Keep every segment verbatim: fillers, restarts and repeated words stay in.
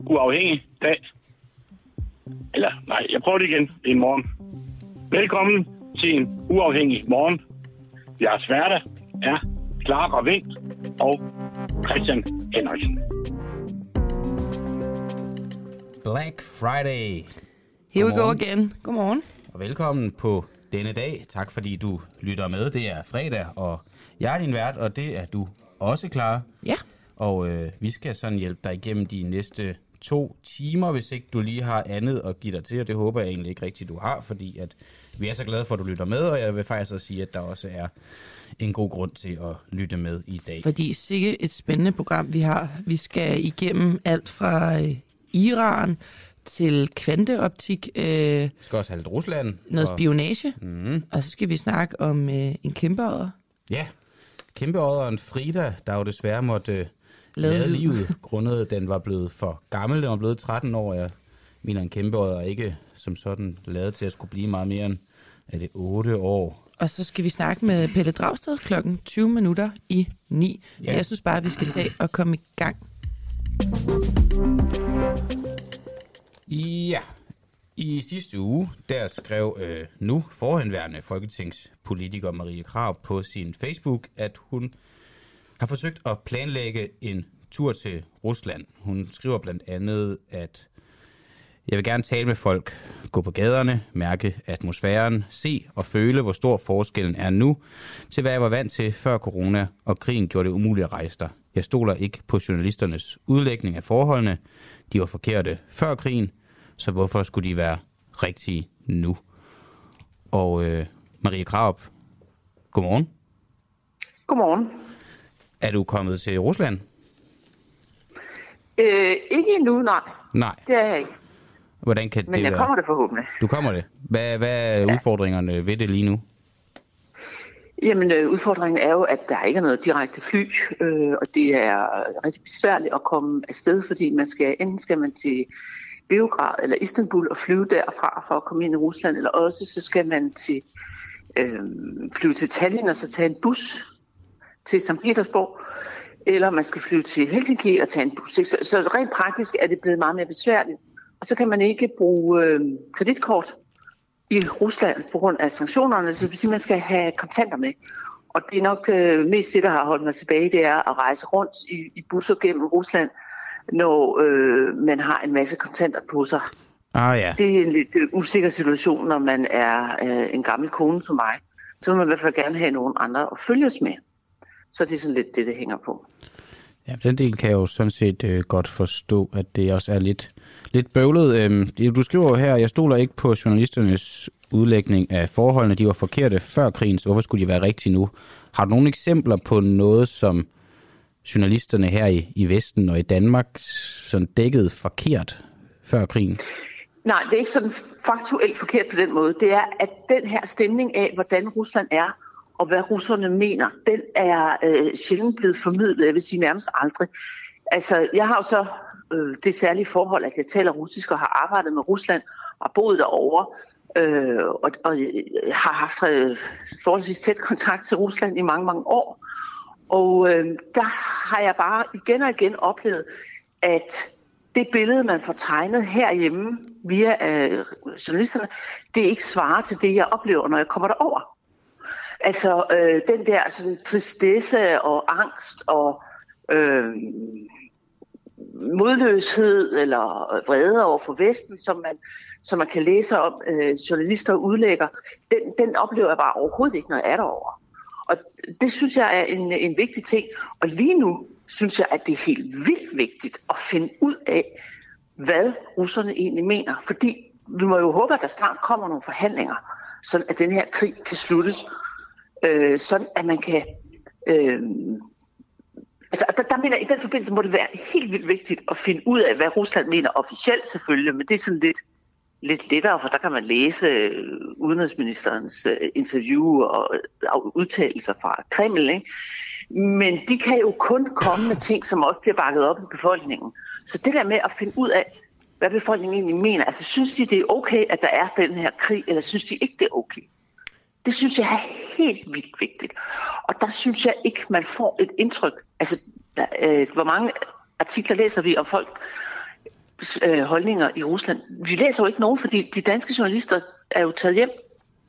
uafhængig dag. Eller nej, jeg prøver det igen i morgen. Velkommen til en uafhængig morgen. Jeres værter er Clara Vind og Christian Henriksen. Black Friday. Here we go again. Godmorgen. Og velkommen på denne dag. Tak fordi du lytter med. Det er fredag, og jeg er din vært, og det er du også, Clara. Ja. Og øh, vi skal sådan hjælpe dig igennem de næste to timer, hvis ikke du lige har andet at give dig til, og det håber jeg egentlig ikke rigtigt, du har, fordi at vi er så glade for, at du lytter med, og jeg vil faktisk også sige, at der også er en god grund til at lytte med i dag. Fordi sikke et spændende program, vi har. Vi skal igennem alt fra øh, Iran til kvanteoptik. Øh, vi skal også have lidt Rusland. Noget og... spionage. Mm-hmm. Og så skal vi snakke om øh, en kæmpeodder. Ja, kæmpeodderen Frida, der jo desværre måtte øh, lade livet, grundet den var blevet for gammel. Den var blevet tretten år. Jeg mener, en kæmpeodder er ikke som sådan lavet til at skulle blive meget mere end er det otte år. Og så skal vi snakke med Pelle Dragsted klokken tyve minutter i ni. Ja. Jeg synes bare, at vi skal tage og komme i gang. Ja, i sidste uge, der skrev øh, nu forhenværende folketingspolitiker Marie Krarup på sin Facebook, at hun har forsøgt at planlægge en tur til Rusland. Hun skriver blandt andet, at jeg vil gerne tale med folk, gå på gaderne, mærke atmosfæren, se og føle, hvor stor forskellen er nu, til hvad jeg var vant til før corona, og krigen gjorde det umuligt at rejse der. Jeg stoler ikke på journalisternes udlægning af forholdene. De var forkerte før krigen, så hvorfor skulle de være rigtige nu? Og øh, Marie Krarup, godmorgen. Godmorgen. Er du kommet til Rusland? Øh, ikke endnu, nej. Nej. Det er jeg ikke. Hvordan kan Men det jeg være? kommer det forhåbentlig. Du kommer det. Hvad, hvad er ja. udfordringerne ved det lige nu? Jamen, øh, udfordringen er jo, at der ikke er noget direkte fly, øh, og det er rigtig besværligt at komme afsted, fordi man skal, enten skal man til Beograd eller Istanbul og flyve derfra for at komme ind i Rusland, eller også så skal man til øh, flyve til Tallinn og så tage en bus til Sankt Petersborg, eller man skal flyve til Helsinki og tage en bus. Så, så rent praktisk er det blevet meget mere besværligt. Og så kan man ikke bruge øh, kreditkort i Rusland på grund af sanktionerne, så det vil sige, at man skal have kontanter med. Og det er nok øh, mest det, der har holdt mig tilbage, det er at rejse rundt i, i busser gennem Rusland, når øh, man har en masse kontanter på sig. Ah, ja. Det er en lidt øh, usikker situation, når man er øh, en gammel kone som mig. Så vil man i hvert fald gerne have nogen andre at følges med. Så det er sådan lidt det, det hænger på. Ja, den del kan jeg jo sådan set øh, godt forstå, at det også er lidt, lidt bøvlet. Øhm, du skriver jo her, jeg stoler ikke på journalisternes udlægning af forholdene. De var forkerte før krigen, så hvorfor skulle de være rigtige nu? Har du nogle eksempler på noget, som journalisterne her i, i Vesten og i Danmark sådan dækkede forkert før krigen? Nej, det er ikke sådan faktuelt forkert på den måde. Det er, at den her stemning af, hvordan Rusland er, og hvad russerne mener, den er øh, sjældent blevet formidlet, jeg vil sige nærmest aldrig. Altså, jeg har jo så øh, det særlige forhold, at jeg taler russisk og har arbejdet med Rusland og boet derovre, øh, og, og har haft øh, forholdsvis tæt kontakt til Rusland i mange, mange år. Og øh, der har jeg bare igen og igen oplevet, at det billede, man får tegnet herhjemme via øh, journalisterne, det ikke svarer til det, jeg oplever, når jeg kommer derover. Altså øh, den der sådan, tristesse og angst og øh, modløshed eller vrede over for Vesten, som man, som man kan læse om, øh, journalister udlægger, den, den oplever jeg bare overhovedet ikke, når jeg er derovre. Og det synes jeg er en, en vigtig ting. Og lige nu synes jeg, at det er helt vildt vigtigt at finde ud af, hvad russerne egentlig mener. Fordi vi må jo håbe, at der snart kommer nogle forhandlinger, så at den her krig kan sluttes. Øh, sådan at man kan øh, altså der, der mener i den forbindelse må det være helt vildt vigtigt at finde ud af, hvad Rusland mener officielt selvfølgelig, men det er sådan lidt lidt lettere, for der kan man læse øh, udenrigsministerens øh, interview og øh, udtalelser fra Kreml, ikke? Men de kan jo kun komme med ting, som også bliver bakket op i befolkningen. Så det der med at finde ud af, hvad befolkningen egentlig mener, altså synes de, det er okay, at der er den her krig, eller synes de ikke, det er okay? Det synes jeg er helt vildt vigtigt. Og der synes jeg ikke, man får et indtryk. Altså, der, øh, hvor mange artikler læser vi om folk, øh, holdninger i Rusland. Vi læser jo ikke nogen, fordi de danske journalister er jo taget hjem.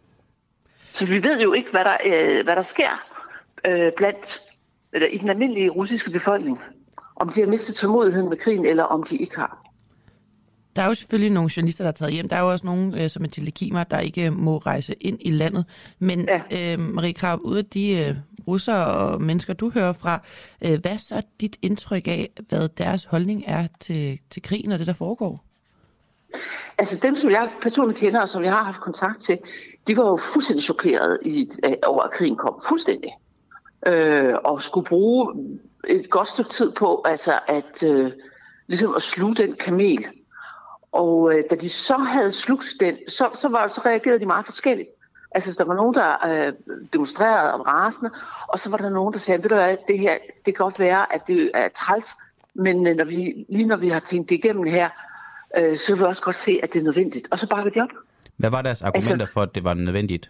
Så vi ved jo ikke, hvad der, øh, hvad der sker øh, blandt, eller i den almindelige russiske befolkning. Om de har mistet tålmodigheden med krigen, eller om de ikke har. Der er jo selvfølgelig nogle journalister, der er taget hjem. Der er jo også nogle, øh, som er telekimer, der ikke må rejse ind i landet. Men ja. øh, Marie Krarup, ud af de øh, russere og mennesker, du hører fra, øh, hvad er så dit indtryk af, hvad deres holdning er til, til krigen og det, der foregår? Altså dem, som jeg personligt kender, og som jeg har haft kontakt til, de var jo fuldstændig chokerede i, over, at krigen kom. Fuldstændig. Øh, og skulle bruge et godt stykke tid på altså at, øh, ligesom at sluge den kamel. Og øh, da de så havde slugt den, så, så, var, så reagerede de meget forskelligt. Altså der var nogen, der øh, demonstrerede og rasende, og så var der nogen, der sagde, ved du hvad, det her, det kan godt være, at det er træls, men øh, når vi, lige når vi har tænkt det igennem her, øh, så vil vi også godt se, at det er nødvendigt. Og så bakker de op. Hvad var deres argumenter altså, for, at det var nødvendigt?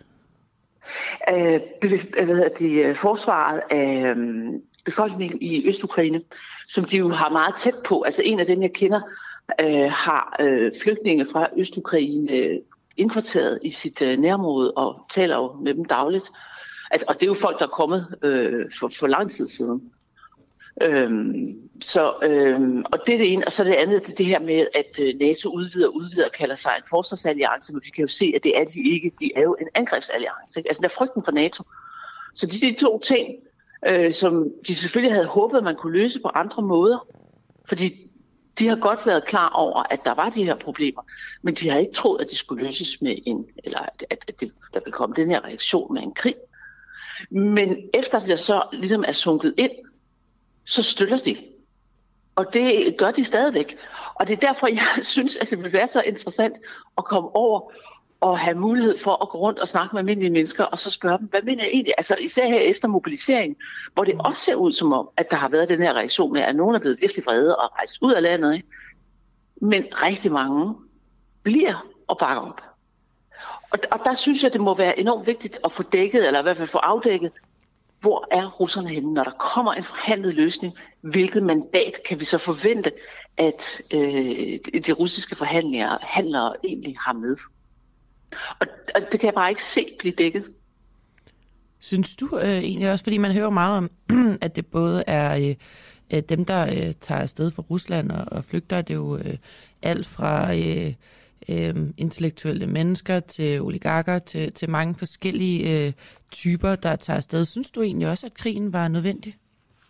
Øh, hvad hedder det, forsvaret af øh, befolkningen i Øst-Ukraine, som de jo har meget tæt på. Altså en af dem, jeg kender, øh, har øh, flygtninge fra Øst-Ukraine øh, indkvarteret i sit øh, nærområde og taler jo med dem dagligt. Altså, og det er jo folk, der er kommet øh, for, for lang tid siden. Øhm, så, øhm, og det er det ene, og så det andet, det er det her med, at NATO udvider og udvider og kalder sig en forsvarsalliance, men vi kan jo se, at det er de ikke. De er jo en angrebsalliance. Altså, der er frygten for NATO. Så de, de to ting, øh, som de selvfølgelig havde håbet, at man kunne løse på andre måder, fordi de har godt været klar over, at der var de her problemer, men de har ikke troet, at de skulle løses med en, eller at, at det, der ville komme den her reaktion med en krig. Men efter det så ligesom er sunket ind, så støtter de. Og det gør de stadigvæk. Og det er derfor, jeg synes, at det vil være så interessant at komme over og have mulighed for at gå rundt og snakke med almindelige mennesker, og så spørge dem, hvad mener jeg egentlig? Altså især her efter mobilisering, hvor det også ser ud som om, at der har været den her reaktion med, at nogen er blevet virkelig vrede og rejst ud af landet. Ikke? Men rigtig mange bliver og bakker op. Og, og der synes jeg, det må være enormt vigtigt at få dækket, eller i hvert fald få afdækket, hvor er russerne henne, når der kommer en forhandlet løsning? Hvilket mandat kan vi så forvente, at øh, de russiske forhandlere handlere egentlig har med? Og, og det kan jeg bare ikke se blive dækket. Synes du øh, egentlig også, fordi man hører meget om, at det både er øh, dem, der øh, tager afsted fra Rusland og, og flygter, det er jo øh, alt fra øh, øh, intellektuelle mennesker til oligarker til, til mange forskellige øh, typer, der tager afsted. Synes du egentlig også, at krigen var nødvendig?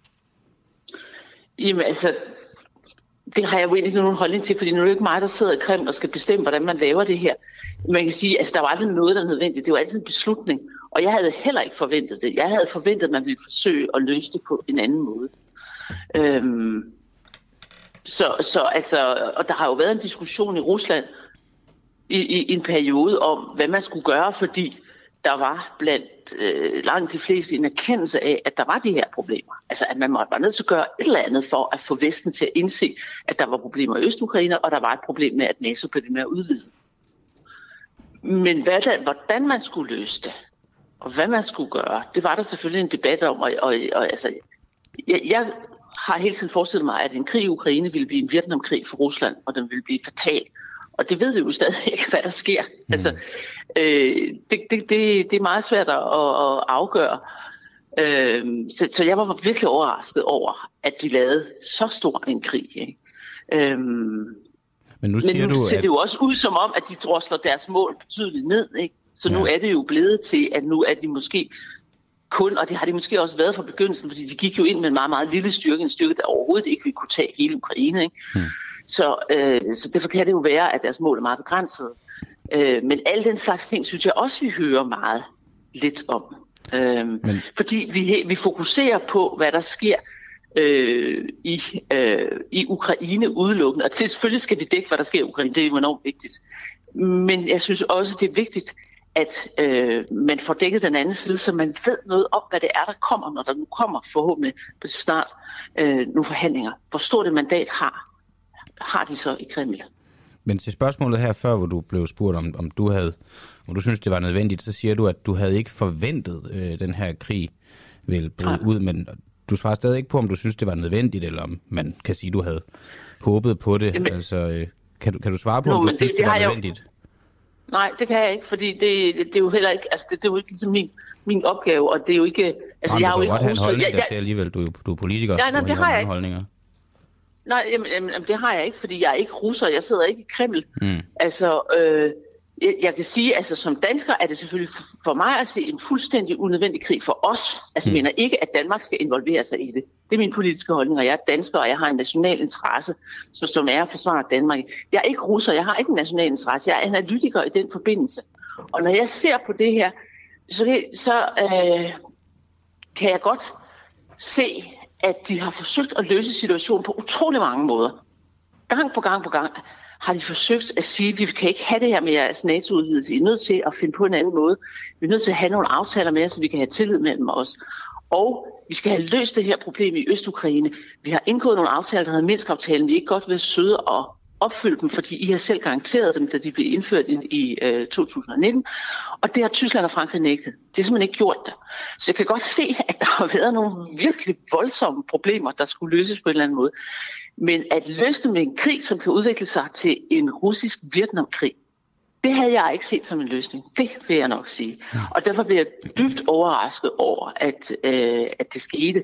Jamen altså, det har jeg jo egentlig ikke nogen holdning til, fordi nu er det ikke mig, der sidder i Kreml og skal bestemme, hvordan man laver det her. Man kan sige, at altså, der var aldrig noget, der er nødvendigt. Det var altid en beslutning, og jeg havde heller ikke forventet det. Jeg havde forventet, at man ville forsøge at løse det på en anden måde. Øhm, så, så altså, og der har jo været en diskussion i Rusland i, i, i en periode om, hvad man skulle gøre, fordi der var blandt øh, langt de fleste en erkendelse af, at der var de her problemer. Altså at man måtte være nødt til at gøre et eller andet for at få Vesten til at indse, at der var problemer i Øst-Ukraine, og der var et problem med, at NATO blev med at udvide. Men hvad der, hvordan man skulle løse det, og hvad man skulle gøre, det var der selvfølgelig en debat om. Og, og, og altså, jeg, jeg har hele tiden forestillet mig, at en krig i Ukraine ville blive en Vietnamkrig for Rusland, og den ville blive fatal. Og det ved vi jo stadig ikke, hvad der sker. Mm. Altså, øh, det, det, det, det er meget svært at, at afgøre. Øh, så, så jeg var virkelig overrasket over, at de lavede så stor en krig. Ikke? Øh, men nu, siger men nu du, ser at... det jo også ud som om, at de drosler deres mål betydeligt ned. Ikke? Så ja. Nu er det jo blevet til, at nu er de måske kun, og det har de måske også været fra begyndelsen, fordi de gik jo ind med en meget, meget lille styrke, en styrke, der overhovedet ikke ville kunne tage hele Ukraine. Ikke? Mm. Så, øh, så derfor kan det jo være, at deres mål er meget begrænset. Øh, men alle den slags ting, synes jeg også, vi hører meget lidt om. Øh, men... Fordi vi, vi fokuserer på, hvad der sker øh, i, øh, i Ukraine udelukkende. Og det, selvfølgelig skal vi dække, hvad der sker i Ukraine. Det er jo enormt vigtigt. Men jeg synes også, det er vigtigt, at øh, man får dækket den anden side, så man ved noget om, hvad det er, der kommer, når der nu kommer forhåbentlig på snart øh, nogle forhandlinger. Hvor stort et mandat har har de så i Kreml. Men til spørgsmålet her før, hvor du blev spurgt, om, om du havde, om du synes det var nødvendigt, så siger du, at du havde ikke forventet, øh, den her krig ville bryde ud, men du svarer stadig ikke på, om du synes, det var nødvendigt, eller om man kan sige, du havde håbet på det. Jamen, altså, øh, kan, du, kan du svare på, Nå, om du det, synes, det, det var jo... nødvendigt? Nej, det kan jeg ikke, fordi det, det er jo heller ikke, altså det, det er jo ikke ligesom min, min opgave, og det er jo ikke, altså Nå, jeg har jo ikke russer. Du kan godt have en holdning jeg, jeg... til alligevel, du er jo du er politiker. Nej, nej, det har jeg ikke. Holdninger. Nej, jamen, jamen, det har jeg ikke, fordi jeg er ikke russer, jeg sidder ikke i Kreml. Mm. Altså, øh, jeg, jeg kan sige, altså som dansker er det selvfølgelig for mig at se en fuldstændig unødvendig krig for os. Altså, mm. jeg mener ikke, at Danmark skal involvere sig i det. Det er min politiske holdning, og jeg er dansker, og jeg har en national interesse, som er at forsvare Danmark. Jeg er ikke russer, jeg har ikke en national interesse, jeg er analytiker i den forbindelse. Og når jeg ser på det her, så, det, så øh, kan jeg godt se, at de har forsøgt at løse situationen på utrolig mange måder. Gang på gang på gang har de forsøgt at sige, at vi kan ikke have det her med jeres NATO-udvidelse. I er nødt til at finde på en anden måde. Vi er nødt til at have nogle aftaler med, så vi kan have tillid mellem os. Og vi skal have løst det her problem i Øst-Ukraine. Vi har indgået nogle aftaler, der hedder Minsk-aftalen. Vi er ikke godt ved søde og opfylde dem, fordi I har selv garanteret dem, da de blev indført i, i øh, to tusind nitten. Og det har Tyskland og Frankrig nægtet. Det er simpelthen ikke gjort det. Så jeg kan godt se, at der har været nogle virkelig voldsomme problemer, der skulle løses på en eller anden måde. Men at løse dem med en krig, som kan udvikle sig til en russisk Vietnamkrig, det havde jeg ikke set som en løsning. Det vil jeg nok sige. Og derfor bliver jeg dybt overrasket over, at, øh, at det skete.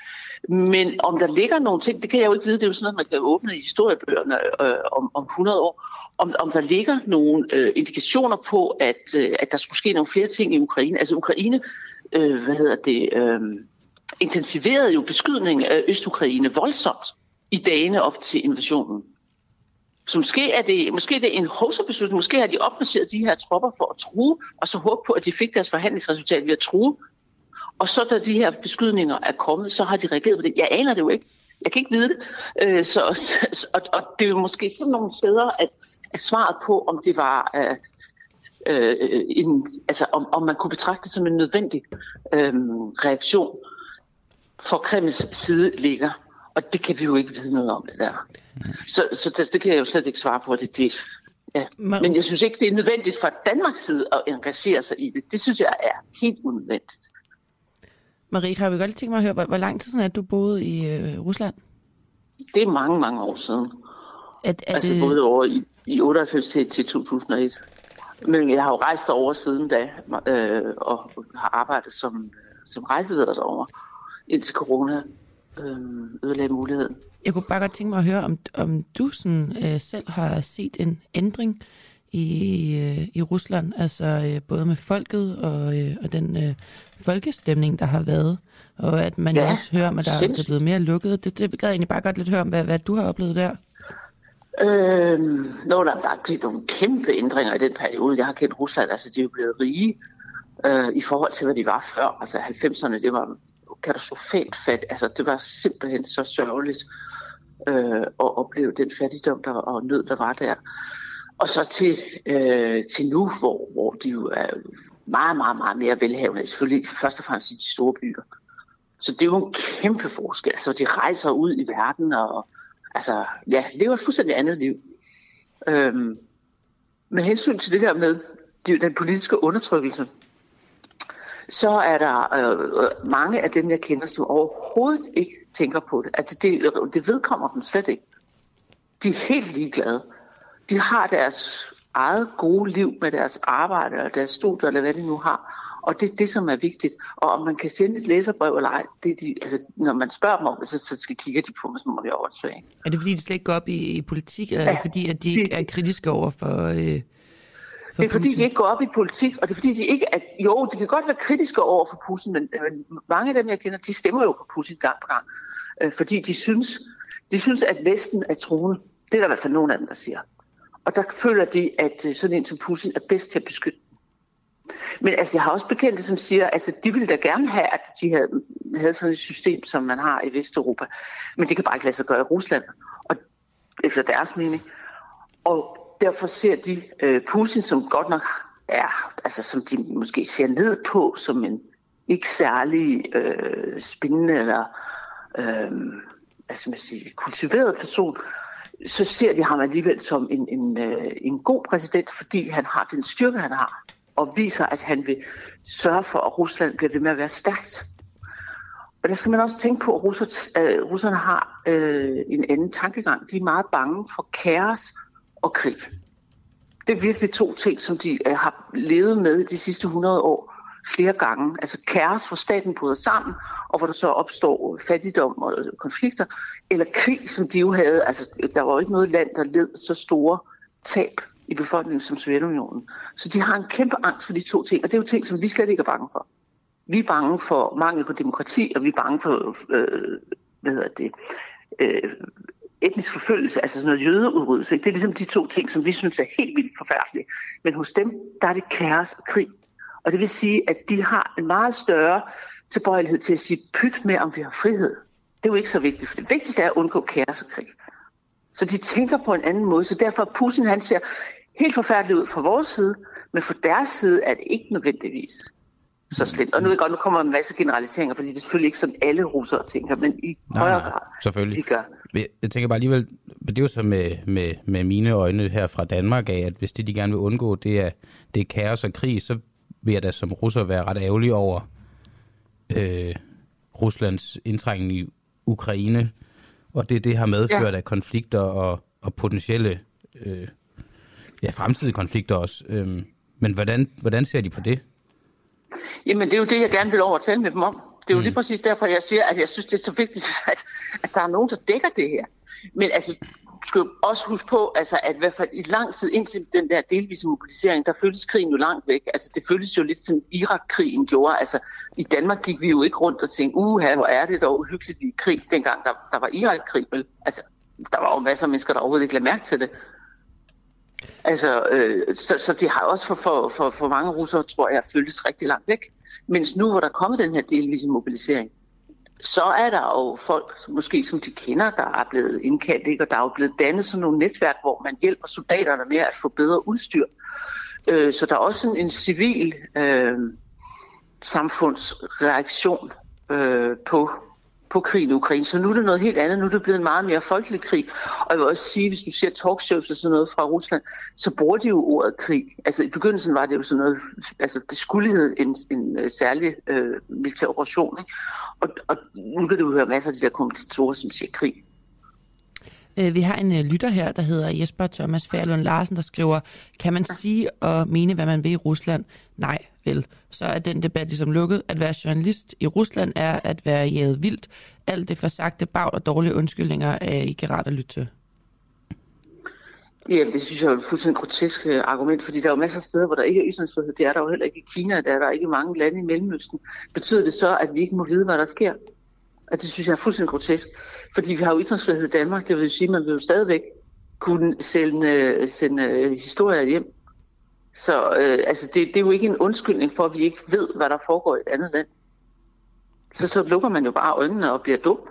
Men om der ligger nogle ting, det kan jeg jo ikke vide, det er jo sådan noget, man kan åbne i historiebøgerne øh, om, om hundrede år. Om, om der ligger nogle øh, indikationer på, at, øh, at der skulle ske nogle flere ting i Ukraine. Altså Ukraine, øh, hvad hedder det, øh, intensiverede jo beskydningen af Øst-Ukraine voldsomt i dagene op til invasionen. Så måske er det, måske er det en hovsabeslutning, måske har de opmarcheret de her tropper for at true, og så håbe på, at de fik deres forhandlingsresultat ved at true. Og så da de her beskydninger er kommet, så har de reageret på det. Jeg aner det jo ikke. Jeg kan ikke vide det. Øh, så, så, og, og det er jo måske sådan nogle steder, at, at svaret på, om det var øh, øh, en, altså om, om man kunne betragte det som en nødvendig øh, reaktion fra Kremls side ligger. Og det kan vi jo ikke vide noget om, det der. Så, så det, det kan jeg jo slet ikke svare på. Det, det, ja. Men jeg synes ikke, det er nødvendigt fra Danmarks side at engagere sig i det. Det synes jeg er helt unødvendigt. Marie, har vi godt tænkt mig at høre, hvor, hvor lang tid siden er du boede i øh, Rusland? Det er mange, mange år siden. At, at altså det... både over i, i otteoghalvfems til, til to tusind og et. Men jeg har jo rejst derover siden da, øh, og har arbejdet som, som rejseleder derovre, indtil corona øh, ødelagde muligheden. Jeg kunne bare godt tænke mig at høre, om, om du sådan, øh, selv har set en ændring i, øh, i Rusland, altså øh, både med folket og, øh, og den øh, folkestemning, der har været, og at man ja, også hører, at der er blevet mere lukket. Det, det gad jeg egentlig bare godt lidt høre om, hvad, hvad du har oplevet der. Øhm, nå, der, der er sket nogle kæmpe ændringer i den periode. Jeg har kendt Rusland, altså de er jo blevet rige øh, i forhold til, hvad de var før. Altså halvfemserne, det var katastrofalt fat. Altså det var simpelthen så sørgeligt øh, at opleve den fattigdom der, og nød, der var der. Og så til, øh, til nu, hvor, hvor de jo er meget, meget, meget mere velhavende, selvfølgelig først og fremmest i de store byer. Så det er jo en kæmpe forskel. Altså de rejser ud i verden og altså, ja, lever et fuldstændig andet liv. Øhm, med hensyn til det der med den politiske undertrykkelse, så er der øh, mange af dem, jeg kender, som overhovedet ikke tænker på det. Altså, det, det vedkommer dem slet ikke. De er helt ligeglade. De har deres eget gode liv med deres arbejde og deres studier, eller hvad de nu har. Og det er det, som er vigtigt. Og om man kan sende et læserbrev eller ej, det er de, altså, når man spørger dem om det, så, så skal kigger de på mig, så må det oversvage. Er det fordi, de slet ikke går op i, i politik, eller ja, er det fordi, at de ikke er kritiske over for, øh, for Det er fordi, Putin? De ikke går op i politik, og det er fordi, de ikke er... Jo, de kan godt være kritiske over for Putin, men, men mange af dem, jeg kender, de stemmer jo på Putin gang på gang. Øh, fordi de synes, de synes, at Vesten er truende. Det er der i hvert fald nogen af dem, der siger. Og der føler de, at sådan en som Putin er bedst til at beskytte. Men altså, jeg har også bekendte, som siger, at altså, de ville da gerne have, at de havde, havde sådan et system, som man har i Vesteuropa. Men det kan bare ikke lade sig gøre i Rusland, og efter deres mening. Og derfor ser de øh, Putin, som godt nok er, altså som de måske ser ned på, som en ikke særlig øh, spændende eller øh, hvad skal man sige, kultiveret person, så ser de ham alligevel som en, en, øh, en god præsident, fordi han har den styrke, han har, og viser, at han vil sørge for, at Rusland bliver ved med at være stærkt. Og der skal man også tænke på, at russer, øh, russerne har øh, en anden tankegang. De er meget bange for kaos og krig. Det er virkelig to ting, som de øh, har levet med de sidste hundrede år flere gange. Altså kaos, hvor staten bryder sammen, og hvor der så opstår fattigdom og konflikter. Eller krig, som de jo havde. Altså, der var jo ikke noget land, der led så store tab i befolkningen som Sovjetunionen. Så de har en kæmpe angst for de to ting, og det er jo ting, som vi slet ikke er bange for. Vi er bange for mangel på demokrati, og vi er bange for øh, hvad hedder det, øh, etnisk forfølgelse, altså sådan noget jødeudryddelse. Det er ligesom de to ting, som vi synes er helt vildt forfærdelige. Men hos dem, der er det kaos og krig. Og det vil sige, at de har en meget større tilbøjelighed til at sige pyt med, om vi har frihed. Det er jo ikke så vigtigt, for det vigtigste er at undgå kaos og krig. Så de tænker på en anden måde, så derfor Putin, han ser helt forfærdeligt ud fra vores side, men fra deres side er det ikke nødvendigvis så slemt. Og nu, er godt, nu kommer en masse generaliseringer, fordi det er selvfølgelig ikke sådan alle russere tænker, men i nej, højere grad selvfølgelig. De gør. Jeg tænker bare alligevel, det er jo så med, med, med mine øjne her fra Danmark af, at hvis det de gerne vil undgå, det er, det er kaos og krig, så vil jeg da som russer være ret ærgerlig over øh, Ruslands indtrængen i Ukraine, og det, det har medført ja. af konflikter og, og potentielle øh, ja, fremtidige konflikter også. Øh, men hvordan, hvordan ser de på det? Jamen, det er jo det, jeg gerne vil over at tale med dem om. Det er jo mm. lige præcis derfor, jeg siger, at jeg synes, det er så vigtigt, at, at der er nogen, der dækker det her. Men altså, du skal jo også huske på, altså, at i hvert fald i lang tid indtil den der delvise mobilisering, der føltes krigen jo langt væk. Altså, det føltes jo lidt som Irak-krigen gjorde. Altså, i Danmark gik vi jo ikke rundt og tænkte, uha, hvor er det dog uhyggeligt i krig, dengang der, der var Irak-krig. Vel? Altså, der var jo masser af mennesker, der overhovedet ikke lagde mærke til det. Altså, øh, så, så det har også for, for, for, for mange russere, tror jeg, føltes rigtig langt væk. Mens nu, hvor der er kommet den her delvise mobilisering, så er der jo folk, måske som de kender, der er blevet indkaldt, ikke? Og der er jo blevet dannet sådan nogle netværk, hvor man hjælper soldaterne med at få bedre udstyr. Øh, så der er også sådan en civil øh, samfundsreaktion øh, på på krigen i Ukraine. Så nu er det noget helt andet. Nu er det blevet en meget mere folkelig krig. Og jeg vil også sige, hvis du ser talkshows og sådan noget fra Rusland, så bruger de jo ordet krig. Altså i begyndelsen var det jo sådan noget, altså det skulle hedde en, en, en særlig øh, militær operation. Ikke? Og, og nu kan du høre masser af de der kommentatorer, som siger krig. Vi har en lytter her, der hedder Jesper Thomas Færlund Larsen, der skriver, kan man sige og mene, hvad man vil i Rusland? Nej, vel. Så er den debat ligesom lukket. At være journalist i Rusland er at være jaget vildt. Alt det forsagte, bagl og dårlige undskyldninger er ikke rart at lytte til. Ja, det synes jeg er et fuldstændig grotesk argument, fordi der er jo masser af steder, hvor der ikke er ytringsfrihed. Det er der jo heller ikke i Kina, der er der ikke i mange lande i Mellemøsten. Betyder det så, at vi ikke må vide, hvad der sker? Og det synes jeg er fuldstændig grotesk. Fordi vi har jo ytringsfrihed i Danmark, det vil sige, at man vil jo stadigvæk kunne sende, sende historier hjem. Så øh, altså det, det er jo ikke en undskyldning for, at vi ikke ved, hvad der foregår i et andet land. Så, så lukker man jo bare øjnene og bliver dum.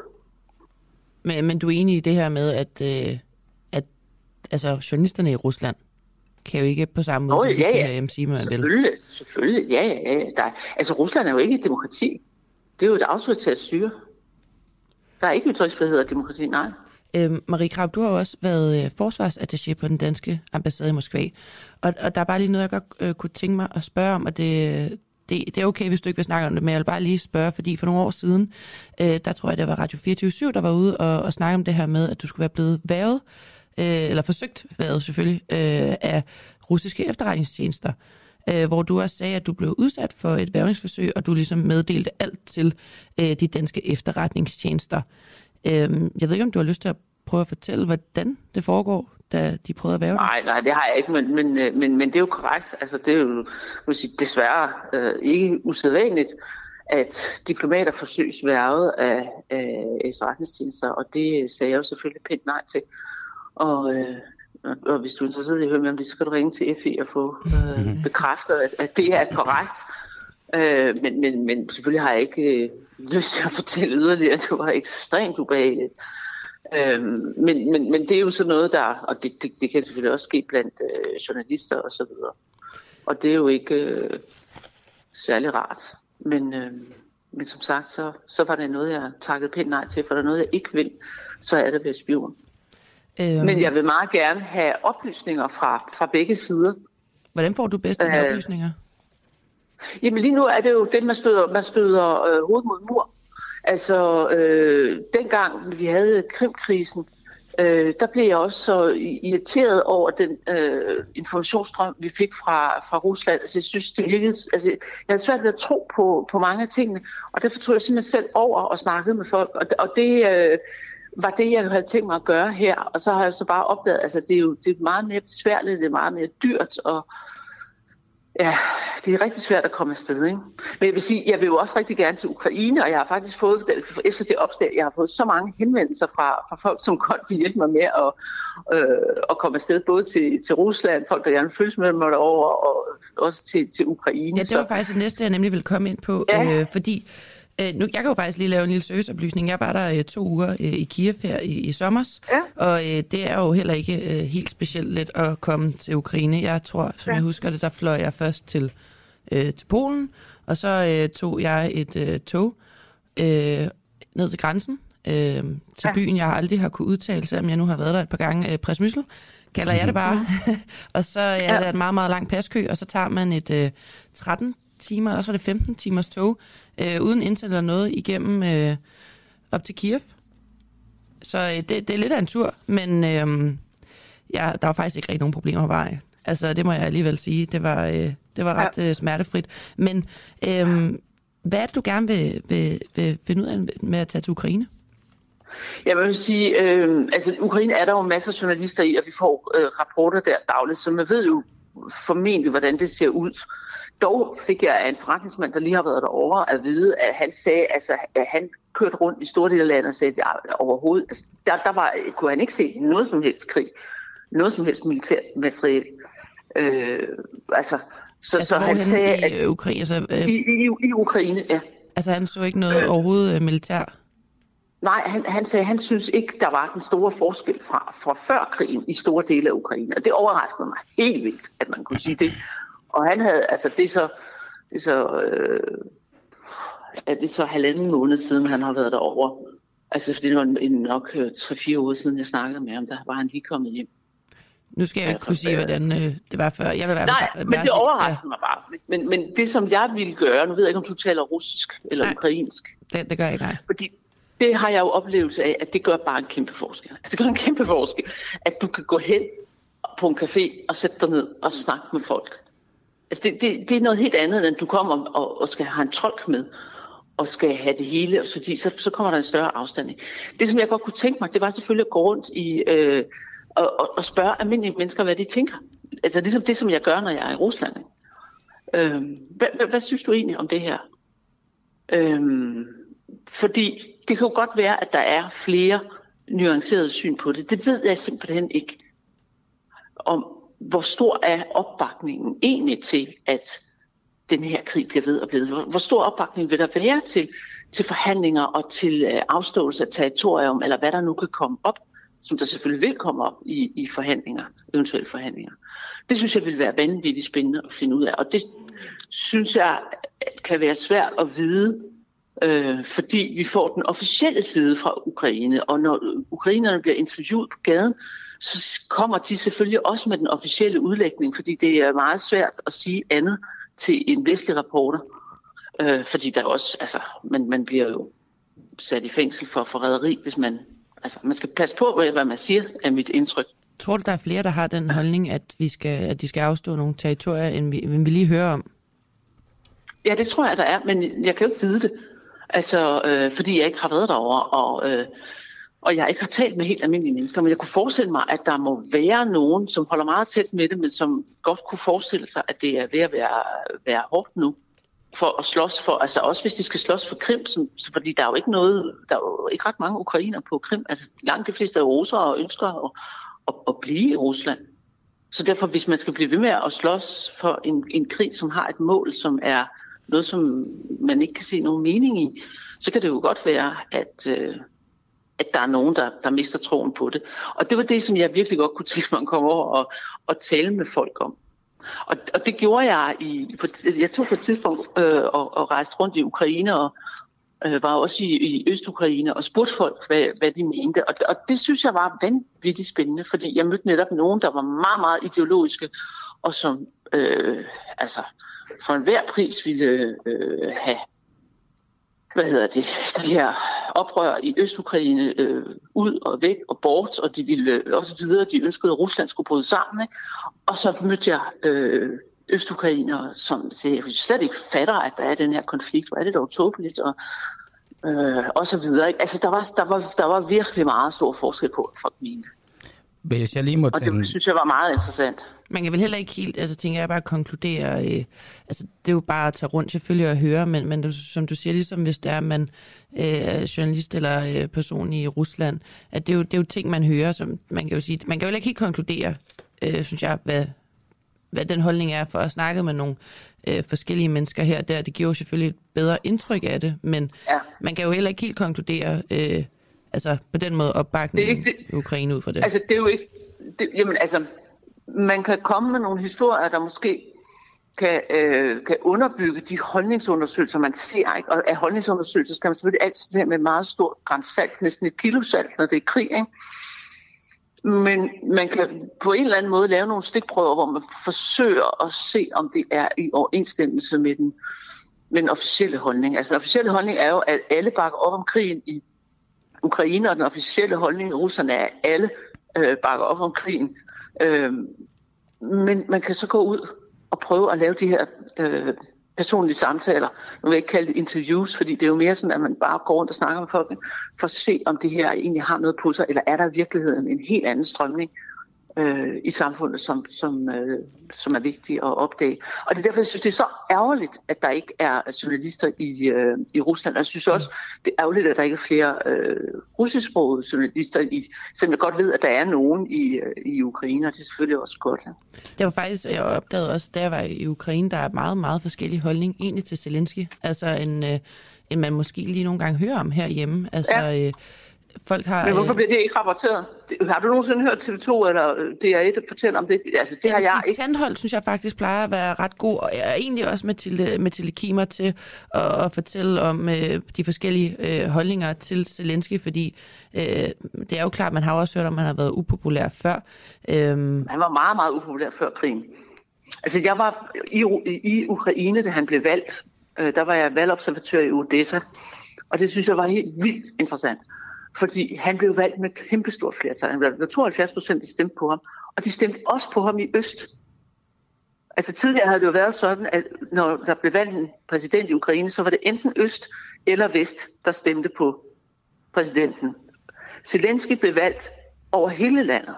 Men, men du er enig i det her med, at, øh, at altså, journalisterne i Rusland kan jo ikke på samme måde, Nå, som ja, de ja. kan sige, hvad man vil? Selvfølgelig, selvfølgelig. Ja, ja, ja. Der er, altså Rusland er jo ikke et demokrati. Det er jo et autoritært styre. Der er ikke ytringsfrihed og demokrati, nej. Øhm, Marie Krarup, du har jo også været øh, forsvarsattaché på den danske ambassade i Moskva. Og, og der er bare lige noget, jeg godt øh, kunne tænke mig at spørge om, og det, det, det er okay, hvis du ikke vil snakke om det, men jeg vil bare lige spørge, fordi for nogle år siden, øh, der tror jeg, det var Radio fireogtyve syv, der var ude og, og snakke om det her med, at du skulle være blevet hvervet, øh, eller forsøgt hvervet selvfølgelig, øh, af russiske efterretningstjenester. Øh, hvor du også sagde, at du blev udsat for et hvervningsforsøg, og du ligesom meddelte alt til øh, de danske efterretningstjenester. Øh, jeg ved ikke, om du har lyst til at prøve at fortælle, hvordan det foregår, da de prøvede at hverve dig? Nej, nej, det har jeg ikke, men, men, men, men det er jo korrekt. Altså, det er jo vil sige, desværre øh, ikke usædvanligt, at diplomater forsøges hvervet af, af efterretningstjenester, og det sagde jeg jo selvfølgelig pænt nej til. Og øh, Og hvis du er interesseret i at høre mere om det, så kan du ringe til F I og få øh, bekræftet, at, at det er korrekt. Øh, men, men, men selvfølgelig har jeg ikke øh, lyst til at fortælle yderligere. Det var ekstremt ubehageligt. Øh, men, men, men det er jo sådan noget, der... Og det, det, det kan selvfølgelig også ske blandt øh, journalister og så videre. Og det er jo ikke øh, særlig rart. Men, øh, men som sagt, så, så var det noget, jeg takkede pænt nej til. For der er noget, jeg ikke vil, så er det ved spion. Øhm. Men jeg vil meget gerne have oplysninger fra, fra begge sider. Hvordan får du bedst de øh, oplysninger? Jamen lige nu er det jo det, man støder, man støder øh, hovedet mod mur. Altså, øh, dengang vi havde Krimkrisen, øh, der blev jeg også så irriteret over den øh, informationsstrøm, vi fik fra, fra Rusland. Altså, jeg synes, det virkede... Altså, jeg havde svært ved at tro på, på mange af tingene, og derfor tog jeg simpelthen selv over og snakkede med folk, og, og det... Øh, var det, jeg havde tænkt mig at gøre her, og så har jeg så bare opdaget, altså det er jo det er meget mere besværligt, det er meget mere dyrt, og ja, det er rigtig svært at komme afsted, ikke? Men jeg vil sige, jeg vil jo også rigtig gerne til Ukraine, og jeg har faktisk fået, efter det opslag, jeg har fået så mange henvendelser fra, fra folk, som godt vil hjælpe mig med at, øh, at komme afsted, både til, til Rusland, folk, der gerne vil følges med mig derover, og også til, til Ukraine. Ja, det var så faktisk det næste, jeg nemlig ville komme ind på, ja. øh, fordi Øh, nu, jeg kan jo faktisk lige lave en lille serviceoplysning. Jeg var der øh, to uger øh, i Kiev her i, i sommers, ja. og øh, det er jo heller ikke øh, helt specielt let at komme til Ukraine. Jeg tror, som ja. jeg husker det, der fløj jeg først til, øh, til Polen, og så øh, tog jeg et øh, tog øh, ned til grænsen, øh, til ja. byen, jeg aldrig har kunne udtale, selvom jeg nu har været der et par gange. Øh, Przemysl kalder jeg det bare. Og så ja, ja. der er en meget, meget lang paskø, og så tager man et øh, tretten timer, eller så var det femten timers tog, øh, uden internet eller noget, igennem øh, op til Kiev. Så øh, det, det er lidt af en tur, men øh, ja, der var faktisk ikke rigtig nogen problemer på vej. Altså, det må jeg alligevel sige. Det var, øh, det var ret øh, smertefrit. Men øh, hvad er det, du gerne vil, vil, vil finde ud af med at tage til Ukraine? Jeg vil sige, øh, altså Ukraine er der jo masser af journalister i, og vi får øh, rapporter der dagligt, så man ved jo formentlig, hvordan det ser ud. Dog fik jeg af en forretningsmand, der lige har været derovre, at vide, at han sagde, altså, at han kørte rundt i store dele af landet og sagde, at overhovedet, altså, der, der var, kunne han ikke se noget som helst krig, noget som helst militært materiel. Øh, altså, så, altså, så han sagde, i, at, Ukraine, altså, øh, i, i, i Ukraine, ja. Altså, han så ikke noget øh, overhovedet militær? Nej, han, han sagde, han synes ikke, der var den store forskel fra, fra før krigen i store dele af Ukraine. Og det overraskede mig helt vildt, at man kunne sige det. Og han havde, altså det er så, det er så, øh, er det så halvanden måned siden, han har været derovre. Altså fordi det var nok tre-fire uger siden, jeg snakkede med ham, der var han lige kommet hjem. Nu skal jeg ikke kunne sige, hvordan øh, det var før. Jeg vil være Nej, men det overraskede ja. mig bare. Men, men det, som jeg ville gøre, nu ved jeg ikke, om du taler russisk eller nej, ukrainsk. Det, det gør jeg ikke, nej. Fordi det har jeg jo oplevelse af, at det gør bare en kæmpe forskel. Altså det gør en kæmpe forskel, at du kan gå hen på en café og sætte dig ned og snakke med folk. Altså det, det, det er noget helt andet, end du kommer og, og skal have en tolk med, og skal have det hele, og fordi så, så kommer der en større afstand. Det, som jeg godt kunne tænke mig, det var selvfølgelig at gå rundt i, øh, og, og, og spørge almindelige mennesker, hvad de tænker. Altså ligesom det, som jeg gør, når jeg er i Rusland. Øh, hvad, hvad, hvad synes du egentlig om det her? Øh, fordi det kan jo godt være, at der er flere nuancerede syn på det. Det ved jeg simpelthen ikke om. Hvor stor er opbakningen egentlig til, at den her krig bliver ved og ved? Hvor stor opbakning vil der være til, til forhandlinger og til øh, afståelse af territorium, eller hvad der nu kan komme op, som der selvfølgelig vil komme op i, i forhandlinger, eventuelle forhandlinger. Det synes jeg vil være vanvittigt spændende at finde ud af, og det synes jeg kan være svært at vide, øh, fordi vi får den officielle side fra Ukraine, og når ukrainerne bliver interviewet på gaden, så kommer de selvfølgelig også med den officielle udlægning, fordi det er meget svært at sige andet til en vestlig reporter. Øh, fordi der også, altså, man, man bliver jo sat i fængsel for forræderi, hvis man, altså, man skal passe på, hvad man siger, er mit indtryk. Tror du, der er flere, der har den holdning, at, vi skal, at de skal afstå nogle territorier, end vi, end vi lige hører om? Ja, det tror jeg, der er, men jeg kan jo ikke vide det. Altså, øh, fordi jeg ikke har været derovre, og... Øh, Og jeg ikke har talt med helt almindelige mennesker, men jeg kunne forestille mig, at der må være nogen, som holder meget tæt med det, men som godt kunne forestille sig, at det er ved at være, være hårdt nu. For at slås for, altså også hvis de skal slås for Krim, som, fordi der er jo ikke noget, der er jo ikke ret mange ukrainer på Krim. Altså langt de fleste er russere og ønsker at, at, at blive i Rusland. Så derfor, hvis man skal blive ved med at slås for en, en krig, som har et mål, som er noget, som man ikke kan se nogen mening i, så kan det jo godt være, at... Øh, at der er nogen, der, der mister troen på det. Og det var det, som jeg virkelig godt kunne tænke mig at komme over og, og tale med folk om. Og, og det gjorde jeg i... Jeg tog på et tidspunkt øh, og, og rejste rundt i Ukraine og øh, var også i, i Øst-Ukraine og spurgte folk, hvad, hvad de mente. Og, og det synes jeg var vanvittigt spændende, fordi jeg mødte netop nogen, der var meget, meget ideologiske, og som øh, altså for enhver pris ville øh, have hvad hedder det, de her oprør i Østukraine øh, ud og væk og bort, og de ville øh, også videre, de ønskede, at Rusland skulle bryde sammen. Ikke? Og så mødte jeg øh, østukrainere, som siger, jeg slet ikke fatter, at der er den her konflikt, hvor er det dog tåbeligt, og, øh, og så videre. Ikke? Altså, der var, der, var, der var virkelig meget stor forskel på, at folk mente. Hvis jeg lige må tage og det synes jeg var meget interessant. Man kan vel heller ikke helt, altså tænker jeg bare konkludere, øh, altså det er jo bare at tage rundt selvfølgelig og høre, men, men som du siger, ligesom hvis det er, man øh, er journalist eller øh, person i Rusland, at det er, jo, det er jo ting, man hører, som man kan jo sige, man kan jo heller ikke helt konkludere, øh, synes jeg, hvad, hvad den holdning er, for at snakke med nogle øh, forskellige mennesker her og der. Det giver jo selvfølgelig et bedre indtryk af det, men ja. Man kan jo heller ikke helt konkludere, øh, altså på den måde opbakningen i Ukraine ud fra det. Altså det er jo ikke, det, jamen altså, man kan komme med nogle historier, der måske kan, øh, kan underbygge de holdningsundersøgelser, man ser. Ikke? Og af holdningsundersøgelser skal man selvfølgelig altid tage med meget stor grænsalt, næsten et kilo salt, når det er krig. Ikke? Men man kan på en eller anden måde lave nogle stikprøver, hvor man forsøger at se, om det er i overensstemmelse med den, med den officielle holdning. Altså den officielle holdning er jo, at alle bakker op om krigen i Ukraine, og den officielle holdning i Rusland er, at alle øh, bakker op om krigen. Øh, men man kan så gå ud og prøve at lave de her øh, personlige samtaler. Nu vil jeg ikke kalde det interviews, fordi det er jo mere sådan, at man bare går rundt og snakker med folk, for at se, om det her egentlig har noget på sig, eller er der i virkeligheden en helt anden strømning øh, i samfundet, som, som, øh, som er vigtig at opdage. Og det er derfor, jeg synes, det er så ærgerligt, at der ikke er journalister i, øh, i Rusland. Og jeg synes også, det er ærgerligt, at der ikke er flere øh, russisksprogede journalister, i, selvom jeg godt ved, at der er nogen i, øh, i Ukraine, og det er selvfølgelig også godt. Ja. Det var faktisk, jeg opdagede også, da jeg var i Ukraine, der er meget, meget forskellige holdning egentlig til Zelensky. Altså en, øh, en man måske lige nogle gange hører om herhjemme. Altså... Ja. Øh, Folk har, Men hvorfor bliver det ikke rapporteret? Har du nogensinde hørt T V to eller D R et fortælle om det? Altså, det har jeg ikke. Tandholt, synes jeg faktisk plejer at være ret god, og jeg er egentlig også med Mathilde Kimer til at, at fortælle om øh, de forskellige øh, holdninger til Zelensky, fordi øh, det er jo klart, man har også hørt om, at han har været upopulær før. Øhm. Han var meget, meget upopulær før krigen. Altså, jeg var i, i Ukraine, da han blev valgt. Øh, der var jeg valgobservatør i Odessa, og det synes jeg var helt vildt interessant. Fordi han blev valgt med kæmpestort flertal. Han blev tooghalvfjerds procent, der stemte på ham. Og de stemte også på ham i øst. Altså tidligere havde det jo været sådan, at når der blev valgt en præsident i Ukraine, så var det enten øst eller vest, der stemte på præsidenten. Zelensky blev valgt over hele landet.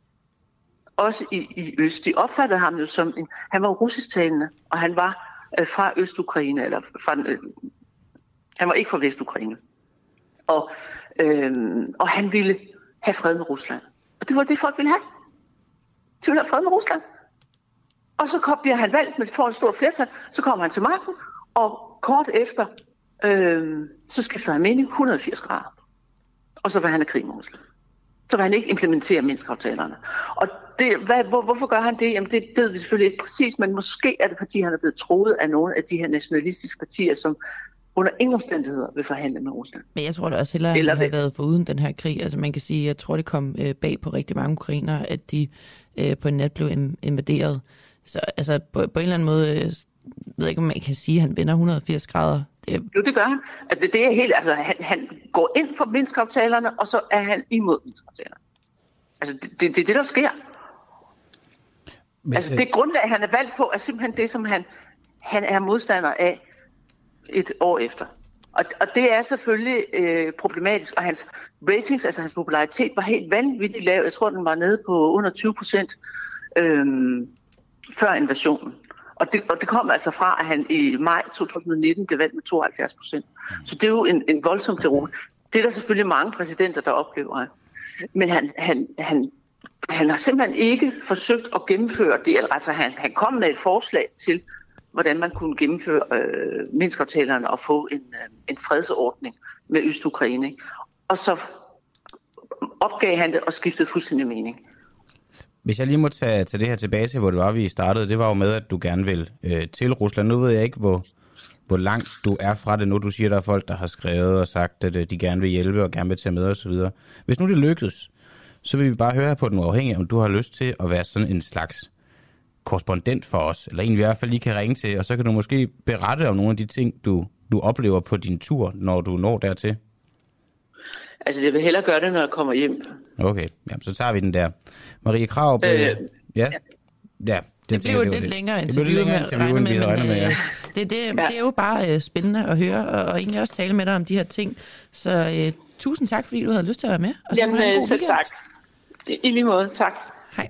Også i, i øst. De opfattede ham jo som en... Han var russisktalende, og han var øh, fra Øst-Ukraine, eller fra... Øh, han var ikke fra Vest-Ukraine. Og, øhm, og han ville have fred med Rusland. Og det var det, folk ville have. De ville have fred med Rusland. Og så kom, bliver han valgt med for en stor flertal. Så kommer han til magten, og kort efter, øhm, så skifter han mening et hundrede og firs grader. Og så vil han have krig med Rusland. Så vil han ikke implementere Minsk-aftalerne. Og det, hvad, hvor, hvorfor gør han det? Jamen det ved vi selvfølgelig ikke præcis, men måske er det, fordi han er blevet troet af nogle af de her nationalistiske partier, som under ingen omstændigheder vil forhandle med Rusland. Men jeg tror da også hellere, at han har været foruden den her krig. Altså man kan sige, jeg tror, det kom øh, bag på rigtig mange ukrainere, at de øh, på en nat blev invaderet. Så altså på, på en eller anden måde, øh, jeg ved ikke, om man kan sige, at han vender et hundrede og firs grader. Det er... Jo, det gør han. Altså det, det er helt, altså han, han går ind for Minsk-aftalerne, og så er han imod Minsk-aftalerne. Altså det, det, det er det, der sker. Men, altså det grundlag, han er valgt på, er simpelthen det, som han, han er modstander af et år efter. Og, og det er selvfølgelig øh, problematisk, og hans ratings, altså hans popularitet, var helt vanvittigt lav. Jeg tror, den var nede på under tyve procent øh, før invasionen. Og det, og det kom altså fra, at han i maj to tusind nitten blev valgt med tooghalvfjerds procent. Så det er jo en, en voldsom deroute. Det er der selvfølgelig mange præsidenter, der oplever. Men han, han, han, han har simpelthen ikke forsøgt at gennemføre det. Altså han, han kom med et forslag til, hvordan man kunne gennemføre øh, Minsk-aftalerne og få en, øh, en fredsordning med Øst-Ukraine. Og så opgav han det og skiftede fuldstændig mening. Hvis jeg lige må tage, tage det her tilbage til, hvor det var, vi startede, det var jo med, at du gerne vil øh, til Rusland. Nu ved jeg ikke, hvor, hvor langt du er fra det nu. Du siger, der er folk, der har skrevet og sagt, at de gerne vil hjælpe og gerne vil tage med osv. Hvis nu det lykkes, så vil vi bare høre på Den Uafhængige, om du har lyst til at være sådan en slags korrespondent for os, eller en vi i hvert fald lige kan ringe til, og så kan du måske berette om nogle af de ting, du du oplever på din tur, når du når dertil? Altså, jeg vil hellere gøre det, når jeg kommer hjem. Okay, jamen, så tager vi den der. Marie Krarup, øh, ja, ja. ja. Det blev jo lidt længere interview, det længere interview end vi havde regnet med. Ja. Det, det, det er jo bare uh, spændende at høre, og, og egentlig også tale med dig om de her ting. Så uh, tusind tak, fordi du havde lyst til at være med. Og Jamen, øh, selv tak. Det er i lige måde. Tak. Hej.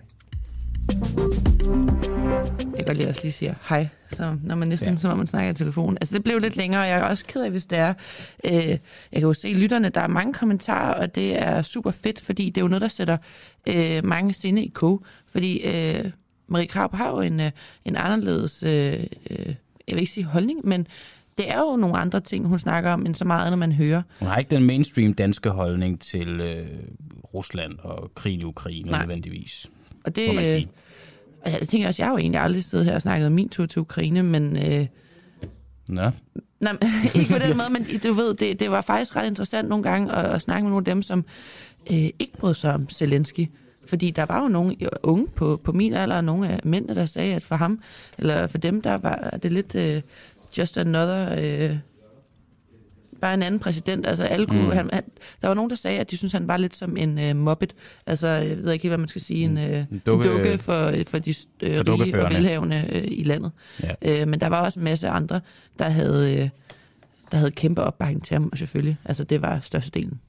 Jeg kan lige også lige sige hej, så når man næsten, ja. som om man snakker i telefonen. Altså, det blev lidt længere, og jeg er også ked af, hvis det er. Øh, jeg kan jo se lytterne, der er mange kommentarer, og det er super fedt, fordi det er jo noget, der sætter øh, mange sinde i kog. Fordi øh, Marie Krarup har jo en, en anderledes, øh, øh, jeg vil ikke sige holdning, men det er jo nogle andre ting, hun snakker om, end så meget, når man hører. Hun har ikke den mainstream danske holdning til øh, Rusland og krigen i Ukraine nødvendigvis. Og det, man sige. Øh, jeg tænker også, jeg har jo egentlig aldrig siddet her og snakket om min tur til Ukraine, men... Øh, Nå. Nej, ikke på den måde, men du ved, det, det var faktisk ret interessant nogle gange at, at snakke med nogle af dem, som øh, ikke brød sig om Zelensky. Fordi der var jo nogle unge på, på min alder, og nogle af mændene, der sagde, at for ham, eller for dem, der var det lidt uh, just another, uh, bare en anden præsident. Altså, alle kunne, mm. han, han, der var nogen, der sagde, at de synes han var lidt som en uh, mobbet. Altså, jeg ved ikke helt, hvad man skal sige, en, uh, en dukke, dukke for, for de uh, rige og velhavende uh, i landet. Ja. Uh, men der var også en masse andre, der havde, uh, der havde kæmpe opbakning til ham, og selvfølgelig. Altså, det var størstedelen.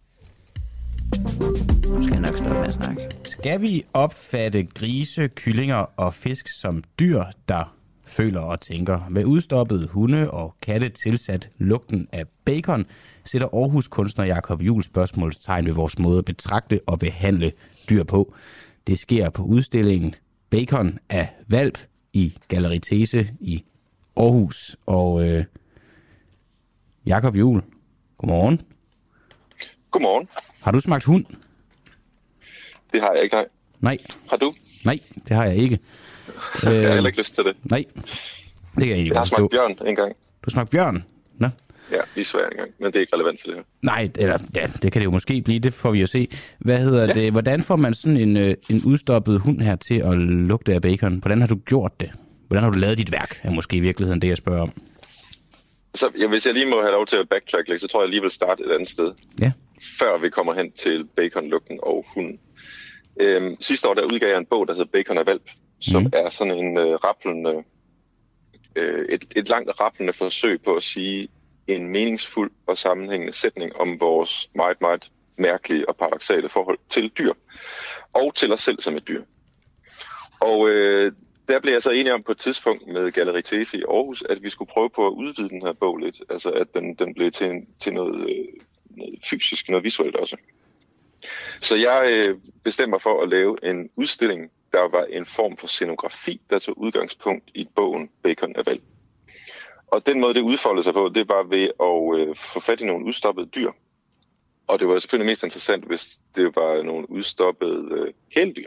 Nu skal jeg nok stoppe med at snakke. Skal vi opfatte grise, kyllinger og fisk som dyr, der føler og tænker? Med udstoppede hunde og katte tilsat lugten af bacon, sætter Aarhus kunstner Jakob Juhl spørgsmålstegn ved vores måde at betragte og behandle dyr på. Det sker på udstillingen Bacon af Hvalp i Galleri These i Aarhus. Og øh, Jakob Juhl, godmorgen. Godmorgen. Har du smagt hund? Det har jeg ikke, nej. Nej. Har du? Nej, det har jeg ikke. Jeg har heller ikke lyst til det. Nej, det kan jeg egentlig Jeg har smagt bjørn en gang. Du har smagt bjørn? Nå. Ja, lige Sverige en gang, men det er ikke relevant for det her. Nej, eller, ja, det kan det jo måske blive, det får vi jo se. Hvad hedder ja. det? Hvordan får man sådan en, en udstoppet hund her til at lugte af bacon? Hvordan har du gjort det? Hvordan har du lavet dit værk, er måske i virkeligheden det, jeg spørger om. Så ja, hvis jeg lige må have lov til at backtrack lidt, så tror jeg lige vil starte et andet sted. Ja. Før vi kommer hen til baconlugten og hunden. Øhm, sidste år der udgav jeg en bog, der hedder Bacon af Hvalp, som mm. er sådan en øh, rapplende, øh, et, et langt rapplende forsøg på at sige en meningsfuld og sammenhængende sætning om vores meget, meget mærkelige og paradoksale forhold til dyr, og til os selv som et dyr. Og øh, der blev jeg så enig om på et tidspunkt med Galleri These i Aarhus, at vi skulle prøve på at udvide den her bog lidt, altså at den, den blev til, en, til noget, øh, noget fysisk, noget visuelt også. Så jeg øh, bestemmer for at lave en udstilling, der var en form for scenografi, der tog udgangspunkt i bogen Bacon af Hvalp. Og den måde, det udfoldede sig på, det var ved at øh, få fat i nogle udstoppede dyr. Og det var selvfølgelig mest interessant, hvis det var nogle udstoppede øh, kæledyr.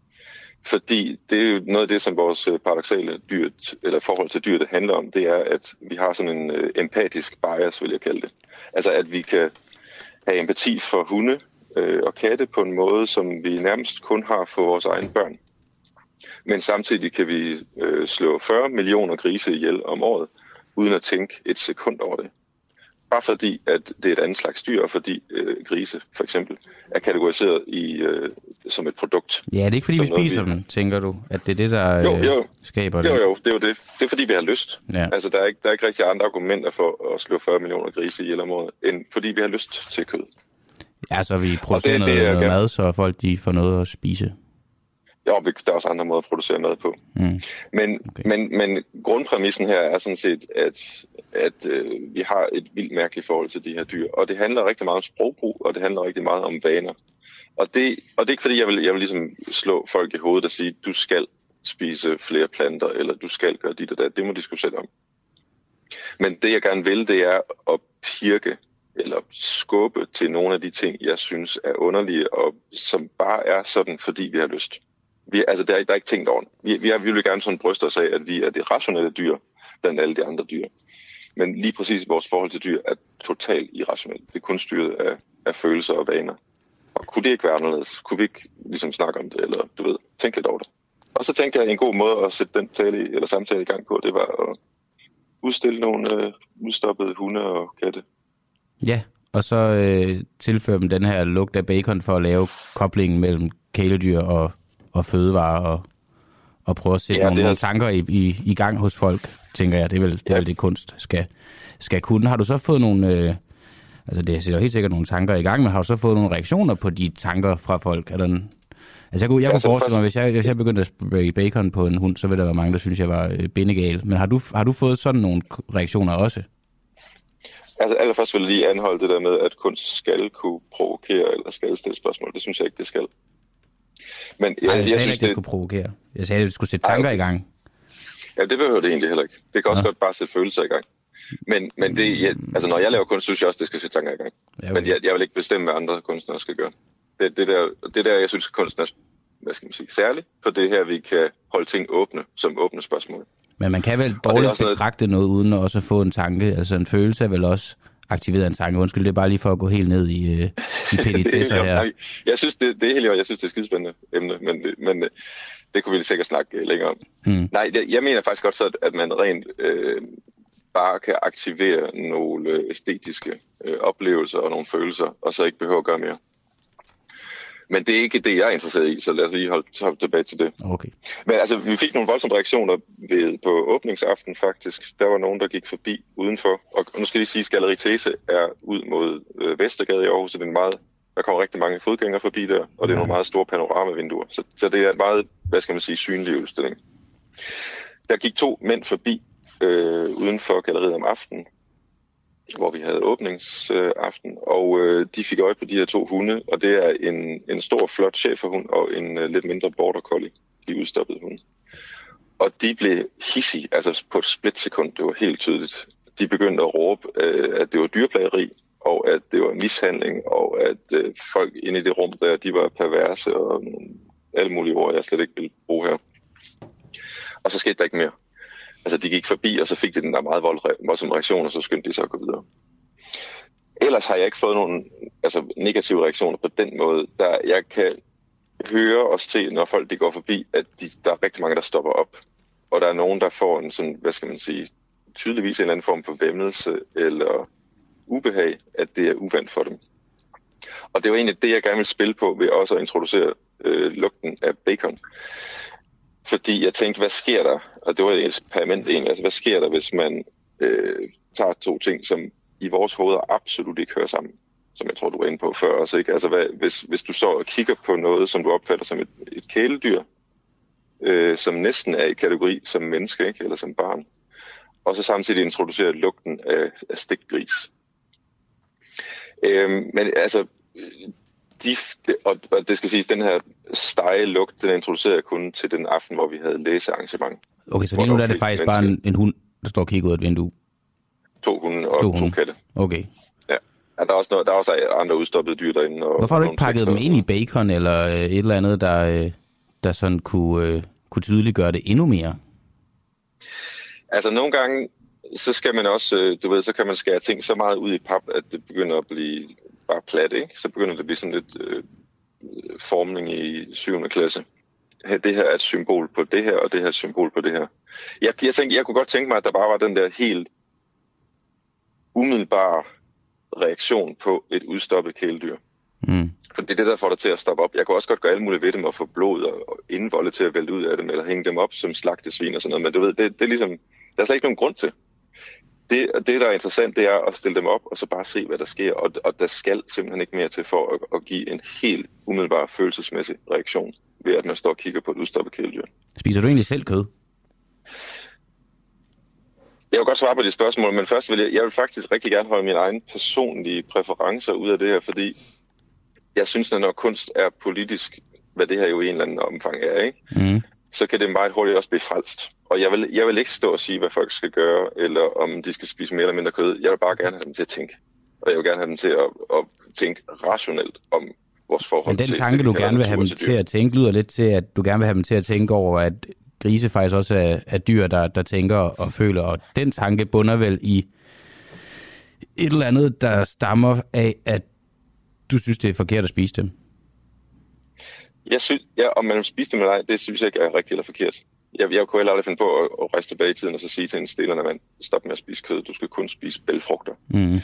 Fordi det er jo noget af det, som vores paradoksale dyr, eller forhold til dyr, det handler om, det er, at vi har sådan en øh, empatisk bias, vil jeg kalde det. Altså, at vi kan have empati for hunde øh, og katte på en måde, som vi nærmest kun har for vores egne børn. Men samtidig kan vi øh, slå fyrre millioner grise ihjel om året, uden at tænke et sekund over det. Bare fordi, at det er et andet slags dyr, og fordi øh, grise, for eksempel, er kategoriseret i, øh, som et produkt. Ja, det er ikke fordi, vi spiser vi... dem, tænker du? At det er det, der jo, jo. Øh, skaber det? Jo, jo, det er jo det. Det er fordi, vi har lyst. Ja. Altså, der er, ikke, der er ikke rigtig andre argumenter for at slå fyrre millioner grise ihjel om året, end fordi vi har lyst til kød. Ja, så vi producerer det, det, noget, noget mad, så folk de får noget at spise. Ja, der er også andre måder at producere mad på. Mm. Men, okay. men, men grundpræmissen her er sådan set, at, at øh, vi har et vildt mærkeligt forhold til de her dyr. Og det handler rigtig meget om sprogbrug, og det handler rigtig meget om vaner. Og det, og det er ikke fordi, jeg vil, jeg vil ligesom slå folk i hovedet og sige, du skal spise flere planter, eller du skal gøre dit og dat. Det må de sgu selv om. Men det, jeg gerne vil, det er at pirke eller skubbe til nogle af de ting, jeg synes er underlige, og som bare er sådan, fordi vi har lyst. Vi, altså, der er, der er ikke tænkt over det. Vi, vi, er, vi vil gerne sådan bryste os af, at vi er det rationelle dyr blandt alle de andre dyr. Men lige præcis vores forhold til dyr er totalt irrationelt. Det er kun styret af, af følelser og vaner. Og kunne det ikke være anderledes? Kunne vi ikke ligesom snakke om det, eller du ved, tænke lidt over det? Og så tænkte jeg, en god måde at sætte den tale i, eller samtale i gang på, det var at udstille nogle øh, udstoppede hunde og katte. Ja, og så øh, tilføre dem den her lugt af bacon for at lave koblingen mellem kæledyr og, og fødevarer og, og prøve at sætte ja, nogle, nogle tanker i, i, i gang hos folk, tænker jeg. Det er vel det, ja. er vel det kunst skal, skal kunne. Har du så fået nogle, øh, altså det sætter helt sikkert nogle tanker i gang, men har du så fået nogle reaktioner på de tanker fra folk? Er der en, altså jeg kunne, jeg ja, kunne forestille mig, hvis jeg, hvis jeg begyndte at spille bacon på en hund, så ville der være mange, der synes, jeg var øh, bindegal. Men har du, har du fået sådan nogle reaktioner også? Altså allerførst vil jeg lige anholde det der med, at kunst skal kunne provokere eller skal stille spørgsmål. Det synes jeg ikke, det skal. Men jeg, Ej, jeg, jeg jeg sagde synes, ikke, det skulle provokere. Jeg sagde, at det skulle sætte tanker Ej, okay. i gang. Ja, det behøver det egentlig heller ikke. Det kan også ja. godt bare sætte følelser i gang. Men, men det, jeg, altså, når jeg laver kunst, synes jeg også, det skal sætte tanker i gang. Ja, okay. Men jeg, jeg vil ikke bestemme, hvad andre kunstnere skal gøre. Det, det, der, det der, jeg synes, kunsten er, hvad skal man sige, særligt, for det her, vi kan holde ting åbne, som åbne spørgsmål. Men man kan vel dårligt betragte noget, uden at også få en tanke. Altså en følelse er vel også aktiveret en tanke. Undskyld, det er bare lige for at gå helt ned i, uh, i petitesser her. Jeg synes, det, det er helt, jeg synes, det er et skidespændende emne, men, det, men det kunne vi sikkert snakke længere om. Hmm. Nej, jeg, jeg mener faktisk godt så, at man rent øh, bare kan aktivere nogle æstetiske øh, oplevelser og nogle følelser, og så ikke behøver at gøre mere. Men det er ikke det, jeg er interesseret i, så lad os lige holde, holde tilbage til det. Okay. Men altså, vi fik nogle voldsomme reaktioner ved, på åbningsaften faktisk. Der var nogen, der gik forbi udenfor. Og nu skal jeg sige, at Galleri These er ud mod øh, Vestergade i Aarhus, så det er meget, der kommer rigtig mange fodgængere forbi der, og det er nogle meget store panoramavinduer. Så, så det er en meget, hvad skal man sige, synlig udstilling. Der gik to mænd forbi øh, uden for galleriet om aftenen, hvor vi havde åbningsaften, øh, og øh, de fik øje på de her to hunde, og det er en, en stor, flot schæferhund og en øh, lidt mindre border collie, de udstoppede hunde. Og de blev hissige, altså på et splitsekund, det var helt tydeligt. De begyndte at råbe, øh, at det var dyrplageri, og at det var mishandling, og at øh, folk inde i det rum der, de var perverse, og alle mulige ord, jeg slet ikke vil bruge her. Og så skete der ikke mere. Altså, de gik forbi, og så fik de den der meget voldsomme reaktion, og så skyndte de så at gå videre. Ellers har jeg ikke fået nogen altså, negative reaktioner på den måde. Der, jeg kan høre og se, når folk de går forbi, at de, der er rigtig mange, der stopper op. Og der er nogen, der får en sådan, hvad skal man sige, tydeligvis en eller anden form for væmmelse eller ubehag, at det er uvandt for dem. Og det var egentlig det, jeg gerne vil spille på ved også at introducere øh, lugten af bacon. Fordi jeg tænkte, hvad sker der? Og det var et eksperiment egentlig. Altså, hvad sker der, hvis man øh, tager to ting, som i vores hoveder absolut ikke hører sammen? Som jeg tror, du var inde på før også, ikke? Altså, hvad, hvis, hvis du så og kigger på noget, som du opfatter som et, et kæledyr, øh, som næsten er i kategori som menneske, ikke? Eller som barn, og så samtidig introducerer lugten af, af stikgris. Øh, men altså... De, og, og det skal siges, den her stegelugt, den introducerede jeg kun til den aften, hvor vi havde læsearrangement. Okay, så lige nu er det faktisk bare en, en hund, der står og kigger ud af et vindue? To hunde og to, hunde. to katte. Okay. Ja, ja der, er også noget, der er også andre udstoppede dyr derinde. Og hvorfor har du ikke pakket dem ind i bacon eller et eller andet, der, der sådan kunne, kunne tydeligt gøre det endnu mere? Altså nogle gange, så skal man også, du ved, så kan man skære ting så meget ud i pap, at det begynder at blive... bare plat, ikke? Så begynder det at blive sådan lidt øh, formning i syvende klasse. Det her er et symbol på det her, og det her er et symbol på det her. Jeg, jeg, tænkte, jeg kunne godt tænke mig, at der bare var den der helt umiddelbare reaktion på et udstoppet kæledyr. Mm. For det er det, der får dig til at stoppe op. Jeg kunne også godt gøre alle mulige ved dem og få blod og indvolde til at vælte ud af dem, eller hænge dem op som slagtesvin og sådan noget. Men du ved, det, det er ligesom, der er slet ikke nogen grund til. Det, det, der er interessant, det er at stille dem op, og så bare se, hvad der sker. Og, og der skal simpelthen ikke mere til for at, at give en helt umiddelbar følelsesmæssig reaktion, ved at man står og kigger på et udstoppet kæledyr. Spiser du egentlig selv kød? Jeg vil godt svare på de spørgsmål, men først vil jeg, jeg vil faktisk rigtig gerne holde mine egne personlige præferencer ud af det her, fordi jeg synes, at når kunst er politisk, hvad det her jo i en eller anden omfang er, ikke? Mm. Så kan det meget hurtigt også blive frelst. Og jeg vil, jeg vil ikke stå og sige, hvad folk skal gøre, eller om de skal spise mere eller mindre kød. Jeg vil bare gerne have dem til at tænke. Og jeg vil gerne have dem til at, at tænke rationelt om vores forhold til... Men den tanke, du gerne vil have dem til at tænke, lyder lidt til, at du gerne vil have dem til at tænke over, at grise faktisk også er, er dyr, der, der tænker og føler. Og den tanke bunder vel i et eller andet, der stammer af, at du synes, det er forkert at spise dem. Jeg synes, ja, om man spiser det med dig, det synes jeg ikke er rigtigt eller forkert. Jeg, jeg kunne heller aldrig finde på at, at rejse tilbage i tiden og så sige til en stillerne mand, stop med at spise kød, du skal kun spise bælgfrugter. Mm.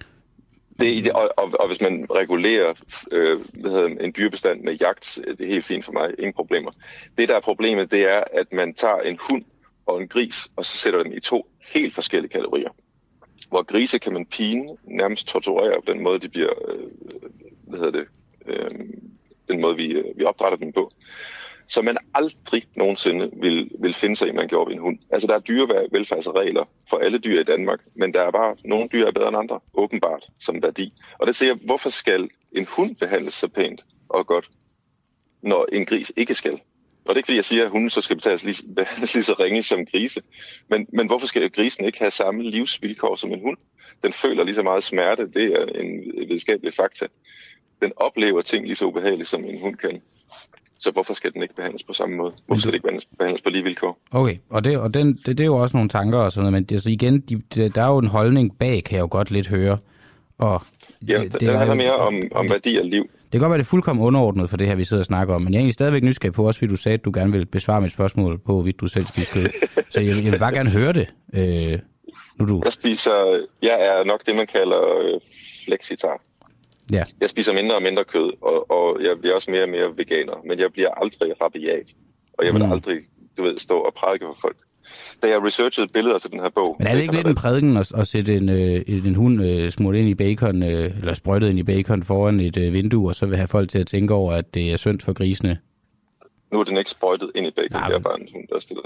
Det, og, og, og hvis man regulerer øh, hvad hedder, en dyrebestand med jagt, det er helt fint for mig, ingen problemer. Det, der er problemet, det er, at man tager en hund og en gris, og så sætter dem i to helt forskellige kategorier. Hvor grise kan man pine, nærmest torturere på den måde, de bliver, øh, hvad hedder det, øh, den måde, vi, vi opdrætter dem på. Så man aldrig nogensinde vil, vil finde sig i, man gjorde ved en hund. Altså, der er dyrevelfærdsregler for alle dyr i Danmark, men der er bare nogle dyr er bedre end andre, åbenbart, som værdi. Og det siger, hvorfor skal en hund behandles så pænt og godt, når en gris ikke skal? Og det er ikke, fordi jeg siger, at hunden så skal betales lige, behandles lige så ringe som grise. Men, men hvorfor skal grisen ikke have samme livsvilkår som en hund? Den føler lige så meget smerte, det er en videnskabelig fakta. Den oplever ting lige så ubehageligt, som en hund kan. Så hvorfor skal den ikke behandles på samme måde? Hvorfor skal den ikke behandles på lige vilkår? Okay, og det, og den, det, det er jo også nogle tanker og sådan noget, men det, altså igen, de, der er jo en holdning bag, kan jeg jo godt lidt høre. Og ja, det, det, det handler mere om, om værdi og liv. Det kan godt være, det er fuldkommen underordnet for det her, vi sidder og snakker om, men jeg er egentlig stadigvæk nysgerrig på, også fordi du sagde, at du gerne vil besvare mit spørgsmål på, hvorvidt du selv spiser kød. Så jeg, jeg vil bare gerne høre det. Øh, nu du. Jeg spiser, jeg er nok det, man kalder øh, flexitar. Ja. Jeg spiser mindre og mindre kød, og, og jeg bliver også mere og mere veganer, men jeg bliver aldrig rabiat, og jeg vil mm. aldrig, du ved, stå og prædike for folk. Da jeg researchede billeder til den her bog... Men er det ikke lidt en prædiken at, at sætte en, øh, en hund øh, smurt ind i bacon, øh, eller sprøjtet ind i bacon foran et øh, vindue, og så vil have folk til at tænke over, at det er synd for grisene? Nu er den ikke sprøjtet ind i bacon, Nej, det er bare en hund, der er stillet.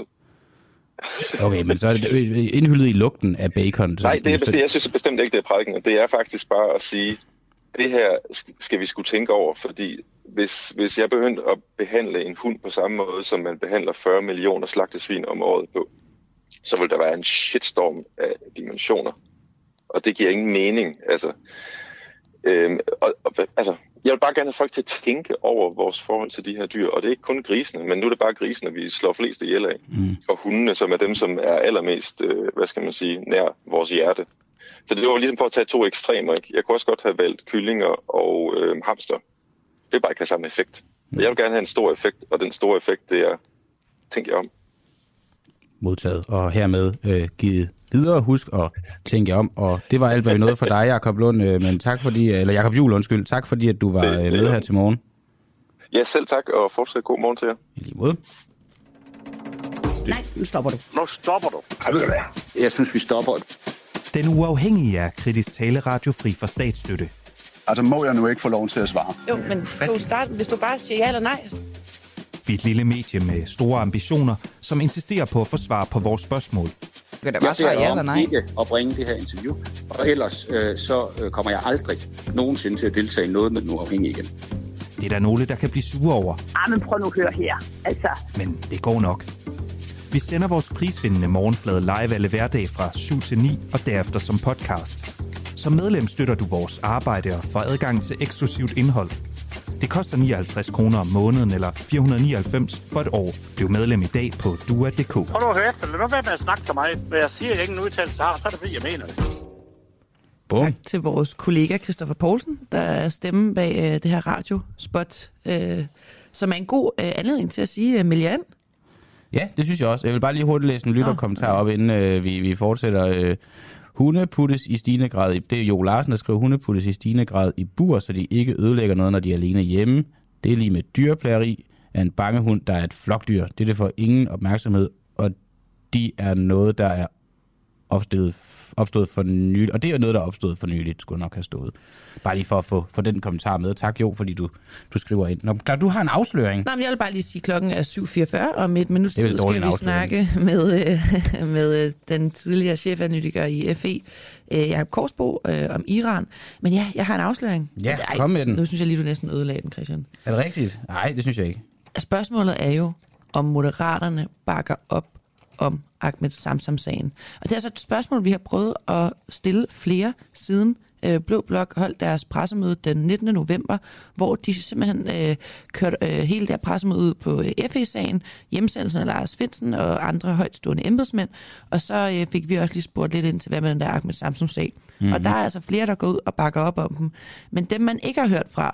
Okay, men så er det indhyldet i lugten af bacon. Nej, det er, så... jeg synes bestemt ikke, det er prædiken. Det er faktisk bare at sige... Det her skal vi skulle tænke over, fordi hvis, hvis jeg begyndte at behandle en hund på samme måde, som man behandler fyrre millioner slagtesvin om året på, så vil der være en shitstorm af dimensioner. Og det giver ingen mening. Altså, øhm, og, og, altså, jeg vil bare gerne have folk til at tænke over vores forhold til de her dyr, og det er ikke kun grisene, men nu er det bare grisene, vi slår flest ihjel af. Mm. Og hundene, som er dem, som er allermest, øh, hvad skal man sige, nær vores hjerte. Så det var ligesom for at tage to ekstremer. Ikke? Jeg kunne også godt have valgt kyllinger og øh, hamster. Det er bare ikke have samme effekt. Men jeg vil gerne have en stor effekt, og den store effekt, det er, tænk jer om. Modtaget, og hermed øh, givet videre. Husk at tænke jer om, og det var alt, hvad vi nåede for dig, Jakob Lund. Øh, men tak fordi, eller Jakob Juhl, undskyld. Tak fordi, at du var det, det, med her til morgen. Ja, selv tak, og fortsat god morgen til jer. I lige måde. Nej, nu stopper du. Nu stopper du. Jeg synes, vi stopper. Den Uafhængige er kritisk taleradio fri for statsstøtte. Altså, må jeg nu ikke få lov til at svare? Jo, men du starte, hvis du bare siger ja eller nej. Vi er et lille medie med store ambitioner, som insisterer på at få svar på vores spørgsmål. Kan der bare svare ja eller nej? Jeg ikke at bringe det her interview, og ellers øh, så øh, kommer jeg aldrig nogensinde til at deltage i noget med Den Uafhængige igen. Det er der nogle, der kan blive sure over. Ah, men prøv nu at høre her. Altså. Men det går nok. Vi sender vores prisvindende morgenflade live alle hverdage fra syv til ni og derefter som podcast. Som medlem støtter du vores arbejde og får adgang til eksklusivt indhold. Det koster nioghalvtreds kroner om måneden eller fire hundrede nioghalvfems for et år. Bliv medlem i dag på dua punktum d k. Prøv nu at høre efter. Lad nu være med at snakke til mig. Hvad jeg siger, jeg ikke en udtalelse har, så er det fordi, jeg mener det. Bum. Tak til vores kollega Christoffer Poulsen, der er stemmen bag øh, det her radiospot, øh, som er en god øh, anledning til at sige øh, Miljø. Ja, det synes jeg også. Jeg vil bare lige hurtigt læse en lytterkommentar op, inden øh, vi, vi fortsætter. Øh, hunde puttes i stigende grad i... Det er Jo Larsen, der skriver, hunde puttes i stigende grad i bur, så de ikke ødelægger noget, når de er alene hjemme. Det er lige med dyreplageri af en bange hund, der er et flokdyr. Det er det for ingen opmærksomhed, og de er noget, der er opstået, opstået for nyligt. Og det er noget, der er opstået for nyligt, skulle nok have stået. Bare lige for at få, få den kommentar med. Tak Jo, fordi du, du skriver ind. Nå, klar, du har en afsløring. Nå, men jeg vil bare lige sige, at klokken er syv fireogfyrre, og om et minut tid skal vi snakke med, øh, med den tidligere chefanalytiker i F E, øh, Jakob Korsbo, øh, om Iran. Men ja, jeg har en afsløring. Ja, Ej, kom med den. Nu synes jeg lige, du næsten ødelagde den, Christian. Er det rigtigt? Nej, det synes jeg ikke. Spørgsmålet er jo, om Moderaterne bakker op om Ahmed Samsam-sagen. Og det er altså et spørgsmål, vi har prøvet at stille flere siden øh, Blå Blok holdt deres pressemøde den nittende november, hvor de simpelthen øh, kørte øh, hele der pressemøde ud på øh, F E-sagen, hjemsendelsen af Lars Findsen og andre højtstående embedsmænd, og så øh, fik vi også lige spurgt lidt ind til, hvad med den der Ahmed Samsam-sag. Mm-hmm. Og der er altså flere, der går ud og bakker op om dem. Men dem, man ikke har hørt fra,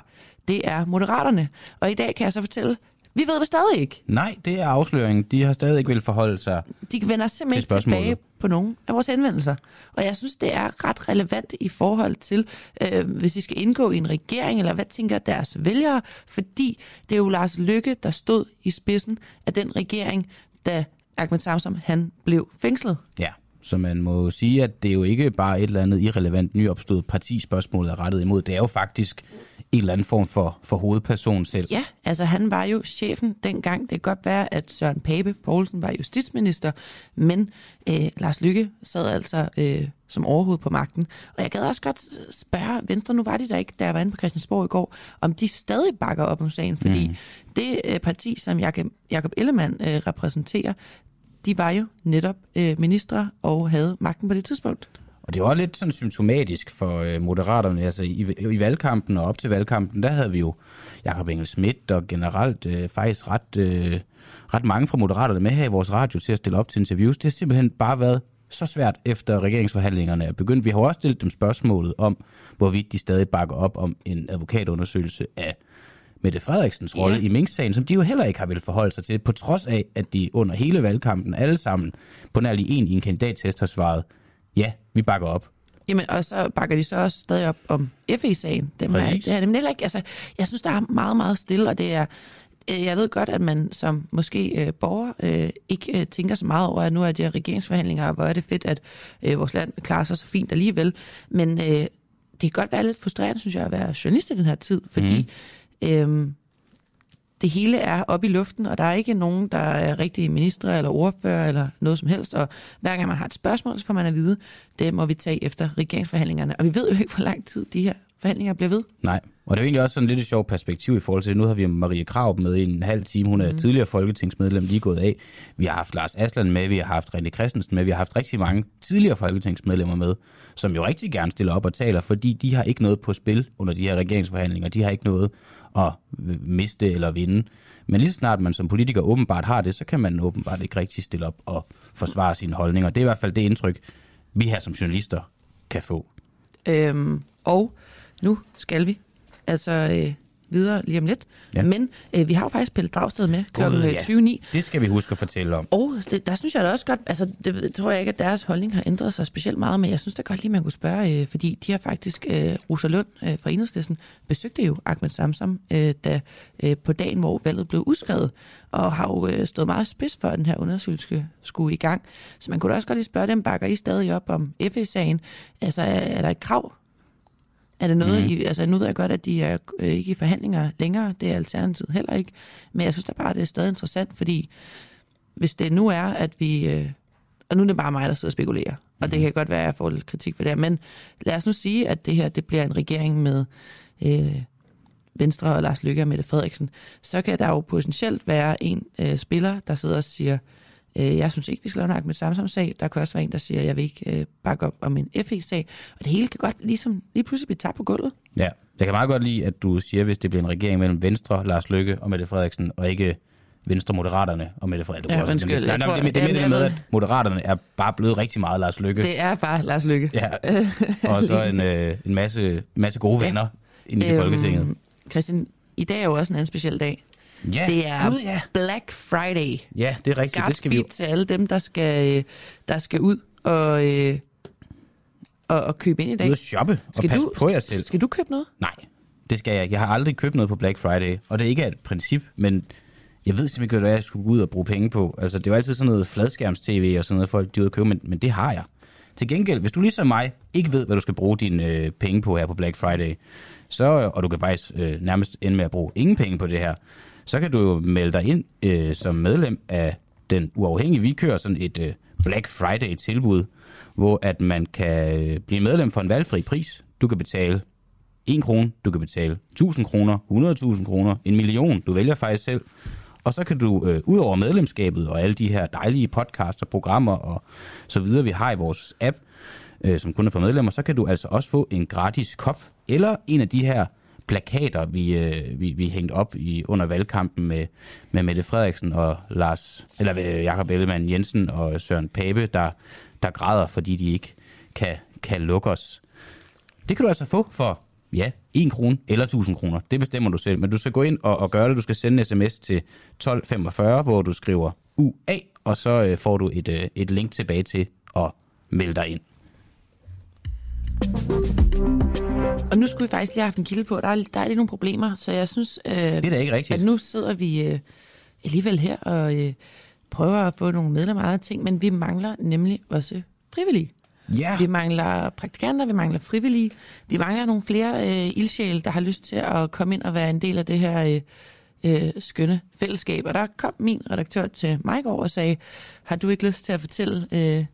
det er Moderaterne. Og i dag kan jeg så fortælle, vi ved det stadig ikke. Nej, det er afsløringen. De har stadig ikke vil forholde sig. De vender simpelthen ikke tilbage på nogen af vores henvendelser. Og jeg synes, det er ret relevant i forhold til, øh, hvis de skal indgå i en regering, eller hvad tænker deres vælgere, fordi det er jo Lars Løkke, der stod i spidsen af den regering, da Ahmed Samsam, han blev fængslet. Ja, så man må sige, at det er jo ikke bare et eller andet irrelevant nyopstået partispørgsmål, der er rettet imod. Det er jo faktisk en eller anden form for, for hovedperson selv. Ja, altså han var jo chefen dengang. Det kan godt være, at Søren Pape Poulsen var justitsminister, men øh, Lars Løkke sad altså øh, som overhoved på magten. Og jeg gad også godt spørge Venstre, nu var de der ikke, da jeg var inde på Christiansborg i går, om de stadig bakker op om sagen, fordi mm. det øh, parti, som Jakob, Jakob Ellemann øh, repræsenterer, de var jo netop øh, ministre og havde magten på det tidspunkt. Og det var lidt sådan symptomatisk for øh, Moderaterne. Altså i, i valgkampen og op til valgkampen, der havde vi jo Jakob Engel-Schmidt og generelt øh, faktisk ret, øh, ret mange fra Moderaterne med her i vores radio til at stille op til interviews. Det har simpelthen bare været så svært efter regeringsforhandlingerne er begyndt. Vi har også stillet dem spørgsmålet om, hvorvidt de stadig bakker op om en advokatundersøgelse af Mette Frederiksens rolle yeah. i Mink-sagen, som de jo heller ikke har vel forholdt sig til, på trods af, at de under hele valgkampen alle sammen på nær lige en i en kandidattest har svaret, ja, vi bakker op. Jamen, og så bakker de så også stadig op om F E-sagen. Dem er, det er dem heller ikke. Altså, jeg synes, der er meget, meget stille, og det er, jeg ved godt, at man som måske øh, borger øh, ikke øh, tænker så meget over, at nu er det regeringsforhandlinger, og hvor er det fedt, at øh, vores land klarer sig så fint alligevel. Men øh, det kan godt være lidt frustrerende, synes jeg, at være journalist i den her tid, fordi mm. øh, det hele er oppe i luften, og der er ikke nogen, der er rigtige ministre eller ordfører eller noget som helst. Og hver gang man har et spørgsmål, så får man at vide, det må vi tage efter regeringsforhandlingerne. Og vi ved jo ikke, hvor lang tid de her forhandlinger bliver ved. Nej, og det er jo egentlig også sådan lidt et sjovt perspektiv i forhold til det. Nu har vi Marie Krarup med i en halv time. Hun er mm. tidligere folketingsmedlem, lige gået af. Vi har haft Lars Aslan med, vi har haft René Christensen med, vi har haft rigtig mange tidligere folketingsmedlemmer med, som jo rigtig gerne stiller op og taler, fordi de har ikke noget på spil under de her regeringsforhandlinger. De har ikke noget at miste eller vinde. Men lige så snart man som politiker åbenbart har det, så kan man åbenbart ikke rigtig stille op og forsvare sine holdninger. Det er i hvert fald det indtryk, vi her som journalister kan få. Øhm, og nu skal vi altså øh, videre lige om lidt. Ja. Men øh, vi har jo faktisk Pelle Dragsted med klokken ja. tyve ni. Det skal vi huske at fortælle om. Og det, der synes jeg da også godt, altså det tror jeg ikke, at deres holdning har ændret sig specielt meget, men jeg synes da godt lige, man kunne spørge, øh, fordi de har faktisk, øh, Rosa Lund øh, fra Enhedslisten, besøgte jo Ahmed Samsam, øh, da, øh, på dagen, hvor valget blev udskrevet, og har jo øh, stået meget spids for, at den her undersøgelse skulle i gang. Så man kunne da også godt lige spørge dem, bakker I stadig op om F E-sagen? Altså er, er der et krav? Er det noget, mm. I, altså nu ved jeg godt, at de er øh, ikke i forhandlinger længere, det er Alternativet heller ikke, men jeg synes da bare, at det er stadig interessant, fordi hvis det nu er, at vi, øh, og nu er det bare mig, der sidder og spekulerer, og mm. det kan godt være, at jeg får lidt kritik for det, men lad os nu sige, at det her, det bliver en regering med øh, Venstre og Lars Løkke og Mette Frederiksen, så kan der jo potentielt være en øh, spiller, der sidder og siger, jeg synes ikke, vi skal lave nok med Samsam-sag. Der kan også være en, der siger, at jeg vil ikke øh, bakke op om en F E-sag. Og det hele kan godt ligesom, lige pludselig blive tabt på gulvet. Ja, jeg kan meget godt lide, at du siger, hvis det bliver en regering mellem Venstre, Lars Løkke og Mette Frederiksen, og ikke Venstre, Moderaterne og Mette Frederiksen. Ja, undskyld. Nej, nej, det, det, det er med, at Moderaterne er bare blevet rigtig meget Lars Løkke. Det er bare Lars Løkke. Ja, og så en, øh, en masse, masse gode venner ja. inde i øhm, Folketinget. Christian, i dag er jo også en anden speciel dag. Ja, det er Gud, ja. Black Friday. Ja, det er rigtigt. Det skal vi jo. til alle dem, der skal, der skal ud og, øh, og, og købe ind i dag. Ud og shoppe og passe på jer selv. Skal du købe noget? Nej, det skal jeg. Jeg har aldrig købt noget på Black Friday, og det er ikke et princip, men jeg ved simpelthen ikke, hvad jeg skulle gå ud og bruge penge på. Altså, det er jo altid sådan noget fladskærms-tv og sådan noget, folk de ud og købe, men, men det har jeg. Til gengæld, hvis du ligesom mig ikke ved, hvad du skal bruge dine øh, penge på her på Black Friday, så, og du kan faktisk øh, nærmest ende med at bruge ingen penge på det her, så kan du jo melde dig ind øh, som medlem af Den Uafhængige. Vi kører sådan et øh, Black Friday-tilbud, hvor at man kan øh, blive medlem for en valgfri pris. Du kan betale en krone, du kan betale tusind kroner, hundrede tusind kroner, en million. Du vælger faktisk selv. Og så kan du, øh, ud over medlemskabet og alle de her dejlige podcasts og programmer og så videre, vi har i vores app, øh, som kun er for medlemmer, så kan du altså også få en gratis kop, eller en af de her plakater, vi, øh, vi, vi hængte op i under valgkampen med, med Mette Frederiksen og Lars, eller øh, Jakob Ellemann Jensen og Søren Pape, der, der græder, fordi de ikke kan, kan lukke os. Det kan du altså få for ja, en krone eller tusind kroner. Det bestemmer du selv. Men du skal gå ind og, og gøre det. Du skal sende en sms til tolv femogfyrre, hvor du skriver U A, og så øh, får du et, øh, et link tilbage til at melde dig ind. Og nu skulle vi faktisk lige have haft en kilde på. Der er, der er lige nogle problemer, så jeg synes, øh, det er da ikke rigtigt. At nu sidder vi øh, alligevel her og øh, prøver at få nogle medlemmer af ting, men vi mangler nemlig også frivillige. Yeah. Vi mangler praktikanter, vi mangler frivillige, vi mangler nogle flere øh, ildsjæle, der har lyst til at komme ind og være en del af det her øh, øh, skønne fællesskab. Og der kom min redaktør til mig i går og sagde, har du ikke lyst til at fortælle øh,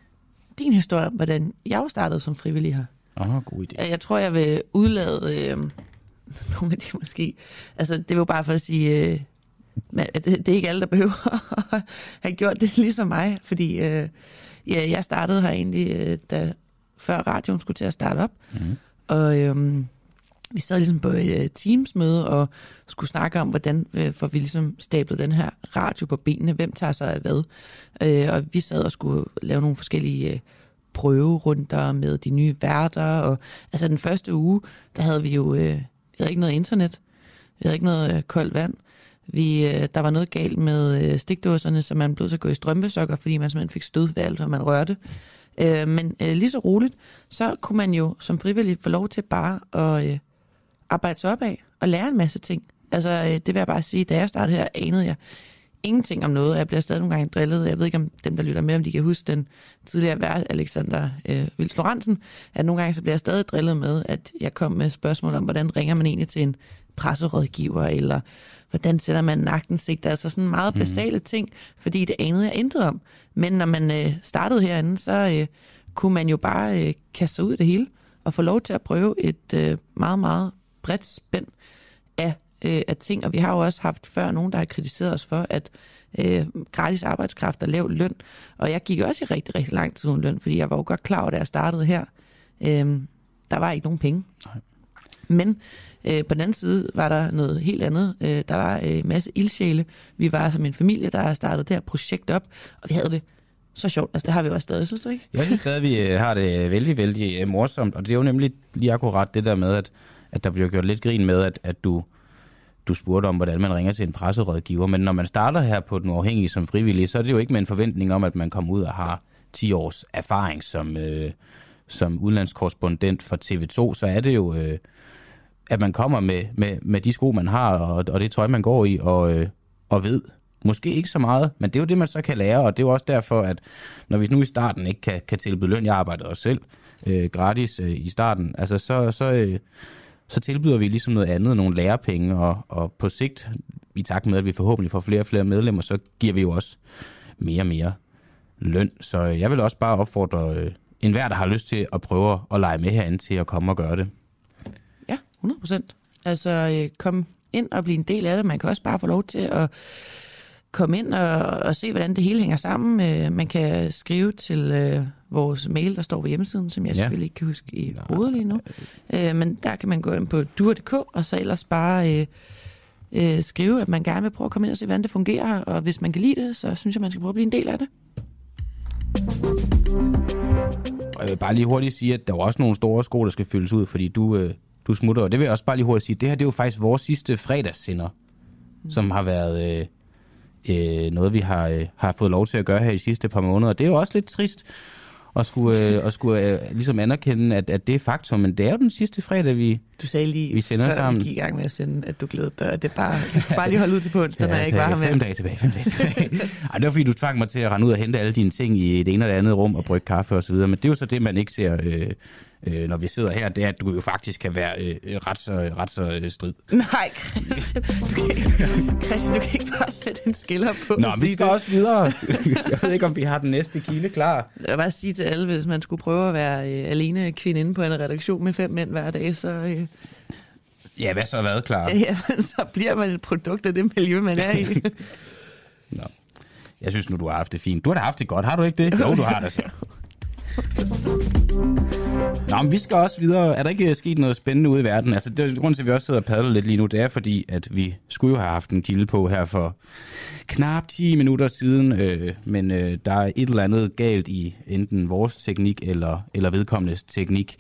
din historie om, hvordan jeg startede som frivillig her? Åh, oh, god idé. Jeg tror, jeg vil udlade øh, nogle af de måske. Altså, det var jo bare for at sige, øh, det, det er ikke alle, der behøver at have gjort det ligesom mig, fordi øh, ja, jeg startede her egentlig, øh, da, før radioen skulle til at starte op. Mm. Og øh, vi sad ligesom på et uh, Teams-møde og skulle snakke om, hvordan øh, får vi ligesom stablet den her radio på benene, hvem tager sig af hvad. Øh, og vi sad og skulle lave nogle forskellige øh, prøverunder med de nye værter. Og altså den første uge, der havde vi jo øh, vi havde ikke noget internet, vi havde ikke noget øh, koldt vand. Vi, øh, der var noget galt med øh, stikdåserne, så man blev så gå i strømpesokker, fordi man simpelthen fik stød ved alt, hvad man rørte. Øh, men øh, lige så roligt, så kunne man jo som frivillig få lov til bare at øh, arbejde sig op af og lære en masse ting. Altså øh, det vil jeg bare sige, da jeg startede her, anede jeg ingenting om noget. Jeg bliver stadig nogle gange drillet. Jeg ved ikke, om dem, der lytter med, om de kan huske den tidligere vært, Alexander øh, Vils Lorentzen, at nogle gange så bliver jeg stadig drillet med, at jeg kom med spørgsmål om, hvordan ringer man egentlig til en presserådgiver, eller hvordan sætter man en aktindsigt, altså sådan meget basale ting, fordi det anede jeg intet om. Men når man øh, startede herinde, så øh, kunne man jo bare øh, kaste sig ud i det hele, og få lov til at prøve et øh, meget, meget bredt spænd af, øh, af ting. Og vi har jo også haft før nogen, der har kritiseret os for, at øh, gratis arbejdskraft og lav løn, og jeg gik også i rigtig, rigtig lang tid uden løn, fordi jeg var jo godt klar over, da jeg startede her, øh, der var ikke nogen penge. Nej. Men øh, på den anden side var der noget helt andet. Øh, der var en øh, masse ildsjæle. Vi var som en familie, der startede det her projekt op, og vi havde det så sjovt. Altså det har vi jo også stadig, synes du ikke? Jeg synes stadig, vi har det vældig, vældig morsomt, og det er jo nemlig lige akkurat det der med, at, at der bliver gjort lidt grin med, at, at du, du spurgte om, hvordan man ringer til en presserådgiver. Men når man starter her på Den Uafhængige som frivillig, så er det jo ikke med en forventning om, at man kommer ud og har ti års erfaring som, øh, som udlandskorrespondent for T V to. Så er det jo... Øh, at man kommer med, med, med de sko, man har, og, og det tøj, man går i, og, øh, og ved. Måske ikke så meget, men det er jo det, man så kan lære, og det er jo også derfor, at når vi nu i starten ikke kan, kan tilbyde løn, jeg arbejder også selv øh, gratis øh, i starten, altså så, så, øh, så tilbyder vi ligesom noget andet, nogle lærepenge, og, og på sigt, i takt med, at vi forhåbentlig får flere og flere medlemmer, så giver vi jo også mere og mere løn. Så jeg vil også bare opfordre øh, enhver, der har lyst til at prøve at lege med herinde, til at komme og gøre det. hundrede procent. Altså, kom ind og blive en del af det. Man kan også bare få lov til at komme ind og, og se, hvordan det hele hænger sammen. Man kan skrive til øh, vores mail, der står på hjemmesiden, som jeg ja. selvfølgelig ikke kan huske i hovedet lige nu. Øh, men der kan man gå ind på dur punktum d k, og så ellers bare øh, øh, skrive, at man gerne vil prøve at komme ind og se, hvordan det fungerer. Og hvis man kan lide det, så synes jeg, man skal prøve at blive en del af det. Og jeg vil bare lige hurtigt sige, at der er også nogle store sko, der skal fyldes ud, fordi du... Øh Du smutter, og det vil jeg også bare lige hurtigt sige. Det her, det er jo faktisk vores sidste fredagssender, mm. som har været øh, øh, noget, vi har, øh, har fået lov til at gøre her i de sidste par måneder. Det er jo også lidt trist at skulle, øh, at skulle øh, ligesom anerkende, at, at det er faktum, men det er jo den sidste fredag, vi Du sagde lige, vi sender før sammen. vi gik i gang med at sende, at du glædede dig, og det er bare, du bare lige holde ud til på onsdag, ja, når jeg ikke var her med. Fem dage tilbage, fem dage tilbage. Ej, det var fordi, du tvang mig til at rende ud og hente alle dine ting i det ene og det andet rum og brygge kaffe og så videre, men det er jo så det, man ikke ser... Øh, Øh, når vi sidder her, det er, at du jo faktisk kan være øh, ret så, ret så øh, strid. Nej, Christian, du kan, Christian, du kan ikke bare sætte en skiller på. Nå, vi skal det. Også videre. Jeg ved ikke, om vi har den næste kilde klar. Jeg vil bare sige til alle, hvis man skulle prøve at være øh, alene kvinde inde på en redaktion med fem mænd hver dag, så... Øh, ja, hvad så hvad klar? Ja, så bliver man et produkt af det miljø, man er i. Nå, jeg synes nu, du har haft det fint. Du har da haft det godt, har du ikke det? Jo, du har det så. Nå, men vi skal også videre. Er der ikke sket noget spændende ude i verden? Altså, det er grunden til, at vi også sidder og padler lidt lige nu. Det er fordi, at vi skulle jo have haft en kilde på her for knap ti minutter siden. Øh, men øh, der er et eller andet galt i enten vores teknik eller, eller vedkommendes teknik.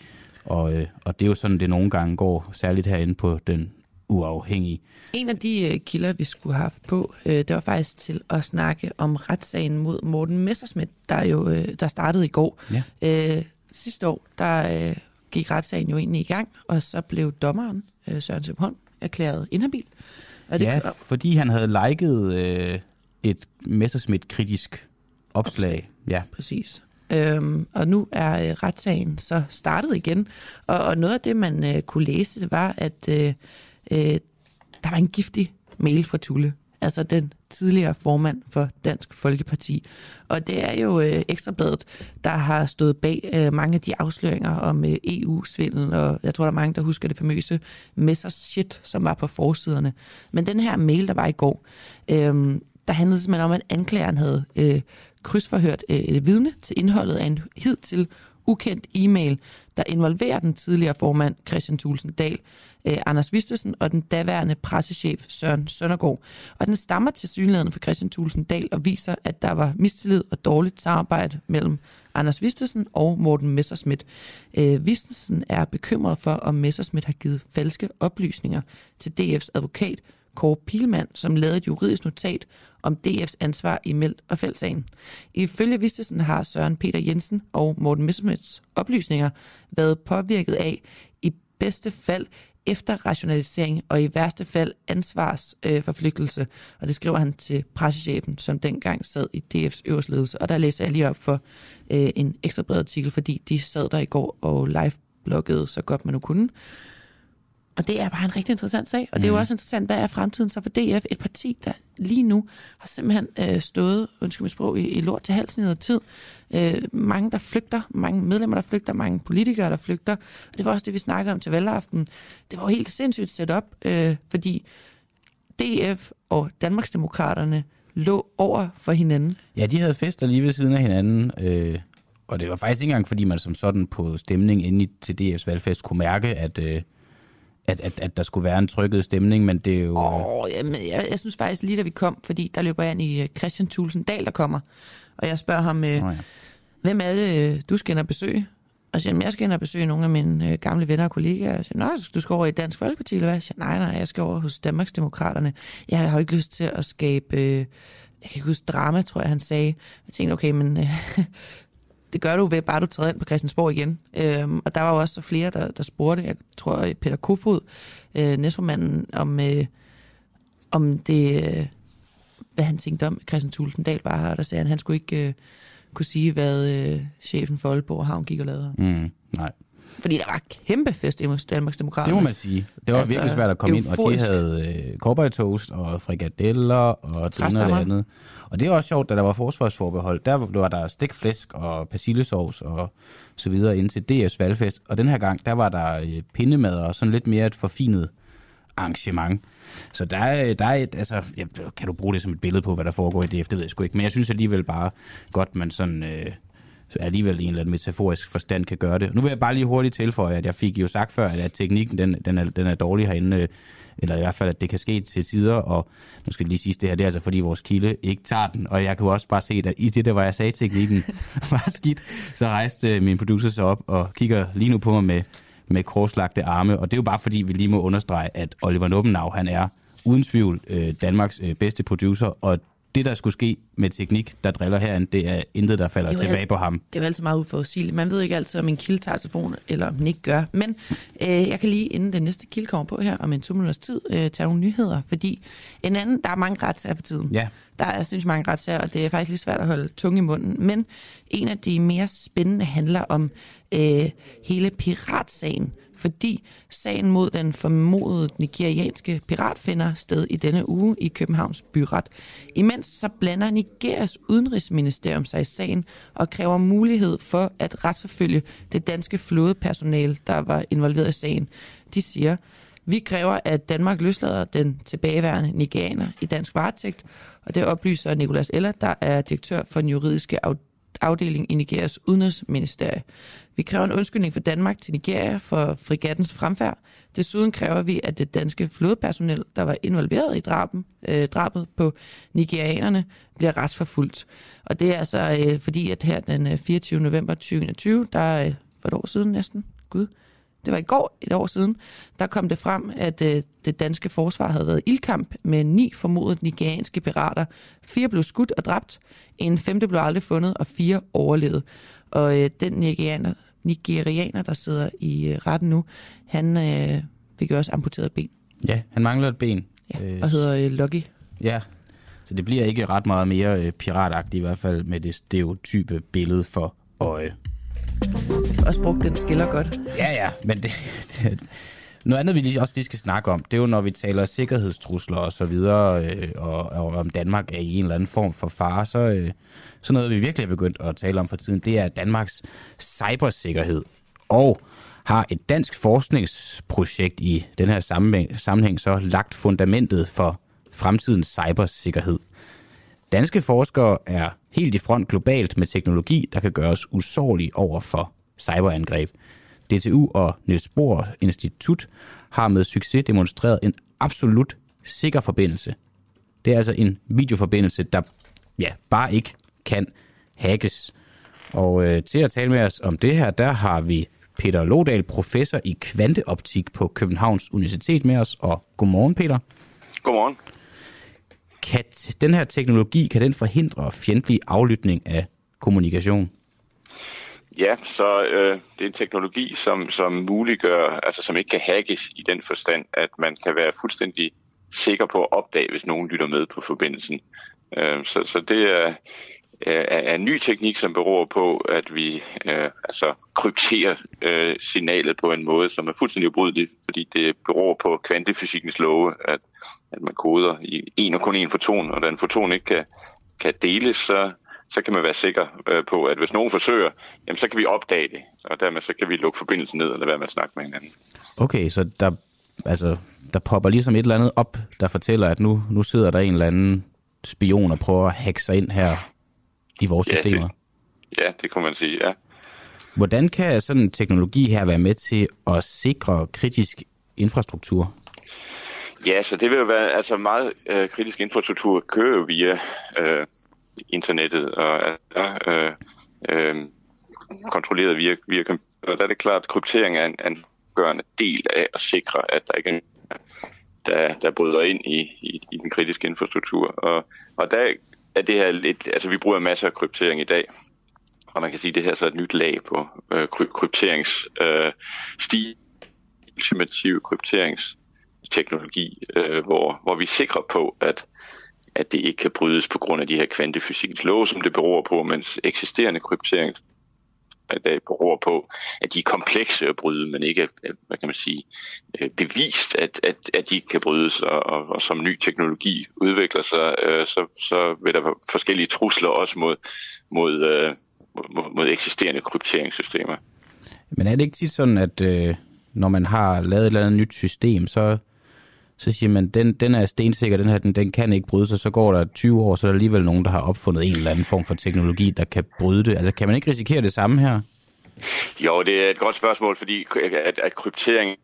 Og, øh, og det er jo sådan, det nogle gange går, særligt herinde på Den Uafhængige. En af de øh, kilder, vi skulle have haft på, øh, det var faktisk til at snakke om retssagen mod Morten Messerschmidt, der jo øh, der startede i går. Ja. Øh, sidste år, der øh, gik retssagen jo egentlig i gang, og så blev dommeren, øh, Søren Sømholm, erklæret inhabil. Og det ja, kører... fordi han havde liket øh, et Messerschmidt-kritisk opslag. Okay. Ja, præcis. Øhm, og nu er øh, retssagen så startet igen, og, og noget af det, man øh, kunne læse, det var, at øh, øh, der var en giftig mail fra Tulle, altså den tidligere formand for Dansk Folkeparti. Og det er jo øh, Ekstrabladet, der har stået bag øh, mange af de afsløringer om øh, E U-svindel, og jeg tror, der er mange, der husker det famøse Messershit, som var på forsiderne. Men den her mail, der var i går, øh, der handlede simpelthen om, at anklageren havde øh, krydsforhørt øh, et vidne til indholdet af en hidtil ukendt e-mail, der involverer den tidligere formand Kristian Thulesen Dahl, øh, Anders Vistesen og den daværende pressechef Søren Søndergaard. Og den stammer til synligheden fra Kristian Thulesen Dahl og viser, at der var mistillid og dårligt samarbejde mellem Anders Vistesen og Morten Messerschmidt. Øh, Vistesen er bekymret for, om Messerschmidt har givet falske oplysninger til D F's advokat Kåre Pilman, som lavede et juridisk notat om D F's ansvar i Meldt og Feld-sagen. Ifølge Vistesen har Søren Peter Jensen og Morten Messerschmidts oplysninger været påvirket af i bedste fald efterrationalisering og i værste fald ansvarsforflygtelse. Øh, og det skriver han til pressechefen, som dengang sad i D F's øverste ledelse. Og der læser jeg lige op for øh, en ekstra bred artikel, fordi de sad der i går og live-bloggede så godt man nu kunne. Og det er bare en rigtig interessant sag, og det er jo også interessant, hvad er fremtiden så for D F? Et parti, der lige nu har simpelthen øh, stået, undskyld mit sprog, i, i lort til halsen i noget tid. Øh, mange, der flygter, mange medlemmer, der flygter, mange politikere, der flygter. Og det var også det, vi snakkede om til valgaften. Det var jo helt sindssygt set op, øh, fordi D F og Danmarksdemokraterne lå over for hinanden. Ja, de havde fester lige ved siden af hinanden, øh, og det var faktisk ikke engang, fordi man som sådan på stemning inde til D F's valgfest kunne mærke, at... Øh, At, at, at der skulle være en trykket stemning, men det er jo... Oh, jamen, jeg, jeg synes faktisk lige, da vi kom, fordi der løber jeg ind i Kristian Thulesen Dahl, der kommer, og jeg spørger ham, øh, oh, ja. hvem er det, du skal ind og besøge? Og så siger jeg, jeg skal ind og besøge nogle af mine øh, gamle venner og kollegaer. Jeg siger, nå, du skal over i Dansk Folkeparti, eller hvad? Jeg siger, nej, nej, jeg skal over hos Danmarksdemokraterne. Jeg har jo ikke lyst til at skabe, øh, jeg kan ikke huske, drama, tror jeg, han sagde. Jeg tænkte, okay, men... Øh, det gør du ved, bare du træder ind på Christiansborg igen. Øhm, og der var jo også så flere, der, der spurgte, jeg tror Peter Kofod, øh, næstformanden, om, øh, om det, øh, hvad han tænkte om, Kristian Thulesen Dahl var her, og der sagde han, at han skulle ikke øh, kunne sige, hvad øh, chefen for Aalborg Havn gik og lavede. Mm, nej. Fordi der var kæmpe fest i Danmarksdemokraterne. Det må man sige. Det var altså, virkelig svært at komme euforisk. Ind, og de havde øh, cowboytoast og frikadeller og det ene og det andet. Og det er også sjovt, da der var forsvarsforbehold. Der var der stikflæsk og persillesovs og så videre ind til D F's valgfest. Og den her gang, der var der øh, pindemad og sådan lidt mere et forfinet arrangement. Så der er, der er et, altså, ja, kan du bruge det som et billede på, hvad der foregår i D F? Det ved jeg sgu ikke. Men jeg synes alligevel bare godt, man sådan... Øh, så alligevel en eller anden metaforisk forstand kan gøre det. Nu vil jeg bare lige hurtigt tilføje, at jeg fik jo sagt før, at teknikken den, den, er, den er dårlig herinde, eller i hvert fald, at det kan ske til sider, og nu skal jeg lige sige det her, det er altså fordi vores kilde ikke tager den, og jeg kan jo også bare se, at i det der, hvor jeg sagde, teknikken var skidt, så rejste min producer sig op og kigger lige nu på mig med, med korslagte arme, og det er jo bare fordi, vi lige må understrege, at Oliver Nuppenau, han er uden tvivl øh, Danmarks øh, bedste producer, og det, der skulle ske med teknik, der driller herinde, det er intet, der falder tilbage alt, på ham. Det er jo altid meget uforudsigeligt. Man ved ikke altid, om en kilde tager telefonen, eller om den ikke gør. Men øh, jeg kan lige, inden den næste kilde kommer på her, om en to minutters tid, øh, tage nogle nyheder. Fordi en anden, der er mange retssager for tiden. Ja. Der er sindssygt mange retssager, og det er faktisk lidt svært at holde tunge i munden. Men en af de mere spændende handler om øh, hele piratsagen. Fordi sagen mod den formodede nigerianske pirat finder sted i denne uge i Københavns byret. Imens så blander Nigerias udenrigsministerium sig i sagen og kræver mulighed for at retsforfølge det danske flådepersonale, der var involveret i sagen. De siger, vi kræver, at Danmark løslader den tilbageværende nigerianer i dansk varetægt, og det oplyser Nicolas Eller, der er direktør for den juridiske afdeling i Nigerias udenrigsministerie. Vi kræver en undskyldning for Danmark til Nigeria for fregattens fremfærd. Desuden kræver vi, at det danske flådepersonel, der var involveret i draben, øh, drabet på nigerianerne, bliver retsforfulgt. Og det er altså øh, fordi, at her den fireogtyvende november to tusind og enogtyve, der øh, for et år siden næsten, gud, det var i går, et år siden, der kom det frem, at øh, det danske forsvar havde været i ildkamp med ni formodede nigerianske pirater. Fire blev skudt og dræbt, en femte blev aldrig fundet, og fire overlevede. Og øh, den nigerianer, nigerianer, der sidder i øh, retten nu, han øh, fik jo også amputeret ben. Ja, han mangler et ben. Ja, og hedder øh, Lucky. Ja, så det bliver ikke ret meget mere øh, piratagtigt, i hvert fald med det stereotype billede for øje. Jeg har også brugt den skiller godt. Ja, ja, men det, det, noget andet, vi lige, også lige skal snakke om, det er jo, når vi taler sikkerhedstrusler og så videre, øh, og, og om Danmark er i en eller anden form for fare, så, øh, så noget, vi virkelig har begyndt at tale om for tiden, det er Danmarks cybersikkerhed. Og har et dansk forskningsprojekt i den her sammenhæng, sammenhæng så lagt fundamentet for fremtidens cybersikkerhed. Danske forskere er helt i front globalt med teknologi, der kan gøre os usårlige over for cyberangreb. D T U og Niels Bohr Institut har med succes demonstreret en absolut sikker forbindelse. Det er altså en videoforbindelse, der ja, bare ikke kan hackes. Og øh, til at tale med os om det her, der har vi Peter Lodal, professor i kvanteoptik på Københavns Universitet med os. Og godmorgen, Peter. Godmorgen. Kan den her teknologi, kan den forhindre fjendtlig aflytning af kommunikation? Ja, så øh, det er en teknologi, som, som muliggør, altså som ikke kan hackes i den forstand, at man kan være fuldstændig sikker på at opdage, hvis nogen lytter med på forbindelsen. Øh, så, så det er, er, er en ny teknik, som beror på, at vi øh, altså krypterer øh, signalet på en måde, som er fuldstændig ubrydelig, fordi det beror på kvantefysikkens love, at, at man koder i en og kun en foton, og da en foton ikke kan, kan deles, så så kan man være sikker øh, på, at hvis nogen forsøger, jamen, så kan vi opdage det, og dermed så kan vi lukke forbindelsen ned, eller være med at snakke med hinanden. Okay, så der, altså, der popper ligesom et eller andet op, der fortæller, at nu, nu sidder der en eller anden spion og prøver at hacke sig ind her i vores ja, systemer. Det, ja, det kan man sige, ja. Hvordan kan sådan en teknologi her være med til at sikre kritisk infrastruktur? Ja, så det vil jo være, altså meget øh, kritisk infrastruktur kører jo via øh, internettet og er øh, øh, kontrolleret via, via computer. Og der er det klart, at kryptering er en, en gørende del af at sikre, at der ikke er der, der bryder ind i, i, i den kritiske infrastruktur. Og, og der er det her lidt, altså vi bruger masser af kryptering i dag, og man kan sige, at det her er så et nyt lag på øh, krypteringsstil, øh, ultimativ krypteringsteknologi, øh, hvor, hvor vi er sikre på, at at det ikke kan brydes på grund af de her kvantefysikkens love, som det beror på, mens eksisterende kryptering i dag beror på, at de er komplekse at bryde, men ikke, hvad kan man sige, bevist, at, at, at de ikke kan brydes, og, og, og som ny teknologi udvikler sig, øh, så, så vil der være forskellige trusler også mod, mod, øh, mod, mod eksisterende krypteringssystemer. Men er det ikke tit sådan, at øh, når man har lavet et eller andet nyt system, så så siger man, den, den er stensikker, den her, den, den kan ikke bryde sig, så går der tyve år, så er der alligevel nogen, der har opfundet en eller anden form for teknologi, der kan bryde det. Altså, kan man ikke risikere det samme her? Jo, det er et godt spørgsmål, fordi at, at kryptering,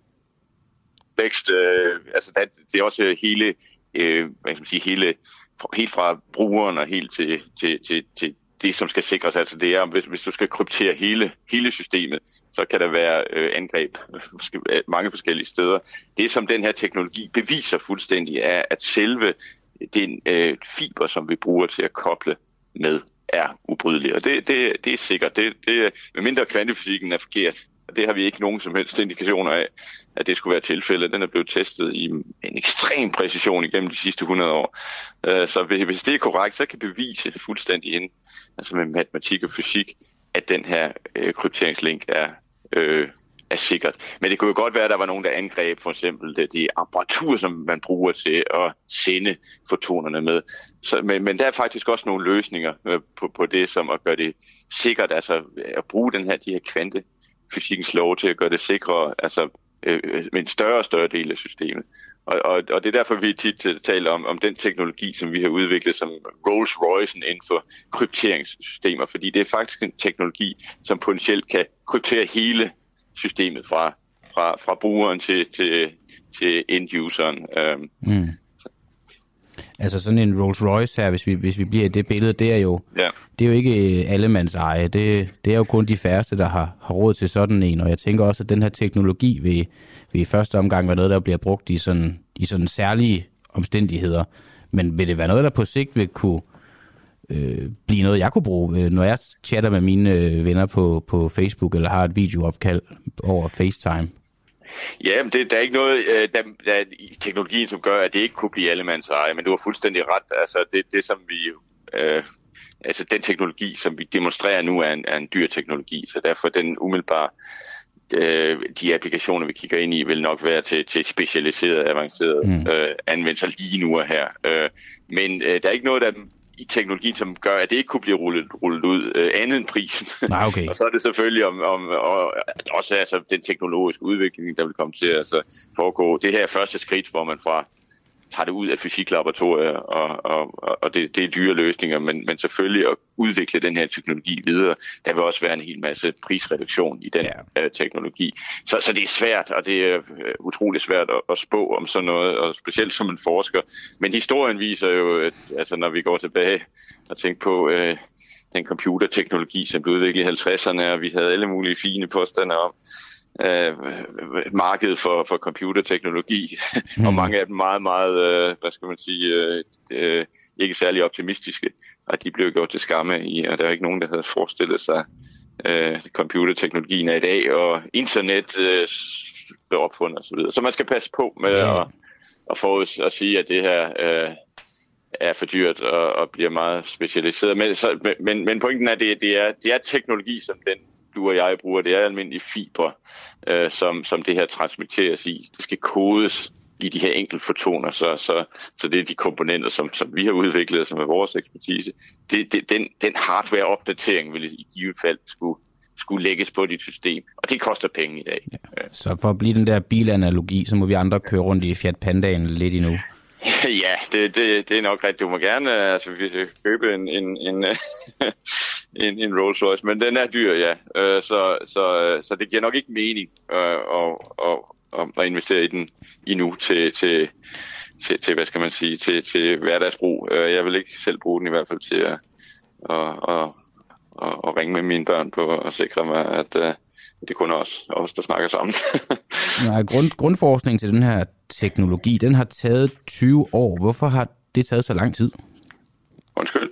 vækst, øh, altså det, det er også hele, øh, hvad skal man sige, hele, helt fra brugeren og helt til, til, til, til det, som skal sikres. Altså det er, hvis, hvis du skal kryptere hele, hele systemet, så kan der være øh, angreb mange forskellige steder. Det, som den her teknologi beviser fuldstændig, er, at selve den øh, fiber, som vi bruger til at koble med, er ubrydelig. Og det, det, det er sikkert. Det, det, medmindre kvantefysikken er forkert, og det har vi ikke nogen som helst indikationer af, at det skulle være tilfældet. Den er blevet testet i en ekstrem præcision igennem de sidste hundrede år. Så hvis det er korrekt, så kan bevise fuldstændig ind, altså med matematik og fysik, at den her øh, krypteringslink er, øh, er sikkert. Men det kunne jo godt være, at der var nogen, der angreb for eksempel det, det apparatur, som man bruger til at sende fotonerne med. Så, men, men der er faktisk også nogle løsninger øh, på, på det, som at gøre det sikkert, altså at bruge den her, de her kvante fysikkens lov til at gøre det sikrere, altså øh, med en større og større del af systemet. Og, og, og det er derfor, vi tit taler om, om den teknologi, som vi har udviklet som Rolls-Royce inden for krypteringssystemer, fordi det er faktisk en teknologi, som potentielt kan kryptere hele systemet fra, fra, fra brugeren til, til, til end-useren. Um, mm. Altså sådan en Rolls Royce her, hvis vi, hvis vi bliver i det billede, det er jo, ja. det er jo ikke allemands eje. Det, det er jo kun de færreste, der har, har råd til sådan en. Og jeg tænker også, at den her teknologi vil, vil i første omgang være noget, der bliver brugt i sådan, i sådan særlige omstændigheder. Men vil det være noget, der på sigt vil kunne øh, blive noget, jeg kunne bruge, når jeg chatter med mine øh, venner på, på Facebook, eller har et videoopkald over FaceTime? Ja, men det, der er ikke noget øh, der, der er i teknologien, som gør, at det ikke kunne blive allemands eje, men du har fuldstændig ret. Altså det, det som vi, øh, altså den teknologi, som vi demonstrerer nu, er en, er en dyr teknologi, så derfor den umiddelbare, øh, de applikationer, vi kigger ind i, vil nok være til, til specialiserede, avancerede mm. øh, anvendelser lige nu og her. Øh, men øh, der er ikke noget, der i teknologien, som gør, at det ikke kunne blive rullet, rullet ud øh, andet end prisen. Nej, okay. Og så er det selvfølgelig om, om og også altså, den teknologiske udvikling, der vil komme til at altså, foregå. Det her er første skridt, hvor man fra tager det ud af fysiklaboratorier, og, og, og det, det er dyre løsninger, men, men selvfølgelig at udvikle den her teknologi videre, der vil også være en hel masse prisreduktion i den ja. uh, teknologi. Så, så det er svært, og det er uh, utrolig svært at, at spå om sådan noget, og specielt som en forsker. Men historien viser jo, at altså, når vi går tilbage og tænker på uh, den computerteknologi, som blev udviklet i halvtredserne, og vi havde alle mulige fine påstande om, Uh, markedet for, for computerteknologi, mm. og mange af dem meget, meget, uh, hvad skal man sige, uh, uh, ikke særlig optimistiske, og de blev gjort til skamme i, og der er ikke nogen, der havde forestillet sig uh, computerteknologien af i dag, og internet uh, blev opfundet og så videre. Så man skal passe på med yeah. at, at få at sige, at det her uh, er for dyrt og, og bliver meget specialiseret. Men, så, men, men pointen er, at det, det, er, det er teknologi, som den du og jeg bruger, det er almindelige fibre, øh, som, som det her transmitteres i. Det skal kodes i de her enkelte fotoner, så, så, så det er de komponenter, som, som vi har udviklet, som er vores ekspertise. Det, det, den, den hardware-opdatering vil i givet fald skulle, skulle lægges på dit system, og det koster penge i dag. Ja. Så for at blive den der bilanalogi, så må vi andre køre rundt i Fiat Pandaen lidt endnu. Ja, det, det, det er nok rigtigt. Du må gerne altså, hvis jeg købe en, en, en, en, en Rolls Royce, men den er dyr, ja. Så, så, så det giver nok ikke mening at, at, at investere i den endnu til, til, til, til, hvad skal man sige, til, til hverdagsbrug. Jeg vil ikke selv bruge den i hvert fald til at, at, at, at ringe med mine børn på og sikre mig, at det kun er os, os der snakker sammen. Nej, grund, grundforskningen til den her teknologi, den har taget tyve år. Hvorfor har det taget så lang tid? Undskyld?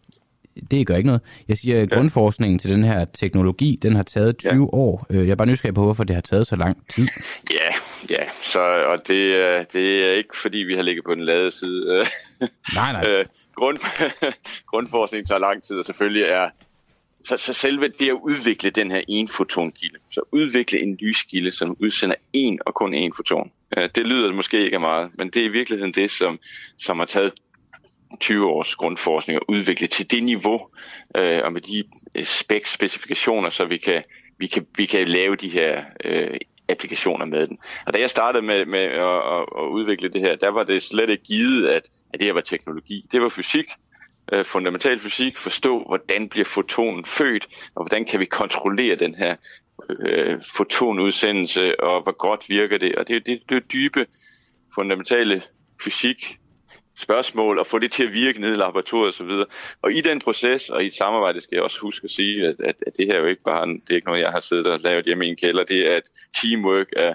Det gør ikke noget. Jeg siger, at ja. grundforskningen til den her teknologi, den har taget tyve ja. år. Jeg er bare nysgerrig på, hvorfor det har taget så lang tid. Ja, ja. Så, og det, det er ikke, fordi vi har ligget på den lade side. Nej, nej. Grund, grundforskningen tager lang tid, og selvfølgelig er Så, så selve det at udvikle den her enfotonkilde, så udvikle en lyskilde, som udsender en og kun en foton. Det lyder måske ikke meget, men det er i virkeligheden det, som, som har taget tyve års grundforskning at udvikle til det niveau, øh, og med de spek specifikationer, så vi kan, vi kan, vi kan lave de her øh, applikationer med den. Og da jeg startede med, med at, at udvikle det her, der var det slet ikke givet, at, at det her var teknologi. Det var fysik. Fundamental fysik, forstå, hvordan bliver fotonen født, og hvordan kan vi kontrollere den her øh, fotonudsendelse, og hvor godt virker det. Og det er det, det er dybe, fundamentale fysik spørgsmål, og få det til at virke nede i laboratoriet og så videre. Og i den proces, og i et samarbejde, skal jeg også huske at sige, at, at, at det her er jo ikke bare en, det er ikke noget, jeg har siddet og lavet hjemme i en kælder. Det er et teamwork af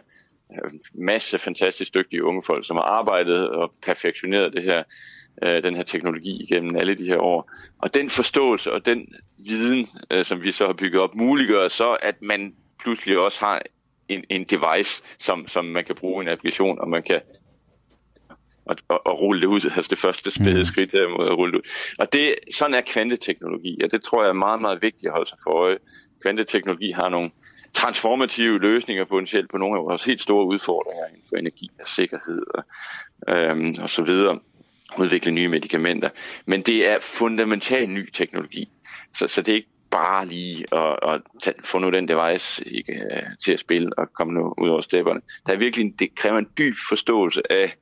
masse fantastisk dygtige unge folk, som har arbejdet og perfektioneret det her den her teknologi igennem alle de her år. Og den forståelse og den viden, som vi så har bygget op, muliggør så, at man pludselig også har en, en device, som, som man kan bruge i en applikation, og man kan og, og, og rulle det ud, altså det første spæde skridt her mod at rulle det ud. Og det, sådan er kvanteteknologi, og det tror jeg er meget, meget vigtigt at holde sig for øje. Kvanteteknologi har nogle transformative løsninger potentielt på nogle af vores helt store udfordringer inden for energi og sikkerhed og, øhm, og så videre. Udvikle nye medicamenter. Men det er fundamentalt ny teknologi. Så, så det er ikke bare lige at, at tage, få nu den device ikke, til at spille og komme nu ud over stepperne. Der er virkelig, det kræver en dyb forståelse af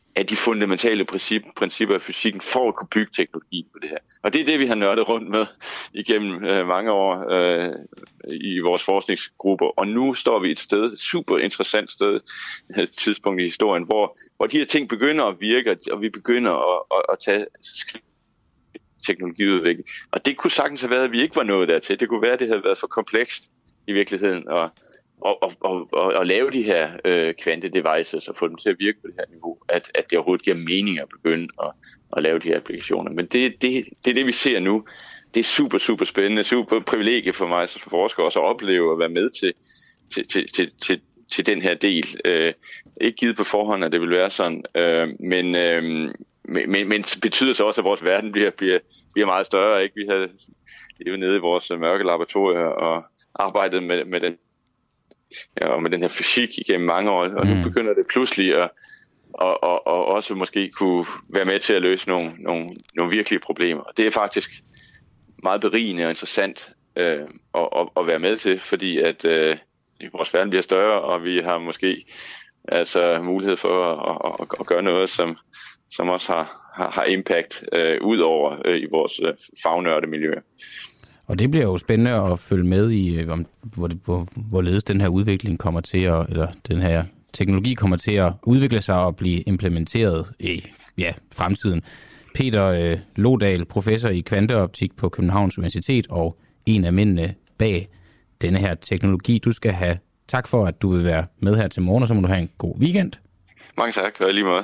af de fundamentale princip, principper af fysikken for at kunne bygge teknologi på det her. Og det er det, vi har nørdet rundt med igennem øh, mange år øh, i vores forskningsgrupper. Og nu står vi et sted, et super interessant sted, et tidspunkt i historien, hvor, hvor de her ting begynder at virke, og vi begynder at, at, at tage teknologiudvikling. Og det kunne sagtens have været, at vi ikke var nået dertil. Det kunne være, at det havde været for komplekst i virkeligheden at, at, at, at, at, at lave de her øh, kvante-devices og få dem til at virke på det her niveau, at, at det overhovedet giver mening at begynde at, at lave de her applikationer. Men det, det, det er det, vi ser nu. Det er super, super spændende, super privilegie for mig som forsker også at opleve at være med til, til, til, til, til, til den her del. Øh, ikke givet på forhånd, at det vil være sådan, øh, men... Øh, Men, men, men betyder så også, at vores verden bliver, bliver, bliver meget større. Ikke? Vi har levet nede i vores mørke laboratorier og arbejdet med, med, den, ja, og med den her fysik igennem mange år. Og nu mm. begynder det pludselig at og, og, og også måske kunne være med til at løse nogle, nogle, nogle virkelige problemer. Og det er faktisk meget berigende og interessant øh, at, at, at være med til, fordi at øh, vores verden bliver større, og vi har måske altså mulighed for at, at, at gøre noget, som som også har, har, har impact øh, ud over øh, i vores øh, fagnørde miljø. Og det bliver jo spændende at følge med i, om, hvor, hvor, hvorledes den her udvikling kommer til at, eller den her teknologi kommer til at udvikle sig og blive implementeret i ja, fremtiden. Peter øh, Lodal, professor i kvanteoptik på Københavns Universitet og en af mændene bag denne her teknologi. Du skal have tak for, at du vil være med her til morgen, og så må du have en god weekend. Mange tak, og lige måde.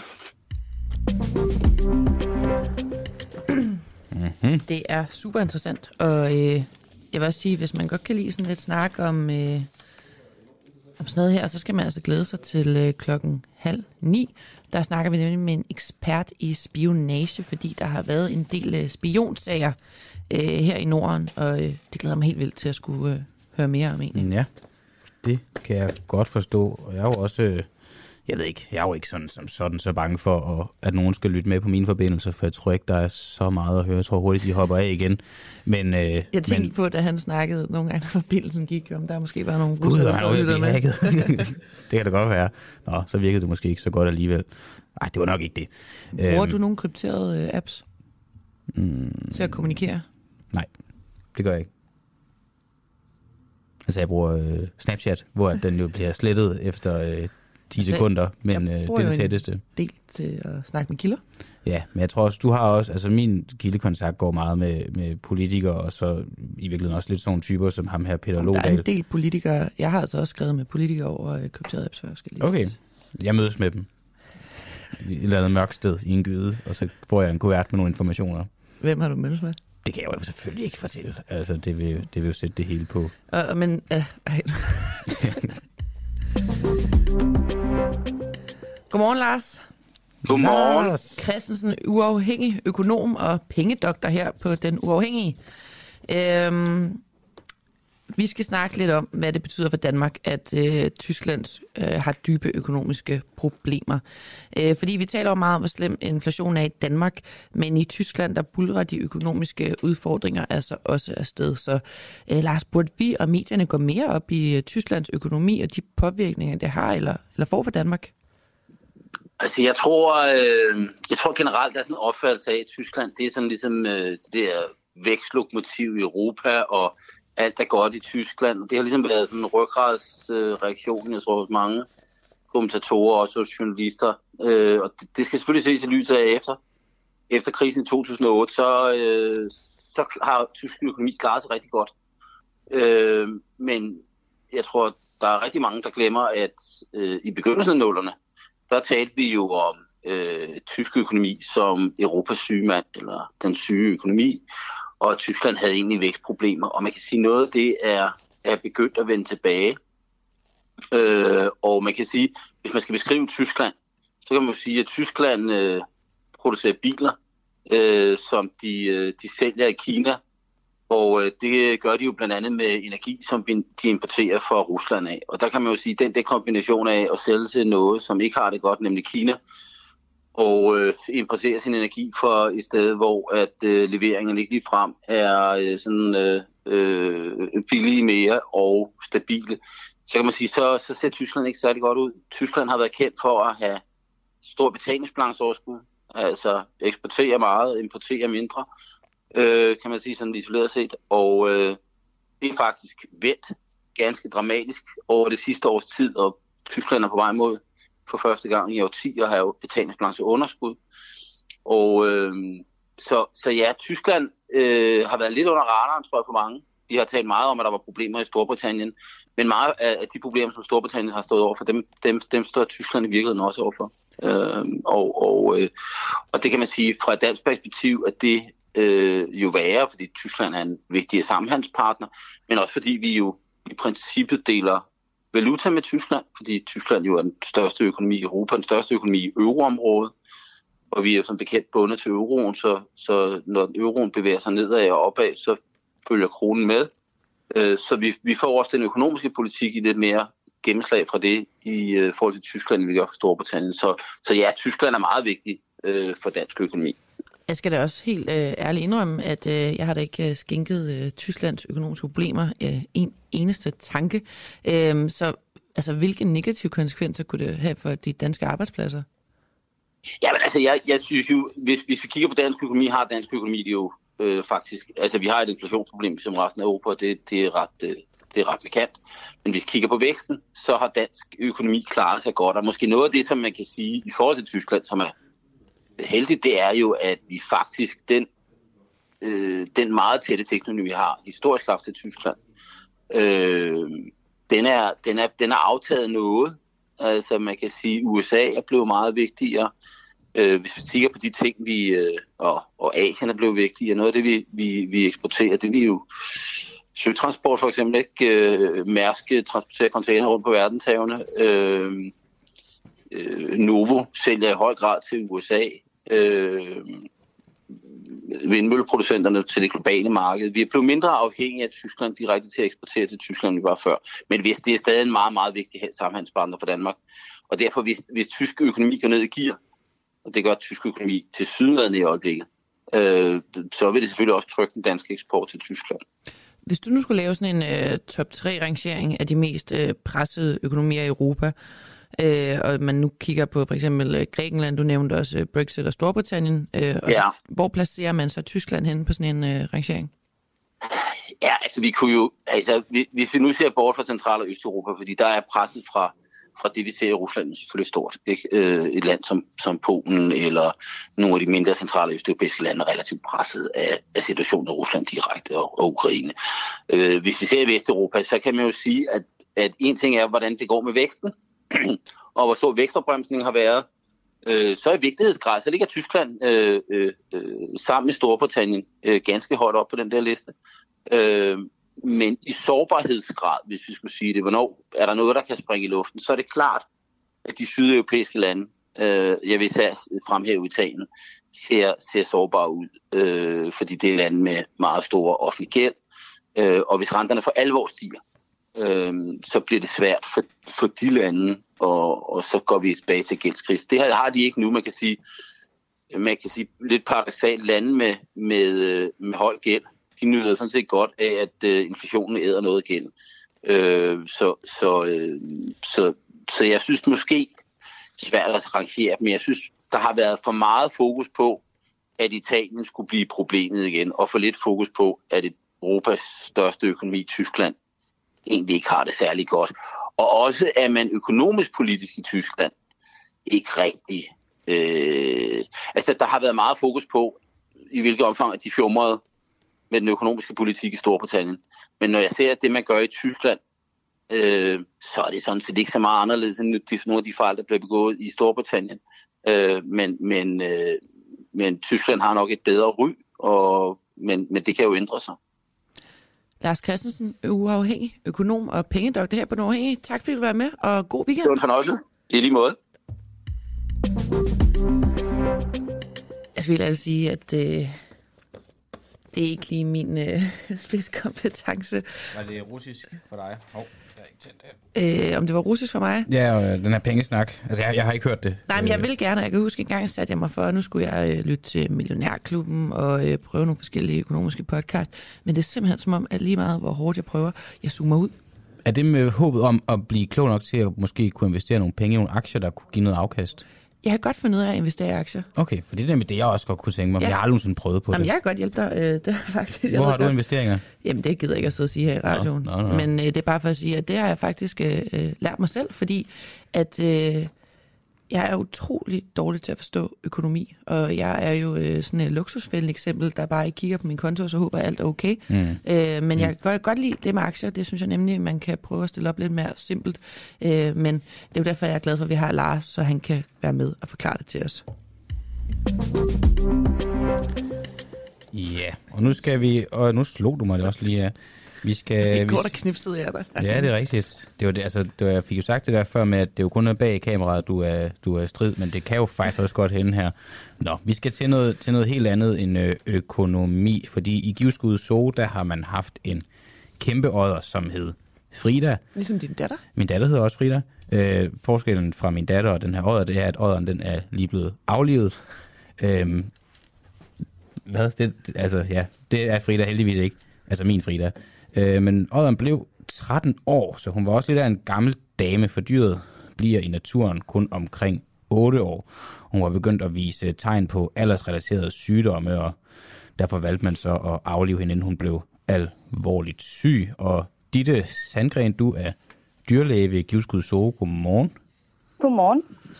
Mm-hmm. Det er super interessant, og øh, jeg vil også sige, hvis man godt kan lide sådan lidt snak om, øh, om sådan noget her, så skal man altså glæde sig til øh, klokken halv ni. Der snakker vi nemlig med en ekspert i spionage, fordi der har været en del øh, spionsager øh, her i Norden, og øh, det glæder mig helt vildt til at skulle øh, høre mere om egentlig. Ja, det kan jeg godt forstå, og jeg er jo også... Øh Jeg ved ikke, jeg er jo ikke sådan, som sådan så bange for, at nogen skal lytte med på mine forbindelser, for jeg tror ikke, der er så meget at høre. Jeg tror hurtigt, de hopper af igen. Men, øh, jeg tænkte men, på, da han snakkede nogle gange, når forbindelsen gik, om der måske var nogle russer, der så lyttede med. Det kan da godt være. Nå, så virkede det måske ikke så godt alligevel. Nej, det var nok ikke det. Bruger øhm, du nogle krypterede øh, apps mm, til at kommunikere? Nej, det gør jeg ikke. Altså, jeg bruger øh, Snapchat, hvor den jo bliver slettet efter... Øh, ti sekunder, men øh, det er det tætteste. En del til at snakke med kilder. Ja, men jeg tror også, du har også, altså min kildekontakt går meget med, med politikere, og så i virkeligheden også lidt sådan typer som ham her, Peter Lodal. Der er en del politikere, jeg har altså også skrevet med politikere over krypterede apps, før jeg skal lige. Okay, jeg mødes med dem i et eller andet mørkt sted i en gyde, og så får jeg en kuvert med nogle informationer. Hvem har du mødes med? Det kan jeg jo selvfølgelig ikke fortælle. Altså, det vil, det vil jo sætte det hele på. Uh, men, uh, Godmorgen, Lars. Godmorgen. Lars Christensen, uafhængig økonom og pengedoktor her på Den Uafhængige. Øhm, vi skal snakke lidt om, hvad det betyder for Danmark, at øh, Tyskland øh, har dybe økonomiske problemer. Øh, fordi vi taler jo meget om, hvor slem inflationen er i Danmark, men i Tyskland, der bulrer de økonomiske udfordringer altså også afsted. Så øh, Lars, burde vi og medierne gå mere op i øh, Tysklands økonomi og de påvirkninger, det har eller, eller får for Danmark? Altså, jeg tror, øh, jeg tror generelt, der er sådan en opfattelse af, at Tyskland, det er sådan ligesom øh, det der vækstlokomotiv i Europa, og alt er godt i Tyskland. Det har ligesom været sådan en ryggradsreaktion, øh, jeg tror, hos mange kommentatorer, også hos journalister. Øh, og det, det skal selvfølgelig ses i lyset af efter. Efter krisen i to tusind og otte, så, øh, så har tysk økonomi klaret sig rigtig godt. Øh, men jeg tror, der er rigtig mange, der glemmer, at øh, i begyndelsen af nullerne, der talte vi jo om øh, tysk økonomi som Europas syge mand, eller den syge økonomi, og Tyskland havde egentlig vækstproblemer. Og man kan sige, noget af det er, er begyndt at vende tilbage. Øh, og man kan sige, hvis man skal beskrive Tyskland, så kan man jo sige, at Tyskland øh, producerer biler, øh, som de, øh, de sælger i Kina. Og øh, det gør de jo blandt andet med energi, som de importerer fra Rusland af. Og der kan man jo sige, at den der kombination af at sælge til noget, som ikke har det godt, nemlig Kina, og øh, importere sin energi fra et sted, hvor at øh, leveringen ikke lige frem er øh, sådan øh, øh, billige mere og stabile, så kan man sige, så, så ser Tyskland ikke særlig godt ud. Tyskland har været kendt for at have stor betalingsbalanceoverskud, altså eksporterer meget, importerer mindre, øh, kan man sige sådan isoleret set, og øh, det er faktisk vendt ganske dramatisk over det sidste års tid, og Tyskland er på vej mod for første gang i årtier at have betalingsbalanceunderskud. Og øh, så, så ja, Tyskland øh, har været lidt under radaren, tror jeg, for mange. De har talt meget om, at der var problemer i Storbritannien, men meget af de problemer, som Storbritannien har stået overfor, dem, dem, dem står Tyskland i virkeligheden også overfor. Øh, og, og, øh, og det kan man sige fra et dansk perspektiv, at det øh, jo værre, fordi Tyskland er en vigtig samhandelspartner, men også fordi vi jo i princippet deler valuta med Tyskland, fordi Tyskland jo er den største økonomi i Europa, den største økonomi i euroområdet, og vi er jo som bekendt bundet til euroen, så, så når euroen bevæger sig nedad og opad, så følger kronen med. Så vi, vi får også den økonomiske politik i lidt mere gennemslag fra det i uh, forhold til Tyskland, end vi gør for Storbritannien. Så, så ja, Tyskland er meget vigtig uh, for dansk økonomi. Jeg skal da også helt øh, ærligt indrømme, at øh, jeg har da ikke skænket øh, Tysklands økonomiske problemer øh, en eneste tanke. Øh, så altså, hvilke negative konsekvenser kunne det have for de danske arbejdspladser? Ja, men altså, jeg, jeg synes jo, hvis, hvis vi kigger på dansk økonomi, har dansk økonomi det jo øh, faktisk, altså vi har et inflationsproblem som resten af Europa, det, det er ret... Øh, Det er ret markant. Men hvis vi kigger på væksten, så har dansk økonomi klaret sig godt. Og måske noget af det, som man kan sige i forhold til Tyskland, som er heldigt, det er jo, at vi faktisk, den, øh, den meget tætte teknologi, vi har historisk haft til Tyskland, øh, den, er, den, er, den er aftaget noget. Altså man kan sige, at U S A er blevet meget vigtigere. Øh, hvis vi kigger på de ting, vi, øh, og, og Asien er blevet vigtigere, noget af det, vi, vi, vi eksporterer, det vi jo søtransport for eksempel, ikke? Øh, Mærsk transporterer container rundt på verdenshavene. Øh, øh, Novo sælger i høj grad til U S A. Øh, vindmølleproducenterne til det globale marked. Vi er blevet mindre afhængige af Tyskland direkte til at eksportere til Tyskland, end vi var før. Men hvis det er stadig en meget, meget vigtig samhandelspartner for Danmark. Og derfor, hvis, hvis tysk økonomi går ned i gear, og det gør tysk økonomi til sydenlandet i øjeblikket, øh, så vil det selvfølgelig også trykke den danske eksport til Tyskland. Hvis du nu skulle lave sådan en uh, top tre rangering af de mest uh, pressede økonomier i Europa, uh, og man nu kigger på for eksempel uh, Grækenland, du nævnte også uh, Brexit og Storbritannien, uh, og ja. så, hvor placerer man så Tyskland henne på sådan en uh, rangering? Ja, altså vi kunne jo, altså hvis vi nu ser bort fra Central- og Østeuropa, fordi der er presset fra fra det, vi ser i Rusland, er selvfølgelig stort. Ikke? Øh, et land som, som Polen eller nogle af de mindre centrale østeuropæiske lande er relativt presset af, af situationen i Rusland direkte og, og Ukraine. Øh, hvis vi ser i Vesteuropa, så kan man jo sige, at, at en ting er, hvordan det går med væksten, og hvor stor vækstopbremsning har været. Øh, så i vigtighedsgrad, så ligger Tyskland øh, øh, sammen med Storbritannien øh, ganske højt op på den der liste. Øh, Men i sårbarhedsgrad, hvis vi skulle sige det, hvornår er der noget, der kan springe i luften, så er det klart, at de sydeuropæiske lande, øh, jeg vil især fremhæve Italien, ser, ser sårbare ud, øh, fordi det er lande med meget store offentlig gæld, øh, og hvis renterne for alvor stiger, øh, så bliver det svært for, for de lande, og, og så går vi tilbage til gældskrise. Det har de ikke nu, man kan sige, man kan sige lidt paradoksalt, lande med, med, med høj gæld, de nyder sådan set godt af, at øh, inflationen æder noget igen. Øh, så, så, øh, så, så jeg synes måske svært at rangere dem, men jeg synes, der har været for meget fokus på, at Italien skulle blive problemet igen, og for lidt fokus på, at Europas største økonomi, Tyskland, egentlig ikke har det særlig godt. Og også at man økonomisk politisk i Tyskland ikke rigtig... Øh, altså, der har været meget fokus på, i hvilket omfang at de fjumrede med den økonomiske politik i Storbritannien. Men når jeg ser det, man gør i Tyskland, øh, så er det sådan set ikke så meget anderledes end nogle af de fejl, der blev begået i Storbritannien. Øh, men, men, øh, men Tyskland har nok et bedre ry, og, men, men det kan jo ændre sig. Lars Christensen, uafhængig økonom og pengedoktor her på Den Uafhængige. Tak fordi du var med, og god weekend. Det var en fornøjelse. I lige måde. Jeg skal altså sige, at øh, det er ikke lige min øh, spidskompetence. Var det russisk for dig? Hov, oh, jeg har ikke tændt det. Øh, om det var russisk for mig? Ja, og den her pengesnak. Altså, jeg, jeg har ikke hørt det. Nej, men jeg vil gerne. Jeg kan huske, en gang satte jeg mig for, at nu skulle jeg øh, lytte til Millionærklubben og øh, prøve nogle forskellige økonomiske podcast. Men det er simpelthen som om, at lige meget, hvor hårdt jeg prøver, jeg zoomer ud. Er det med håbet om at blive klog nok til at måske kunne investere nogle penge i nogle aktier, der kunne give noget afkast? Jeg har godt fundet ud af at investere i aktier. Okay, for det er nemlig det, jeg også godt kunne tænke mig, men ja. jeg har aldrig nogensinde prøvet på Jamen, det. jeg kan godt hjælpe dig. Øh, det er faktisk, Hvor har du godt. investeringer? Jamen, det gider jeg ikke at sidde og sige her i radioen. Nå, nå, nå. Men øh, det er bare for at sige, at det har jeg faktisk øh, lært mig selv, fordi at øh, jeg er utrolig dårlig til at forstå økonomi. Og jeg er jo øh, sådan et luksusfældende eksempel, der bare ikke kigger på min konto, og så håber, at alt er okay. Mm. Øh, men mm. jeg kan godt, godt lide det med aktier. Det synes jeg nemlig, man kan prøve at stille op lidt mere simpelt. Øh, men det er jo derfor, jeg er glad for, at vi har Lars, så han kan være med og forklare det til os. Ja, og nu skal vi, og nu slog du mig det også lige af. Vi skal, det går der knipsede jeg der. Ja, det er rigtigt. Det var det, altså, det var, jeg fik jo sagt det der før med, at det er jo kun er bag kameraet, du er, du er i strid, men det kan jo faktisk også godt hende her. Nå, vi skal til noget, til noget helt andet end ø- økonomi, fordi i Givskud Zoo, der har man haft en kæmpe odder, som hed Frida. Ligesom din datter? Min datter hedder også Frida. Øh, forskellen fra min datter og den her odder, det er, at odderen den er lige blevet aflivet. Øh, hvad? Det, altså, ja, det er Frida heldigvis ikke. Altså min Frida. Øh, men odderen blev tretten år, så hun var også lidt af en gammel dame, for dyret bliver i naturen kun omkring otte år. Hun var begyndt at vise tegn på aldersrelaterede sygdomme, og derfor valgte man så at aflive hende, inden hun blev alvorligt syg. Og Ditte Sandgren, du er dyrlæge ved Givskud Zoo. Godmorgen. Godmorgen.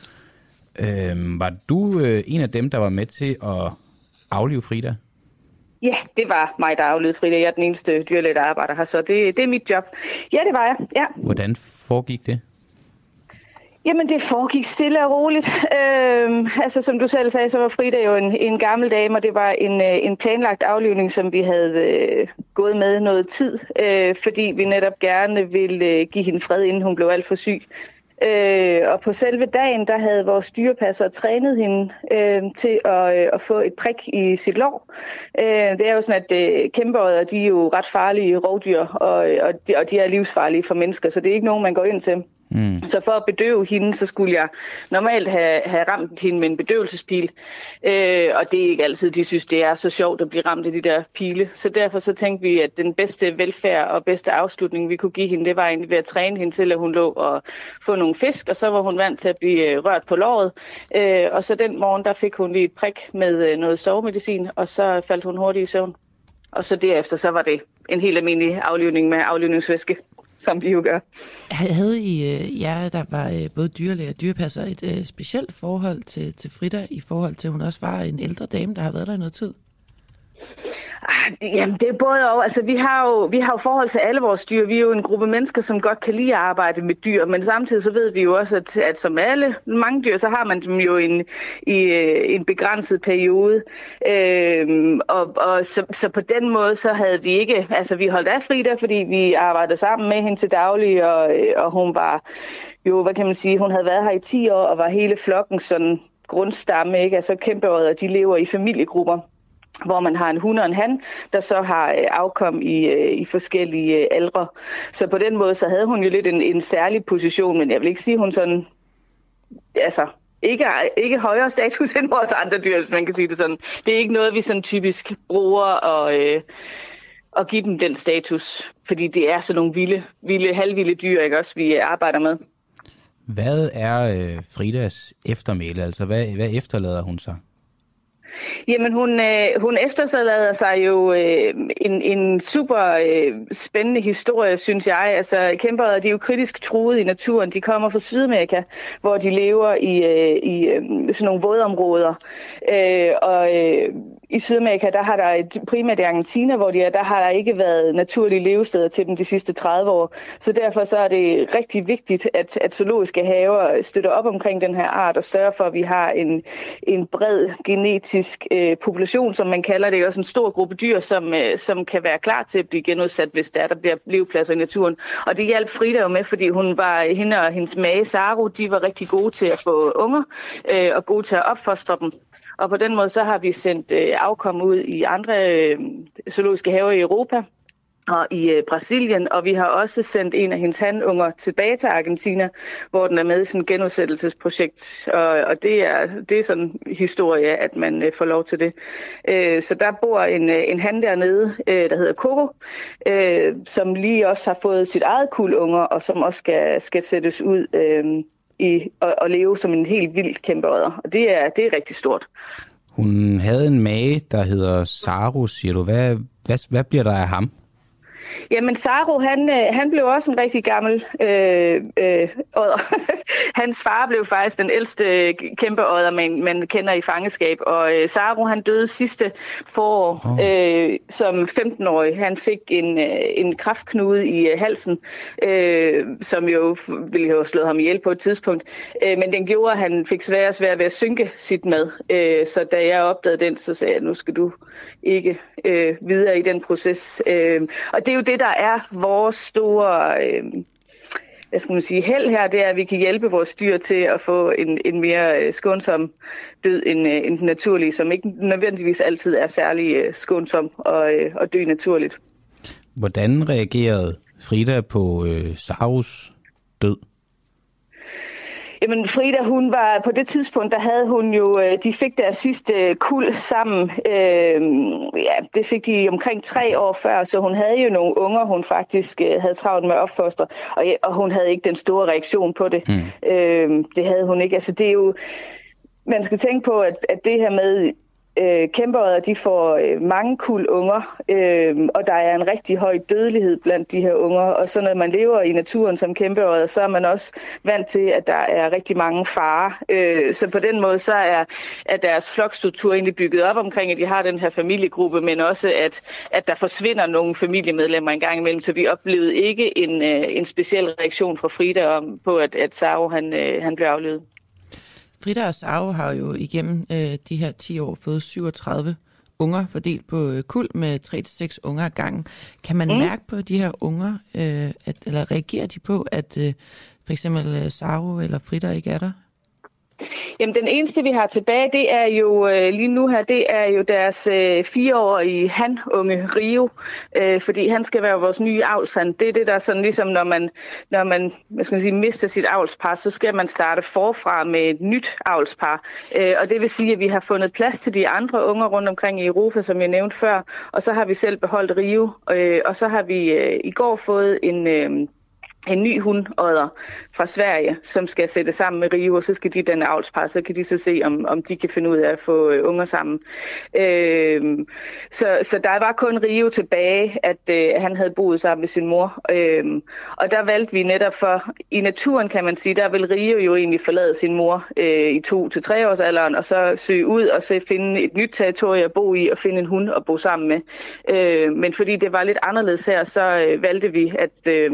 Øh, var du øh, en af dem, der var med til at aflive Frida? Ja, det var mig, der aflevede Frida. Jeg er den eneste dyrlæge, der arbejder her, så det, det er mit job. Ja, det var jeg. Ja. Hvordan foregik det? Jamen, det foregik stille og roligt. Øhm, altså, som du selv sagde, så var Frida jo en, en gammel dame, og det var en, en planlagt aflivning, som vi havde øh, gået med noget tid, øh, fordi vi netop gerne ville øh, give hende fred, inden hun blev alt for syg. Øh, og på selve dagen, der havde vores dyrepasser trænet hende øh, til at, øh, at få et prik i sit lår. Øh, det er jo sådan, at øh, kæmpeodder, de er jo ret farlige rovdyr, og, og, de, og de er livsfarlige for mennesker, så det er ikke nogen, man går ind til. Mm. Så for at bedøve hende, så skulle jeg normalt have, have ramt hende med en bedøvelsespil. Øh, og det er ikke altid, de synes, det er så sjovt at blive ramt af de der pile. Så derfor så tænkte vi, at den bedste velfærd og bedste afslutning, vi kunne give hende, det var egentlig ved at træne hende til, at hun lå og få nogle fisk. Og så var hun vant til at blive rørt på låret. Øh, og så den morgen, der fik hun lige et prik med noget sovemedicin, og så faldt hun hurtigt i søvn. Og så derefter, så var det en helt almindelig aflivning med aflivningsvæske, som vi jo gør. Havde I, øh, jer, der var øh, både dyrlæge og dyrepasser, et øh, specielt forhold til, til Frida, i forhold til, at hun også var en ældre dame, der har været der i noget tid? Jamen, det er både og. Altså, vi har jo, vi har jo forhold til alle vores dyr. Vi er jo en gruppe mennesker, som godt kan lide at arbejde med dyr, men samtidig så ved vi jo også, at, at som alle mange dyr, så har man dem jo en, i en begrænset periode. Øhm, og og så, så på den måde, så havde vi ikke, altså vi holdt af Frida, fordi vi arbejdede sammen med hende til daglig, og, og hun var jo, hvad kan man sige, hun havde været her i ti år, og var hele flokken sådan grundstamme, ikke? Altså kæmpeodder, de lever i familiegrupper, hvor man har en hund og en han, der så har afkom i, i forskellige aldre. Så på den måde, så havde hun jo lidt en, en særlig position, men jeg vil ikke sige, hun sådan, altså, ikke, ikke højere status end vores andre dyr, hvis man kan sige det sådan. Det er ikke noget, vi sådan typisk bruger og, øh, og give dem den status, fordi det er sådan nogle vilde, vilde halvvilde dyr, ikke også, vi arbejder med. Hvad er øh, Fridas eftermæle? Altså, hvad, hvad efterlader hun sig? Jamen, hun, øh, hun efterlader sig jo øh, en, en super øh, spændende historie, synes jeg. Altså, kæmpeodder, de er jo kritisk truet i naturen. De kommer fra Sydamerika, hvor de lever i, øh, i øh, sådan nogle vådområder. Øh, og øh, i Sydamerika, der har der et, primært i Argentina, hvor de er, der har der ikke været naturlige levesteder til dem de sidste tredive år. Så derfor så er det rigtig vigtigt, at, at zoologiske haver støtter op omkring den her art og sørger for, at vi har en, en bred genetisk øh, population, som man kalder det, også en stor gruppe dyr, som, øh, som kan være klar til at blive genudsat, hvis der, der bliver levepladser i naturen. Og det hjalp Frida jo med, fordi hun var, hende og hendes mage, Saru, de var rigtig gode til at få unger øh, og gode til at opfostre dem. Og på den måde så har vi sendt øh, afkom ud i andre øh, zoologiske haver i Europa og i øh, Brasilien, og vi har også sendt en af hendes hanunger tilbage til Argentina, hvor den er med i sådan et genudsættelsesprojekt, og, og det er det er sådan en historie, at man øh, får lov til det. Øh, så der bor en, øh, en han dernede, øh, der hedder Coco, øh, som lige også har fået sit eget kuld unger, og som også skal, skal sættes ud øh, i at, at leve som en helt vild kæmpeodder. Og det er, det er rigtig stort. Hun havde en mage, der hedder Saru, siger du. Hvad, hvad, hvad bliver der af ham? Jamen, Saru, han, han blev også en rigtig gammel øh, øh, odder. Hans far blev faktisk den ældste kæmpe odder, man, man kender i fangeskab. Og øh, Saru, han døde sidste forår oh. øh, som femten-årig. Han fik en, øh, en kræftknude i øh, halsen, øh, som jo ville have slået ham ihjel på et tidspunkt. Øh, men den gjorde, at han fik sværere og sværere ved at synke sit mad. Øh, så da jeg opdagede den, så sagde jeg, nu skal du ikke øh, videre i den proces. Øh, og det er jo det, der er vores store øh, hvad skal man sige, held her, det er, at vi kan hjælpe vores dyr til at få en, en mere skånsom død end, end den naturlige, som ikke nødvendigvis altid er særlig skånsom og, og dø naturligt. Hvordan reagerede Frida på øh, Sarus død? Jamen Frida, hun var på det tidspunkt, der havde hun jo, de fik deres sidste kuld sammen. Øh, ja, det fik de omkring tre år før, så hun havde jo nogle unger, hun faktisk havde travlt med at opfostre, og, og hun havde ikke den store reaktion på det. Mm. Øh, det havde hun ikke. Altså det er jo, man skal tænke på, at, at det her med Øh, kæmpeodder, de får øh, mange kuld unger, øh, og der er en rigtig høj dødelighed blandt de her unger. Og så når man lever i naturen som kæmpeodder, så er man også vant til, at der er rigtig mange farer. Øh, så på den måde, så er, er deres flokstruktur egentlig bygget op omkring, at de har den her familiegruppe, men også, at, at der forsvinder nogle familiemedlemmer en gang imellem. Så vi oplevede ikke en, øh, en speciel reaktion fra Frida om, på, at, at Saru han, øh, han blev aflevet. Frida og Saru har jo igennem øh, de her ti år fået syvogtredive unger fordelt på øh, kuld med tre til seks unger ad gangen. Kan man mm. mærke på de her unger, øh, at, eller reagerer de på, at øh, for eksempel øh, Saru eller Frida ikke er der? Jamen den eneste vi har tilbage, det er jo øh, lige nu her, det er jo deres øh, fireårige hanunge Rio, øh, fordi han skal være vores nye avlshand. Det er det der sådan ligesom når man når man hvad skal man sige mister sit avlspar, så skal man starte forfra med et nyt avlspar. Øh, og det vil sige at vi har fundet plads til de andre unger rundt omkring i Europa, som jeg nævnte før, og så har vi selv beholdt Rio, øh, og så har vi øh, i går fået en øh, en ny hundodder fra Sverige, som skal sætte sammen med Rio, og så skal de den avlspar, så kan de så se, om, om de kan finde ud af at få øh, unger sammen. Øh, så, så der var kun Rio tilbage, at øh, han havde boet sammen med sin mor. Øh, og der valgte vi netop for, i naturen kan man sige, der vil Rio jo egentlig forlade sin mor øh, i to til tre års alderen, og så søge ud og så finde et nyt territorie at bo i, og finde en hund at bo sammen med. Øh, men fordi det var lidt anderledes her, så øh, valgte vi, at øh,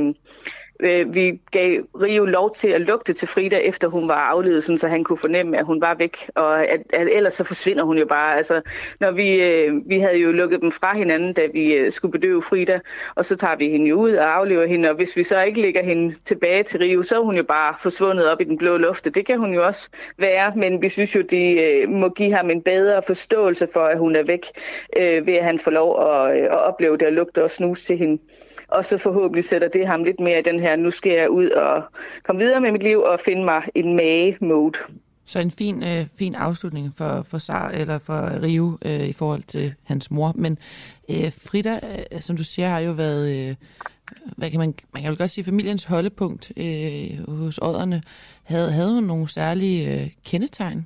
vi gav Rio lov til at lugte til Frida, efter hun var aflevet, sådan, så han kunne fornemme, at hun var væk. Og at, at ellers så forsvinder hun jo bare. Altså, når vi, øh, vi havde jo lukket dem fra hinanden, da vi øh, skulle bedøve Frida, og så tager vi hende jo ud og aflever hende. Og hvis vi så ikke lægger hende tilbage til Rio, så er hun jo bare forsvundet op i den blå luft. Det kan hun jo også være, men vi synes jo, de øh, må give ham en bedre forståelse for, at hun er væk, øh, ved at han får lov at, øh, at opleve det og lugte og snuse til hende. Og så forhåbentlig sætter det ham lidt mere i den her, nu skal jeg ud og komme videre med mit liv og finde mig en mage-mode. Så en fin, øh, fin afslutning for, for Sar, eller for Rio øh, i forhold til hans mor. Men øh, Frida, øh, som du siger, har jo været, øh, hvad kan man, man kan jo godt sige, familiens holdepunkt øh, hos odderne. Havde, havde hun nogle særlige øh, kendetegn?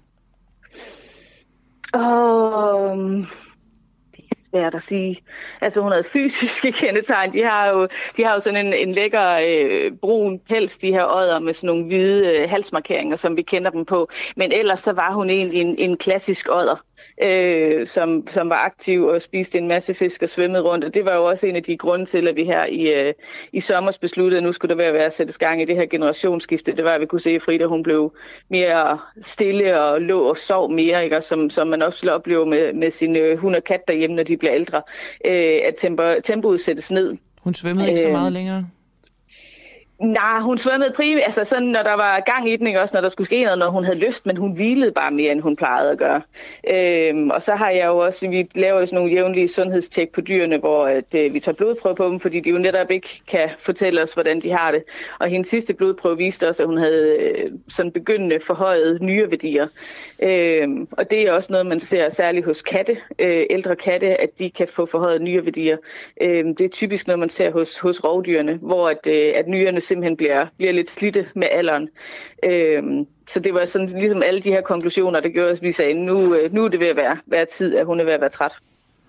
Um... svært at sige. Altså hun havde fysiske kendetegn. De har jo, de har jo sådan en, en lækker øh, brun pels, de her odder med sådan nogle hvide øh, halsmarkeringer, som vi kender dem på. Men ellers så var hun egentlig en, en klassisk odder, øh, som, som var aktiv og spiste en masse fisk og svømmede rundt. Og det var jo også en af de grunde til, at vi her i, øh, i sommer besluttede, at nu skulle der være at sættes gang i det her generationsskifte. Det var, at vi kunne se, at Frida hun blev mere stille og lå og sov mere, ikke? Som, som man også oplever med, med sine hund og kat derhjemme, når de bliver ældre, øh, at tempo, tempoet sættes ned. Hun svømmede ikke øh, så meget længere? Nej, hun svømmede primært, altså sådan, når der var gang i den, ikke? Også når der skulle ske noget, når hun havde lyst, men hun hvilede bare mere, end hun plejede at gøre. Øhm, og så har jeg jo også, vi laver jo sådan nogle jævnlige sundhedstjek på dyrene, hvor at, øh, vi tager blodprøve på dem, fordi de jo netop ikke kan fortælle os, hvordan de har det. Og hendes sidste blodprøve viste også, at hun havde øh, sådan begyndende forhøjet nyreværdier. Øhm, og det er også noget, man ser særligt hos katte, øh, ældre katte, at de kan få forhøjet nyreværdier. Øhm, det er typisk noget, man ser hos, hos rovdyrene, hvor at, øh, at nyrerne simpelthen bliver, bliver lidt slidte med alderen. Øhm, så det var sådan ligesom alle de her konklusioner, der gjorde, at vi sagde, nu, nu er det ved at være, være tid, at hun er ved at være træt.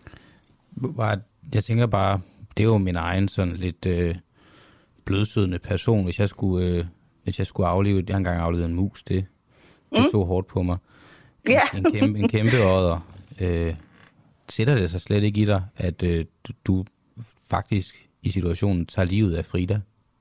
Jeg tænker bare, det er jo min egen sådan lidt øh, blødsødende person, hvis jeg skulle, øh, hvis jeg skulle aflive, jeg har engang aflevet en mus, det, det mm. så hårdt på mig. En, yeah. en, kæmpe, en kæmpe odder. Øh, sætter det sig slet ikke i dig, at øh, du faktisk i situationen tager livet af Frida?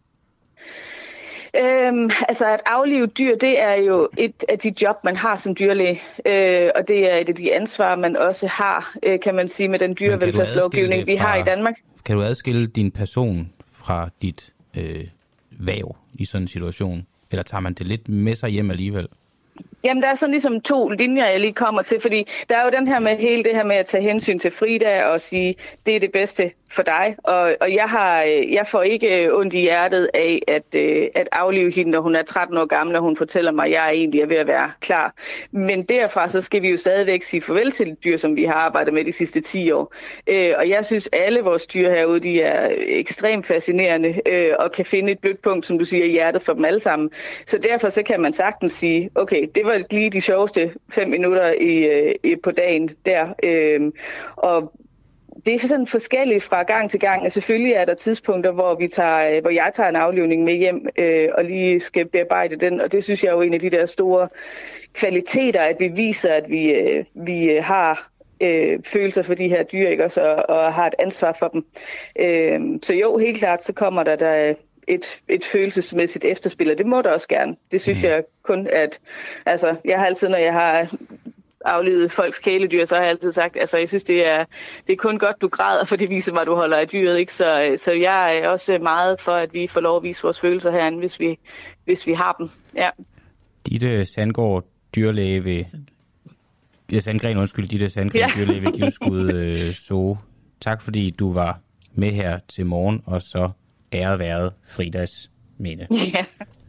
Øhm, altså at aflive dyr, det er jo et af de job, man har som dyrlæge, øh, og det er et af de ansvar, man også har, øh, kan man sige, med den dyrevelfærdslovgivning, vi fra, har i Danmark. Kan du adskille din person fra dit øh, væv i sådan en situation? Eller tager man det lidt med sig hjem alligevel? Jamen, der er sådan ligesom to linjer, jeg lige kommer til, fordi der er jo den her med hele det her med at tage hensyn til Frida og sige, det er det bedste for dig. Og, og jeg, har, jeg får ikke ondt i hjertet af at, at aflive hende, når hun er tretten år gammel, og hun fortæller mig, at jeg egentlig er ved at være klar. Men derfra så skal vi jo stadigvæk sige farvel til de dyr, som vi har arbejdet med de sidste ti år. Og jeg synes, alle vores dyr herude, de er ekstremt fascinerende og kan finde et blødt punkt, som du siger, i hjertet for dem alle sammen. Så derfor så kan man sagtens sige, okay, det var lige de sjoveste fem minutter i, i, på dagen der. Og det er sådan forskelligt fra gang til gang, og selvfølgelig er der tidspunkter, hvor, vi tager, hvor jeg tager en aflivning med hjem øh, og lige skal bearbejde den, og det synes jeg er jo en af de der store kvaliteter, at vi viser, at vi, øh, vi har øh, følelser for de her dyr, ikke? Også, og, og har et ansvar for dem. Øh, så jo, helt klart, så kommer der, der et, et følelsesmæssigt efterspil, og det må der også gerne. Det synes jeg kun, at altså, jeg har altid, når jeg har aflevet folks kæledyr, så har jeg altid sagt, altså jeg synes, det er, det er kun godt, du græder, for det viser mig, at du holder af dyret, ikke? Så, så jeg er også meget for, at vi får lov at vise vores følelser herinde, hvis vi, hvis vi har dem. Ja. Ditte Sandgaard, dyrlæge ved... Ja, Sandgren, undskyld, Ditte Sandgren, ja. dyrlæge ved Givskud øh, Zoo. Tak, fordi du var med her til morgen, og så æret været Fridas minde. Ja.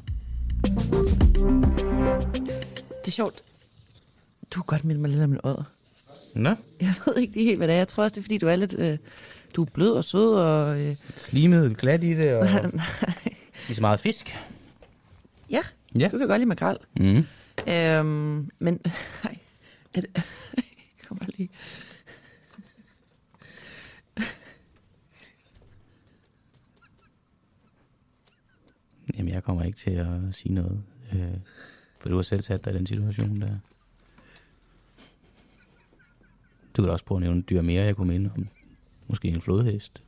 Det er sjovt. Du har godt mindet mig lidt om en odder. Nå? Jeg ved ikke helt, hvad det er. Jeg tror også, det er, fordi du er lidt... Øh, du er blød og sød og... Øh... Slimet, glat i det og... Lige så meget fisk. Ja, ja, du kan godt lide makrel. Mm. Øhm, men... Nej, er det... Kom bare lige... Jamen, jeg kommer ikke til at sige noget. Øh, for du har selv sat dig i den situation der. Du kan også prøve at nævne dyr mere, jeg kunne minde om. Måske en flodhest.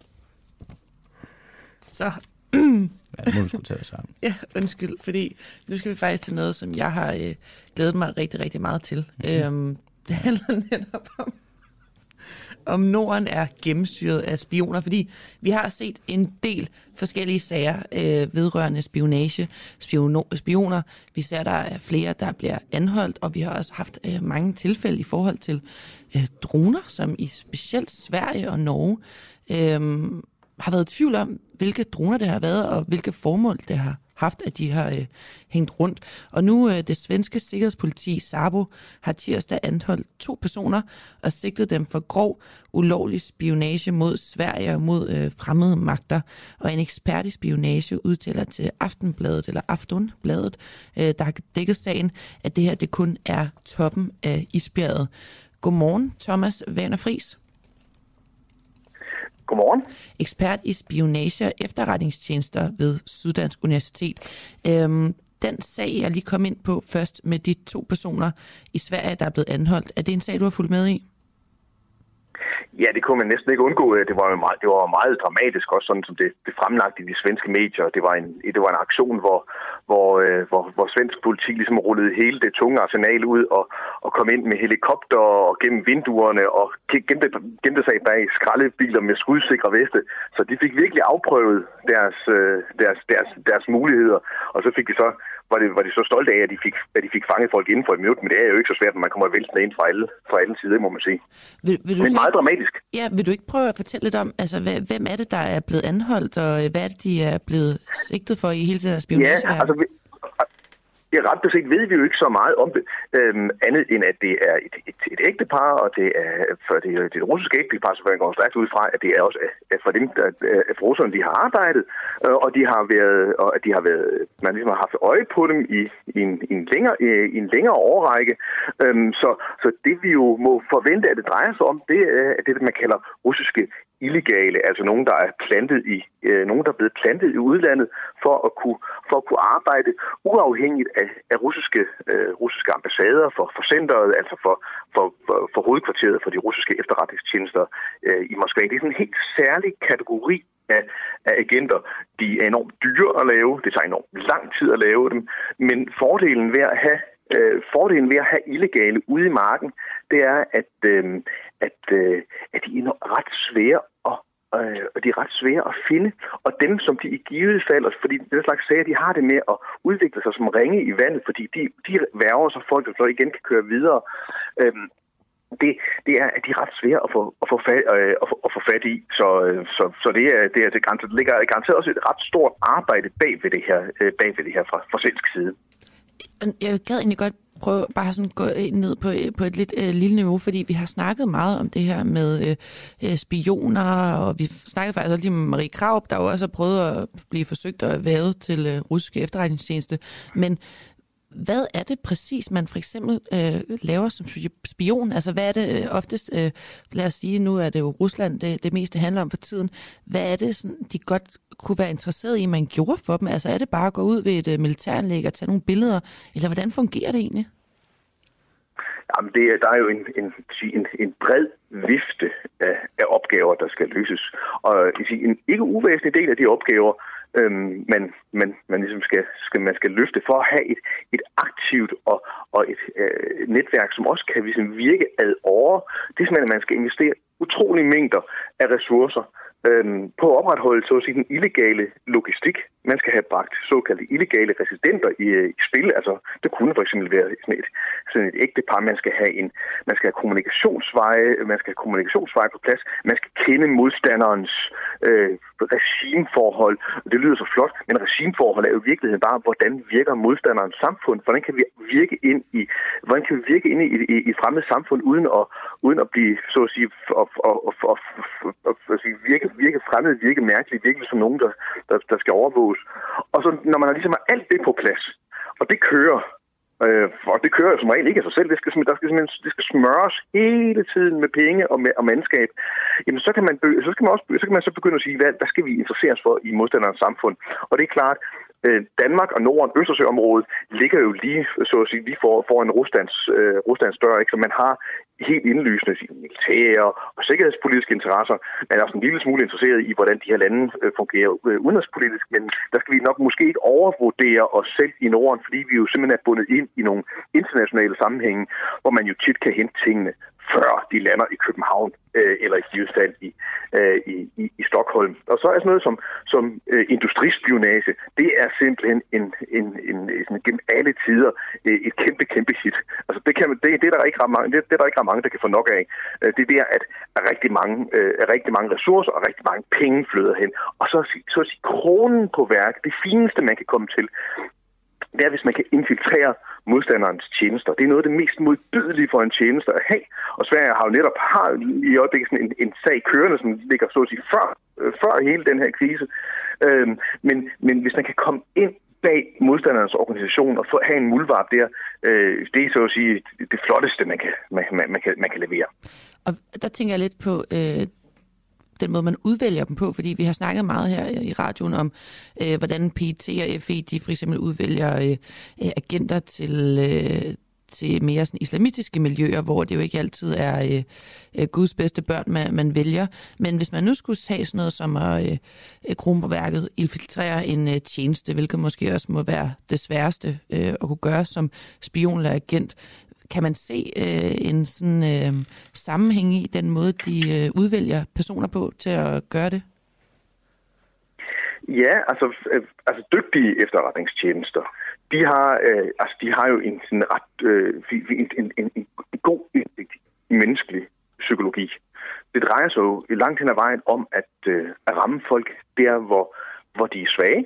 Så. Ja, det må du skulle tage sammen. Ja, undskyld, fordi nu skal vi faktisk til noget, som jeg har øh, glædet mig rigtig, rigtig meget til. Mm-hmm. Øhm, det handler netop om, om Norden er gennemsyret af spioner, fordi vi har set en del forskellige sager øh, vedrørende spionage, spiono, spioner. Vi ser, der er flere, der bliver anholdt, og vi har også haft øh, mange tilfælde i forhold til øh, droner, som i specielt Sverige og Norge øh, har været i tvivl om, hvilke droner det har været, og hvilke formål det har haft, at de har øh, hængt rundt. Og nu øh, det svenske sikkerhedspoliti, SAPO, har tirsdag anholdt to personer og sigtet dem for grov, ulovlig spionage mod Sverige og mod øh, fremmede magter. Og en ekspert i spionage udtaler til Aftenbladet, eller Aftonbladet, øh, der har dækket sagen, at det her det kun er toppen af isbjerget. Godmorgen, Thomas Werner Friis. Godmorgen. Ekspert i spionage og efterretningstjenester ved Syddansk Universitet. Øhm, den sag, jeg lige kom ind på først med de to personer i Sverige, der er blevet anholdt, er det en sag, du har fulgt med i? Ja, det kunne man næsten ikke undgå. Det var meget, det var meget dramatisk, også sådan som det, det fremlagte i de svenske medier. Det var en, det var en aktion, hvor, hvor, hvor, hvor svensk politi ligesom rullede hele det tunge arsenal ud og, og kom ind med helikopter og gennem vinduerne og gemte, gemte sig bag skraldebiler med skudsikre veste. Så de fik virkelig afprøvet deres, deres, deres, deres muligheder. Og så fik de så Var, det, var de så stolte af, at de, fik, at de fik fanget folk inden for et minut, men det er jo ikke så svært, når man kommer væltende ind fra alle, fra alle sider, må man sige. Vil, vil du men sige, meget dramatisk. Ja, vil du ikke prøve at fortælle lidt om, altså, hvem er det, der er blevet anholdt, og hvad er det, de er blevet sigtet for i hele det her spionage? Ja, altså, Ja, ret beset ved vi jo ikke så meget om det, øhm, andet end at det er et, et, et ægtepar, og det er for det, det russiske ægtepar, så man går stærkt ud fra, at det er også at for dem, at, at for russerne, de har arbejdet, øh, og de har været, og at de har været, man ligesom har haft øje på dem i, i, en, i, en, længere, i en længere årrække. Øhm, så, så det vi jo må forvente, at det drejer sig om, det er det, man kalder russiske illegale, altså nogen, der er plantet i, øh, nogen, der er blevet plantet i udlandet for at kunne, for at kunne arbejde uafhængigt af, af russiske, øh, russiske ambassader, for, for centeret, altså for, for, for, for hovedkvarteret for de russiske efterretningstjenester øh, i Moskva. Det er sådan en helt særlig kategori af, af agenter. De er enormt dyre at lave, det tager enormt lang tid at lave dem, men fordelen ved at have øh, fordelen ved at have illegale ude i marken, det er, at, øh, at, øh, at de er ret svære at og de er ret svære at finde, og dem, som de i givet fald, fordi den slags sager, de har det med at udvikle sig som ringe i vandet, fordi de, de værger så folk, der så igen kan køre videre. Øhm, det, det er, at de er ret svære at få, at få, fat, øh, at få, at få fat i, så, så, så det, er, det, er, det, garanteret, det ligger garanteret også et ret stort arbejde bag ved det her, øh, bag ved det her fra, fra svensk side. Jeg gad egentlig godt prøve bare sådan gå ned på, på et lidt øh, lille niveau, fordi vi har snakket meget om det her med øh, spioner, og vi snakkede faktisk også lige med Marie Krarup, der jo også har prøvet at blive forsøgt at være til øh, russiske efterretningstjeneste. Men hvad er det præcis, man for eksempel øh, laver som spion? Altså, hvad er det øh, oftest, øh, lad os sige, nu er det jo Rusland, det, det meste handler om for tiden. Hvad er det, sådan, de godt kunne være interesseret i, man gjorde for dem? Altså, er det bare at gå ud ved et øh, militæranlæg og tage nogle billeder? Eller hvordan fungerer det egentlig? Jamen, det er, der er jo en, en, en, en bred vifte af, af opgaver, der skal løses. Og en ikke uvæsentlig del af de opgaver, øhm, man, man, man, ligesom skal, skal, man skal løfte for at have et, et aktivt og, og et øh, netværk, som også kan ligesom virke ad åre. Det er simpelthen, at man skal investere utrolige mængder af ressourcer øhm, på at opretholde så at sige, den illegale logistik. Man skal have bragt såkaldte illegale residenter i, i spil. Altså, det kunne for eksempel være sådan et, sådan et ægtepar. Man skal have en, man skal have kommunikationsveje, man skal have kommunikationsveje på plads. Man skal kende modstanderens øh, regimeforhold. Det lyder så flot, men regimeforhold er jo i virkeligheden bare, hvordan virker modstanderens samfund? Hvordan kan vi virke ind i, hvordan kan vi virke ind i, i, i et fremmed samfund uden at, uden at blive, så at sige, og, og, og, og, og, og, virke, virke fremmed, virke mærkeligt, virke som nogen, der, der, der skal overvåges. Og så når man har ligesom alt det på plads, og det kører, øh, og det kører som regel ikke af sig selv, det skal, der skal, det skal smøres hele tiden med penge og, med, og mandskab, jamen så kan man, så skal man også så kan man så begynde at sige, hvad, hvad skal vi interessere os for i modstanderens samfund? Og det er klart, øh, Danmark og Norden, Østersøområdet, ligger jo lige, så at sige, lige for, foran Ruslands, øh, Ruslands dør, ikke? Så man har helt indlysende militære og sikkerhedspolitiske interesser, men er også en lille smule interesseret i, hvordan de her lande fungerer udenrigspolitisk, men der skal vi nok måske ikke overvurdere os selv i Norden, fordi vi jo simpelthen er bundet ind i nogle internationale sammenhænge, hvor man jo tit kan hente tingene, før de lander i København øh, eller i givet fald i, øh, i, i, i Stockholm. Og så er sådan noget som, som øh, industrispionage, det er simpelthen en, en, en, en gennem alle tider øh, et kæmpe, kæmpe hit. Altså det, kan, det, det, er der ikke ret mange, det, det er der ikke ret mange, der kan få nok af. Øh, det er der, at, at rigtig, mange, øh, rigtig mange ressourcer og rigtig mange penge flyder hen. Og så, så at sige, kronen på værk, det fineste, man kan komme til, det er, hvis man kan infiltrere modstanderens tjenester. Det er noget af det mest modbydelige for en tjeneste at have. Og Sverige har jo netop har i øjeblikket sådan en, en sag kørende, som ligger så at sige før, øh, før hele den her krise. Øhm, men, men hvis man kan komme ind bag modstanderens organisation og få, have en muldvarp der, øh, det er så at sige det flotteste, man kan, man, man, man kan, man kan levere. Og der tænker jeg lidt på Øh den måde, man udvælger dem på, fordi vi har snakket meget her i radioen om, øh, hvordan P E T og F E, de for eksempel udvælger øh, agenter til, øh, til mere sådan islamistiske miljøer, hvor det jo ikke altid er øh, Guds bedste børn, man, man vælger. Men hvis man nu skulle tage sådan noget som at øh, Kronborgværket infiltrere en øh, tjeneste, hvilket måske også må være det sværeste øh, at kunne gøre som spion eller agent, kan man se øh, en sådan øh, sammenhæng i den måde, de øh, udvælger personer på til at gøre det? Ja, altså, øh, altså dygtige efterretningstjenester, de har, øh, altså, de har jo en sådan ret øh, en, en, en, en god indsigt i menneskelig psykologi. Det drejer sig jo langt hen ad vejen om at, øh, at ramme folk der, hvor, hvor de er svage.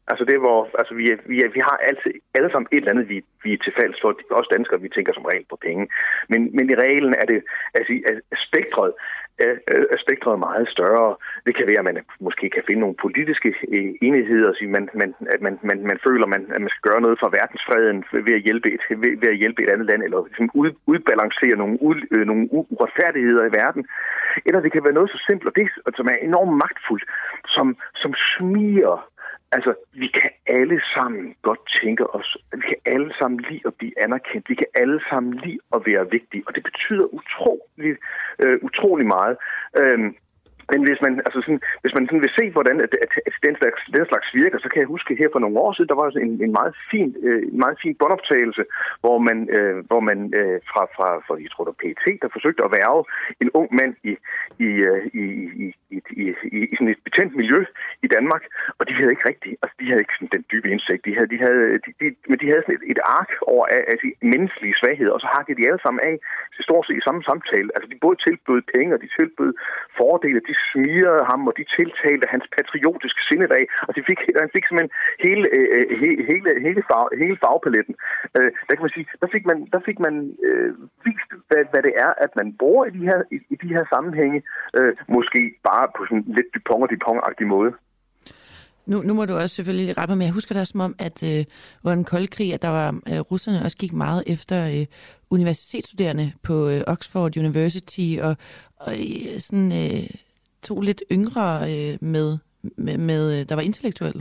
Altså det hvor, altså vi, er, vi, er, vi har altid alle sammen et eller andet, vi, vi er til fælles for. Også danskere, vi tænker som regel på penge. Men, men i reglen er det, altså spektret er, er spektret meget større. Det kan være, at man måske kan finde nogle politiske enigheder, så man, man, at man, man, man føler, man, at man skal gøre noget for verdensfreden ved at hjælpe et, ved, ved at hjælpe et andet land, eller ligesom ud, udbalancere nogle, ud, nogle uretfærdigheder i verden. Eller det kan være noget så simpelt, og det som er enormt magtfuldt, som, som smiger. Altså, vi kan alle sammen godt tænke os, vi kan alle sammen lide at blive anerkendt, vi kan alle sammen lide at være vigtige, og det betyder utrolig, øh, utrolig meget. Øhm, Men hvis man, altså sådan, hvis man sådan vil se, hvordan at, at, at den, slags, den slags virker, så kan jeg huske her for nogle år siden, der var en, en meget fin, øh, meget fin båndoptagelse, hvor man, øh, hvor man øh, fra, fra, fra, jeg tror, der P E T, der forsøgte at værge en ung mand i, i, i, i, i, i, i, i sådan et betændt miljø i Danmark, og de havde ikke rigtig, altså de havde ikke sådan den dybe indsigt, de havde, de havde, de, de, men de havde sådan et, et ark over altså, menneskelige svagheder, og så hakkede de alle sammen af til stort set i samme samtale. Altså de både tilbød penge, og de tilbød fordele, de smirede ham, og de tiltalte hans patriotiske sindedag, og de fik, han fik simpelthen hele, øh, hele, hele, hele, farve, hele farvepaletten. Øh, der kan man sige, der fik man, der fik man øh, vist, hvad, hvad det er, at man bruger i de her, i, i de her sammenhænge, øh, måske bare på sådan lidt dupont og dupont-agtig måde. Nu, nu må du også selvfølgelig rette mig, men jeg husker det som om, at øh, under den kolde krig, at der var øh, russerne også gik meget efter øh, universitetsstuderende på øh, Oxford University, og, og øh, sådan øh, tog lidt yngre øh, med, med, med, der var intellektuelle.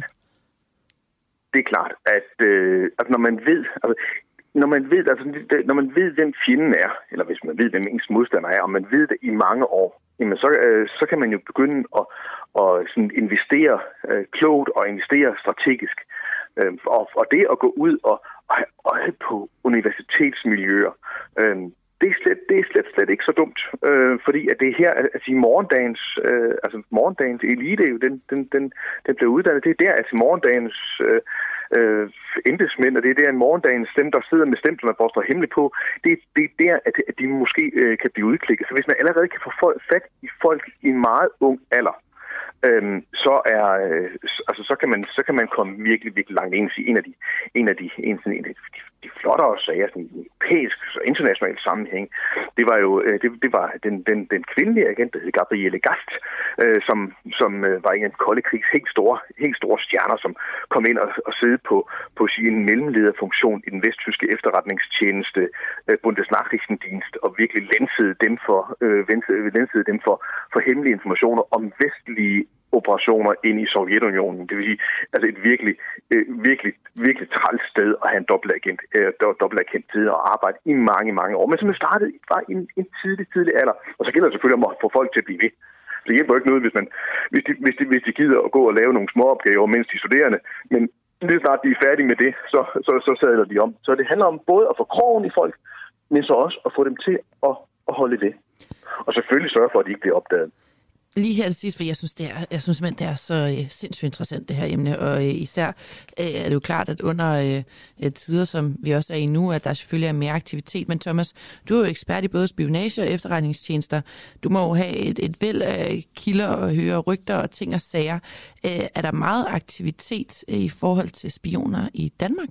Det er klart, at øh, altså, når man ved... Altså, Når man, ved, altså, når man ved, hvem fjenden er, eller hvis man ved, hvem ens modstander er, og man ved det i mange år, jamen så, øh, så kan man jo begynde at, at sådan investere øh, klogt og investere strategisk. Øh, og, og det at gå ud og, og have øje på universitetsmiljøer, øh, det er slet, det er slet, slet ikke så dumt, øh, fordi at det er her, altså i morgendagens, øh, altså morgendagens elite, den, den, den, den bliver uddannet, det er der, at morgendagens øh, øh, embedsmænd, og det er der en morgendagens dem, der sidder med stemplerne for at stå hemmeligt på, det, det er der, at, at de måske øh, kan blive udklikket. Så hvis man allerede kan få folk, fat i folk i en meget ung alder, Øhm, så er øh, altså så kan man så kan man komme virkelig virkelig langt ind i en af de en af de en, en af de, de flottere sager sådan i europæisk og international sammenhæng. Det var jo øh, det, det var den den den kvindelige agent, der hed Gabrielle Gast, øh, som som øh, var en af den kolde krigs helt store helt store stjerner, som kom ind og, og sidde på på sin mellemlederfunktion i den vesttyske efterretningstjeneste øh, Bundesnachrichtendienst, og virkelig lænsede dem for øh, lænsede dem for for hemmelige informationer om vestlige operationer ind i Sovjetunionen. Det vil sige, altså et virkelig, øh, virkelig, virkelig træls sted at have en dobbeltagent, øh, dobbeltagent tid og arbejde i mange, mange år. Men som er startet bare i en, en tidlig, tidlig alder. Og så gælder det selvfølgelig om at få folk til at blive ved. Det hjælper jo ikke noget, hvis, man, hvis, de, hvis, de, hvis de gider at gå og lave nogle små opgaver, mens de studerende. Men lige snart de er færdige med det, så, så, så sadler de om. Så det handler om både at få krogen i folk, men så også at få dem til at, at holde det. Og selvfølgelig sørge for, at de ikke bliver opdaget. Lige her til sidst, for jeg synes, det er, jeg synes simpelthen, det er så øh, sindssygt interessant, det her emne, og øh, især øh, er det jo klart, at under øh, tider, som vi også er i nu, at der selvfølgelig er mere aktivitet. Men Thomas, du er jo ekspert i både spionage og efterretningstjenester. Du må jo have et, et væld af kilder og høre rygter og ting og sager. Øh, er der meget aktivitet øh, i forhold til spioner i Danmark?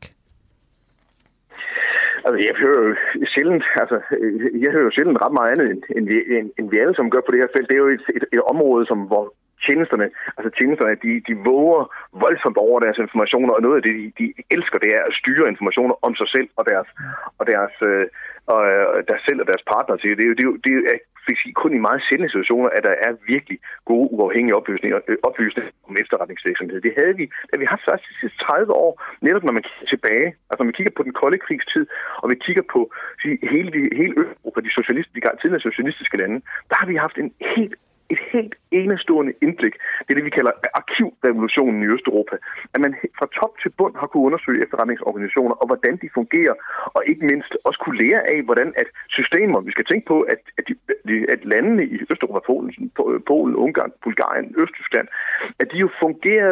Altså, jeg hører jo sjældent, altså, jeg hører jo sjældent ret meget andet, end, vi, end, end vi alle som gør på det her felt. Det er jo et, et, et område, som, hvor tjenesterne, altså tjenesterne, de, de våger voldsomt over deres informationer, og noget af det, de, de elsker, det er at styre informationer om sig selv og deres, og deres, øh, og deres selv og deres partner. Det er jo, det er jo, det er jo kun i meget sjældne situationer, at der er virkelig gode, uafhængige oplysninger, oplysninger om efterretningsvirksomhed. Det havde vi, det har vi haft først de sidste tredive år, netop når man kigger tilbage, altså når man kigger på den kolde krigstid, og vi kigger på hele, hele Østeuropa, de socialistiske, de tidligere socialistiske lande, der har vi haft en helt et helt enestående indblik. Det er det, vi kalder arkivrevolutionen i Østeuropa. At man fra top til bund har kunne undersøge efterretningsorganisationer, og hvordan de fungerer, og ikke mindst også kunne lære af, hvordan at systemer, vi skal tænke på, at, at, de, at landene i Østeuropa, Polen, Polen, Ungarn, Bulgarien, Østtyskland, at de jo fungerede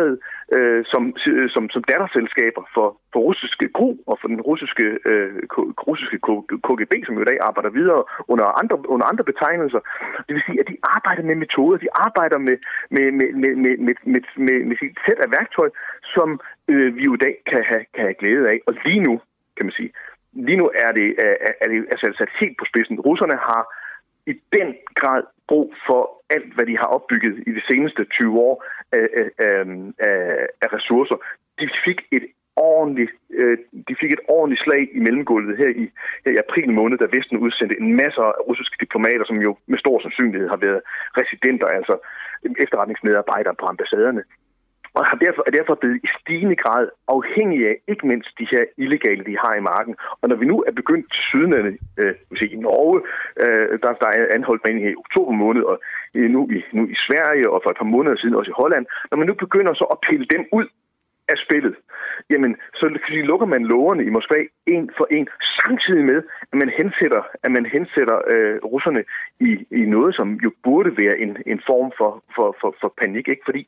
øh, som, som, som datterselskaber for, for russiske G R U og for den russiske, øh, russiske K G B, som jo i dag arbejder videre under andre, under andre betegnelser. Det vil sige, at de arbejder med metoder, de arbejder med, med, med, med, med, med, med, med, med sit sæt af værktøj, som øh, vi jo i dag kan have, kan have glæde af. Og lige nu, kan man sige, lige nu er det, er, er det altså sat helt på spidsen. Russerne har i den grad brug for alt, hvad de har opbygget i de seneste tyve år af, af, af, af ressourcer. De fik et ordentligt, øh, de fik et ordentligt slag i mellemgulvet her i, her i april måned, da Vesten udsendte en masse russiske diplomater, som jo med stor sandsynlighed har været residenter, altså efterretningsmedarbejdere på ambassaderne. Og har derfor, er derfor blevet i stigende grad afhængige af ikke mindst de her illegale, de har i marken. Og når vi nu er begyndt til Sydlandet, øh, i Norge, øh, der, der er anholdt man i oktober måned, og nu i, nu i Sverige, og for et par måneder siden også i Holland, når man nu begynder så at pille dem ud af spillet, jamen så lukker man lågerne i Moskva en for en, samtidig med, at man hensætter, at man hensætter øh, russerne i, i noget, som jo burde være en, en form for, for, for, for panik, ikke? Fordi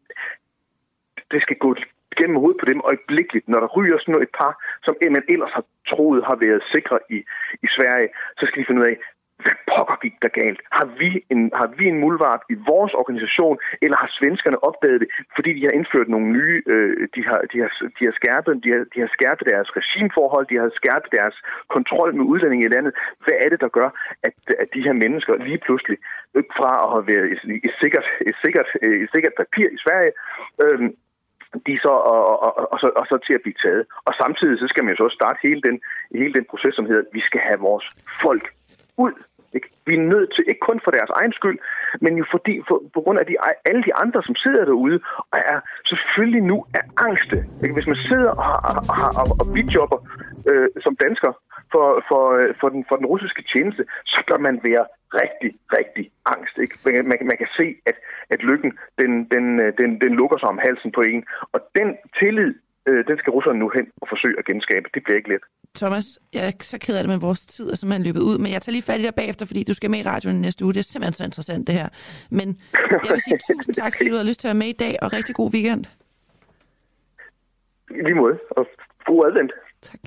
det skal gå gennem hovedet på dem øjeblikkeligt. Når der ryger sådan et par, som man ellers har troet har været sikre i, i Sverige, så skal de finde ud af, hvad pokker gik der galt? Har vi en, har vi en muldvarp i vores organisation, eller har svenskerne opdaget det, fordi de har indført nogle nye, øh, de, har, de, har, de, har skærpet, de, har, de har skærpet deres regimeforhold, de har skærpet deres kontrol med udlændinge i landet. Hvad er det, der gør, at, at de her mennesker lige pludselig, fra at have været et, et, sikkert, et, sikkert, et sikkert papir i Sverige, øh, de så og, og, og, så, og så til at blive taget. Og samtidig så skal man jo så starte hele den, hele den proces, som hedder, at vi skal have vores folk ud. Ikke? Vi er nødt til, ikke kun for deres egen skyld, men jo fordi, for, på grund af de, alle de andre, som sidder derude, og er selvfølgelig nu er angste. Ikke? Hvis man sidder og, og, og, og, og bidjobber øh, som dansker for, for, for, den, for den russiske tjeneste, så bør man være rigtig, rigtig angst. Ikke? Man, man kan se, at, at lykken, den, den, den, den lukker sig om halsen på en, og den tillid, den skal russerne nu hen og forsøge at genskabe. Det bliver ikke let. Thomas, jeg er så ked af det, men vores tid er simpelthen løbet ud, men jeg tager lige fat i dig bagefter, fordi du skal med i radioen næste uge. Det er simpelthen så interessant, det her. Men jeg vil sige tusind tak, fordi du har lyst til at være med i dag, og rigtig god weekend. I lige måde, og god advent. Tak.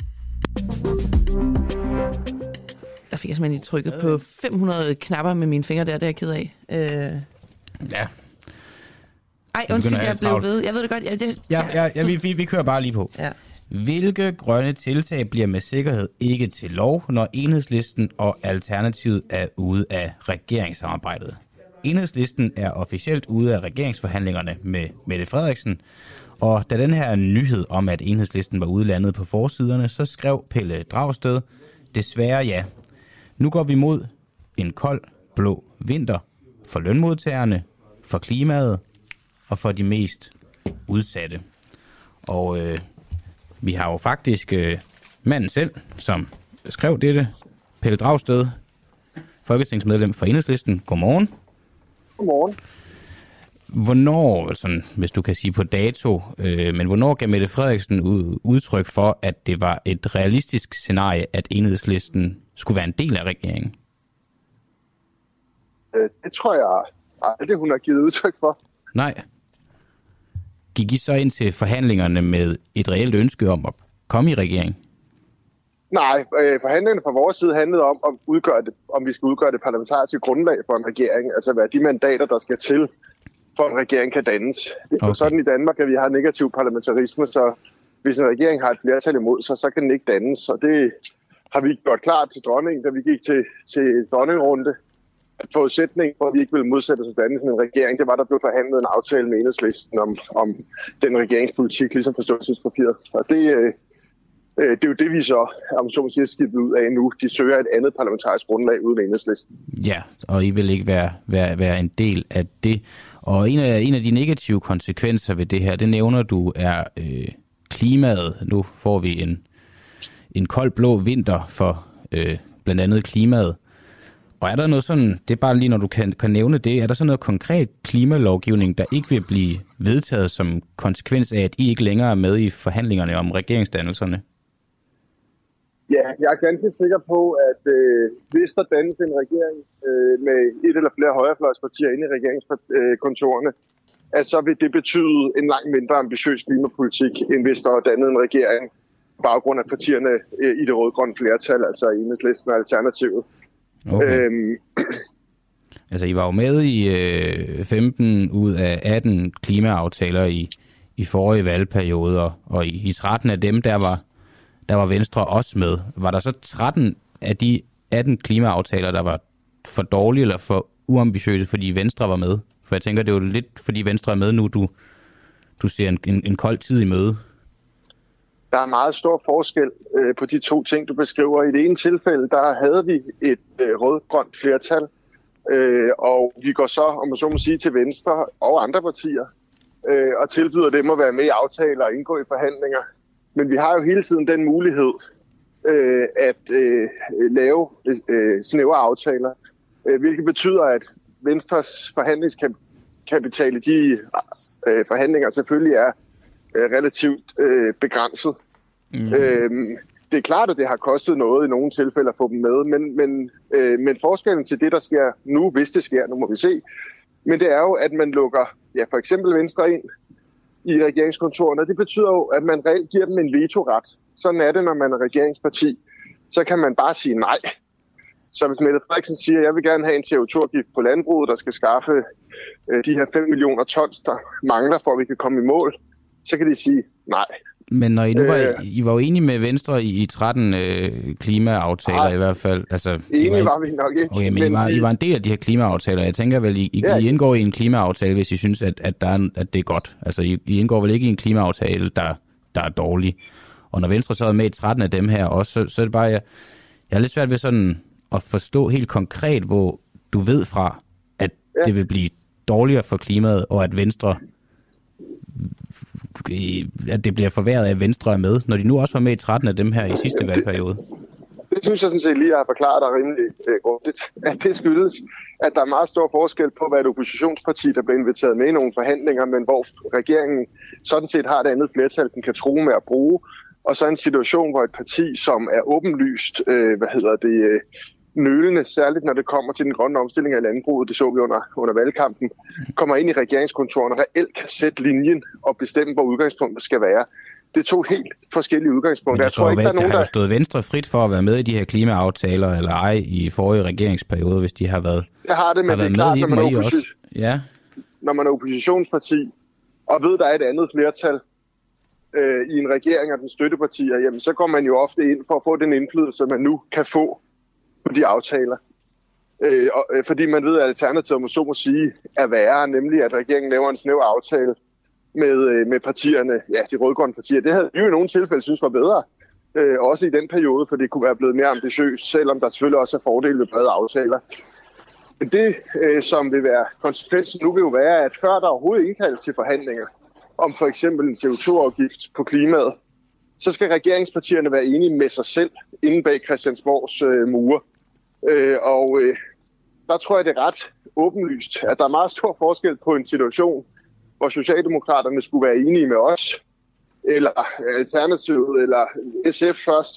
Der fik jeg simpelthen lige trykket på fem hundrede knapper med mine fingre der, det er jeg ked af. Øh... Ja. Ej, undskyld, jeg blev ved. Jeg ved det godt. Ja, det, ja, ja, ja vi, vi, vi kører bare lige på. Ja. Hvilke grønne tiltag bliver med sikkerhed ikke til lov, når Enhedslisten og Alternativet er ude af regeringssamarbejdet? Enhedslisten er officielt ude af regeringsforhandlingerne med Mette Frederiksen, og da den her nyhed om, at Enhedslisten var udlandet på forsiderne, så skrev Pelle Dragsted, desværre ja. Nu går vi mod en kold, blå vinter for lønmodtagerne, for klimaet og for de mest udsatte. Og øh, vi har jo faktisk øh, manden selv, som skrev dette, Pelle Dragsted, folketingsmedlem for Enhedslisten. Godmorgen. Godmorgen. Hvornår, sådan, hvis du kan sige på dato, øh, men hvornår gav Mette Frederiksen udtryk for, at det var et realistisk scenarie, at Enhedslisten skulle være en del af regeringen? Øh, det tror jeg aldrig, hun har givet udtryk for. Nej. Gik I så ind til forhandlingerne med et reelt ønske om at komme i regering? Nej, øh, forhandlingerne fra vores side handlede om, om, udgøre det, om vi skal udgøre det parlamentariske grundlag for en regering. Altså hvad de mandater, der skal til, for en regering kan dannes. Det er okay. Sådan i Danmark, at vi har negativ parlamentarisme, så hvis en regering har et flertal imod sig, så kan den ikke dannes. Og det har vi gjort klart til dronningen, da vi gik til, til dronningrunde. Forudsætning for, at vi ikke ville modsætte os danne sådan en regering, det var, der blev forhandlet en aftale med Enhedslisten om, om den regeringspolitik, ligesom forståelsespapiret. Og det, øh, det er jo det, vi så, om så må sige, skibet ud af nu. De søger et andet parlamentarisk grundlag uden Enhedslisten. Ja, og I vil ikke være, være, være en del af det. Og en af, en af de negative konsekvenser ved det her, det nævner du, er øh, klimaet. Nu får vi en, en kold blå vinter for øh, blandt andet klimaet. Og er der noget sådan, det er bare lige når du kan, kan nævne det, er der sådan noget konkret klimalovgivning, der ikke vil blive vedtaget som konsekvens af, at I ikke længere er med i forhandlingerne om regeringsdannelserne? Ja, jeg er ganske sikker på, at øh, hvis der dannes en regering øh, med et eller flere højrefløjspartier inde i regeringskontorerne, at så vil det betyde en langt mindre ambitiøs klimapolitik, end hvis der var dannet en regering på baggrund af partierne i det rød-grønne flertal, altså Enhedslisten og Alternativet. Okay. Øhm, altså, I var jo med i øh, femten ud af atten klimaaftaler i, i forrige valgperiode, og i, i tretten af dem, der var, der var Venstre også med. Var der så tretten af de atten klimaaftaler, der var for dårlige eller for uambitiøse, fordi Venstre var med? For jeg tænker, det er jo lidt, fordi Venstre er med nu, du, du ser en, en, en kold tid i møde. Der er meget stor forskel øh, på de to ting, du beskriver. I det ene tilfælde, der havde vi et øh, rød-grønt flertal, øh, og vi går så, om man så må sige, til Venstre og andre partier, øh, og tilbyder dem at være med i aftaler og indgå i forhandlinger. Men vi har jo hele tiden den mulighed øh, at øh, lave øh, snævre aftaler, øh, hvilket betyder, at Venstres forhandlingskapital i de øh, forhandlinger selvfølgelig er øh, relativt øh, begrænset. Mm. Øhm, det er klart, at det har kostet noget i nogle tilfælde at få dem med, men, men, øh, men forskellen til det, der sker nu, hvis det sker, nu må vi se, men det er jo, at man lukker ja, for eksempel Venstre ind i regeringskontorerne, og det betyder jo, at man reelt giver dem en vetoret. Sådan er det, når man er regeringsparti. Så kan man bare sige nej. Så hvis Mette Frederiksen siger, at jeg vil gerne have en C O to afgift på landbruget, der skal skaffe øh, de her fem millioner tons, der mangler, for at vi kan komme i mål, så kan de sige nej. Men når I nu var, øh, I var jo enige med Venstre i, i tretten øh, klimaaftaler ej, i hvert fald. Altså, enige var, I, var vi nok ikke. Okay, men, men I, var, I var en del af de her klimaaftaler. Jeg tænker vel, I, I, ja. I indgår i en klimaaftale, hvis I synes, at, at, der er, at det er godt. Altså, I, I indgår vel ikke i en klimaaftale, der, der er dårlig. Og når Venstre så er med i tretten af dem her også, så, så er det bare, jeg, jeg er lidt svært ved sådan at forstå helt konkret, hvor du ved fra, at ja. det vil blive dårligere for klimaet, og at Venstre, at det bliver forværret af, at Venstre er med, når de nu også var med i tretten af dem her i sidste valgperiode. Det synes jeg sådan set lige har forklaret dig rimelig øh, grundigt, at det skyldes, at der er meget stor forskel på, hvad et oppositionsparti, der bliver inviteret med i nogle forhandlinger, men hvor regeringen sådan set har et andet flertal, den kan true med at bruge, og så en situation, hvor et parti, som er åbenlyst, øh, hvad hedder det, øh, nølende, særligt når det kommer til den grønne omstilling af landbruget, det så vi under, under valgkampen, kommer ind i regeringskontorerne og reelt kan sætte linjen og bestemme, hvor udgangspunktet skal være. Det er to helt forskellige udgangspunkter. Jeg tror ikke, der er nogen, der har jo stået Venstre frit for at være med i de her klimaaftaler, eller ej, i forrige regeringsperiode, hvis de har været, jeg har det, men har det er klart, når man er, opposi- ja. når man er oppositionsparti, og ved, der er et andet flertal øh, i en regering og den støttepartier, jamen, så går man jo ofte ind for at få den indflydelse, man nu kan få på de aftaler. Øh, og, øh, fordi man ved, at alternativet, må så må sige, er værre, nemlig at regeringen laver en snæver aftale med, øh, med partierne, ja, de rødgrønne partier. Det havde vi jo i nogle tilfælde synes var bedre, øh, også i den periode, for det kunne være blevet mere ambitiøst, selvom der selvfølgelig også er fordele ved brede aftaler. Men det, øh, som vil være konsekvensen nu, vil jo være, at før der overhovedet indkaldes til forhandlinger om for eksempel en C O to afgift på klimaet, så skal regeringspartierne være enige med sig selv inde bag Christiansborgs øh, mure. Øh, og øh, der tror jeg, det er ret åbenlyst, at der er meget stor forskel på en situation, hvor Socialdemokraterne skulle være enige med os, eller Alternativet, eller S F først,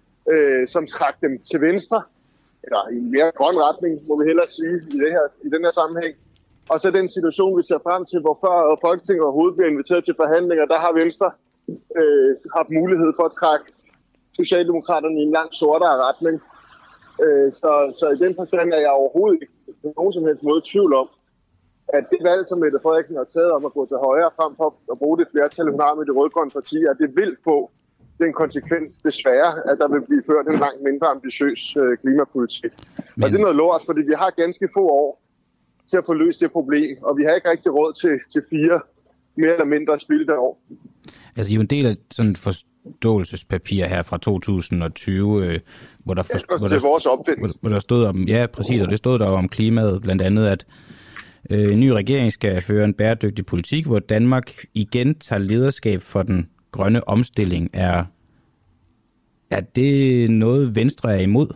øh, som trak dem til venstre, eller i en mere grøn retning, må vi hellere sige, i, det her, i den her sammenhæng. Og så den situation, vi ser frem til, hvor før Folketinget overhovedet bliver inviteret til forhandlinger, der har Venstre øh, haft mulighed for at trække Socialdemokraterne i en langt sortere retning. Øh, så, så i den forstand er jeg overhovedet ikke på nogen som helst måde i tvivl om, at det valg, som Mette Frederiksen har taget om at gå til højre, frem for at bruge det flertal, hun har med de rødgrønne partier, at det vil få den konsekvens, desværre, at der vil blive ført en langt mindre ambitiøs øh, klimapolitik. Men... Og det er noget lort, fordi vi har ganske få år til at få løst det problem, og vi har ikke rigtig råd til, til fire mere eller mindre spildte år. Altså, I er jo en del af sådan et forståelsespapir her fra to tusind og tyve, øh, hvor, der for, ja, hvor, der, vores hvor, hvor der stod om, ja præcis, og det stod der om klimaet, blandt andet, at øh, en ny regering skal føre en bæredygtig politik, hvor Danmark igen tager lederskab for den grønne omstilling. Er, er det noget, Venstre er imod?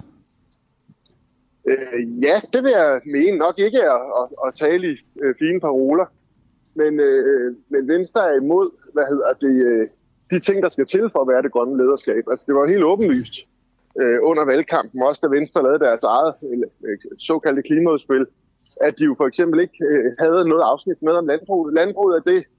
Øh, ja, det vil jeg mene. Nok ikke at, at, at tale i øh, fine paroler. Men, øh, men Venstre er imod, hvad hedder det, øh, de ting, der skal til for at være det grønne lederskab. Altså, det var helt åbenlyst øh, under valgkampen, også da Venstre lavede deres eget øh, såkaldte klimaudspil, at de jo for eksempel ikke øh, havde noget afsnit med om landbruget. Landbruget er det,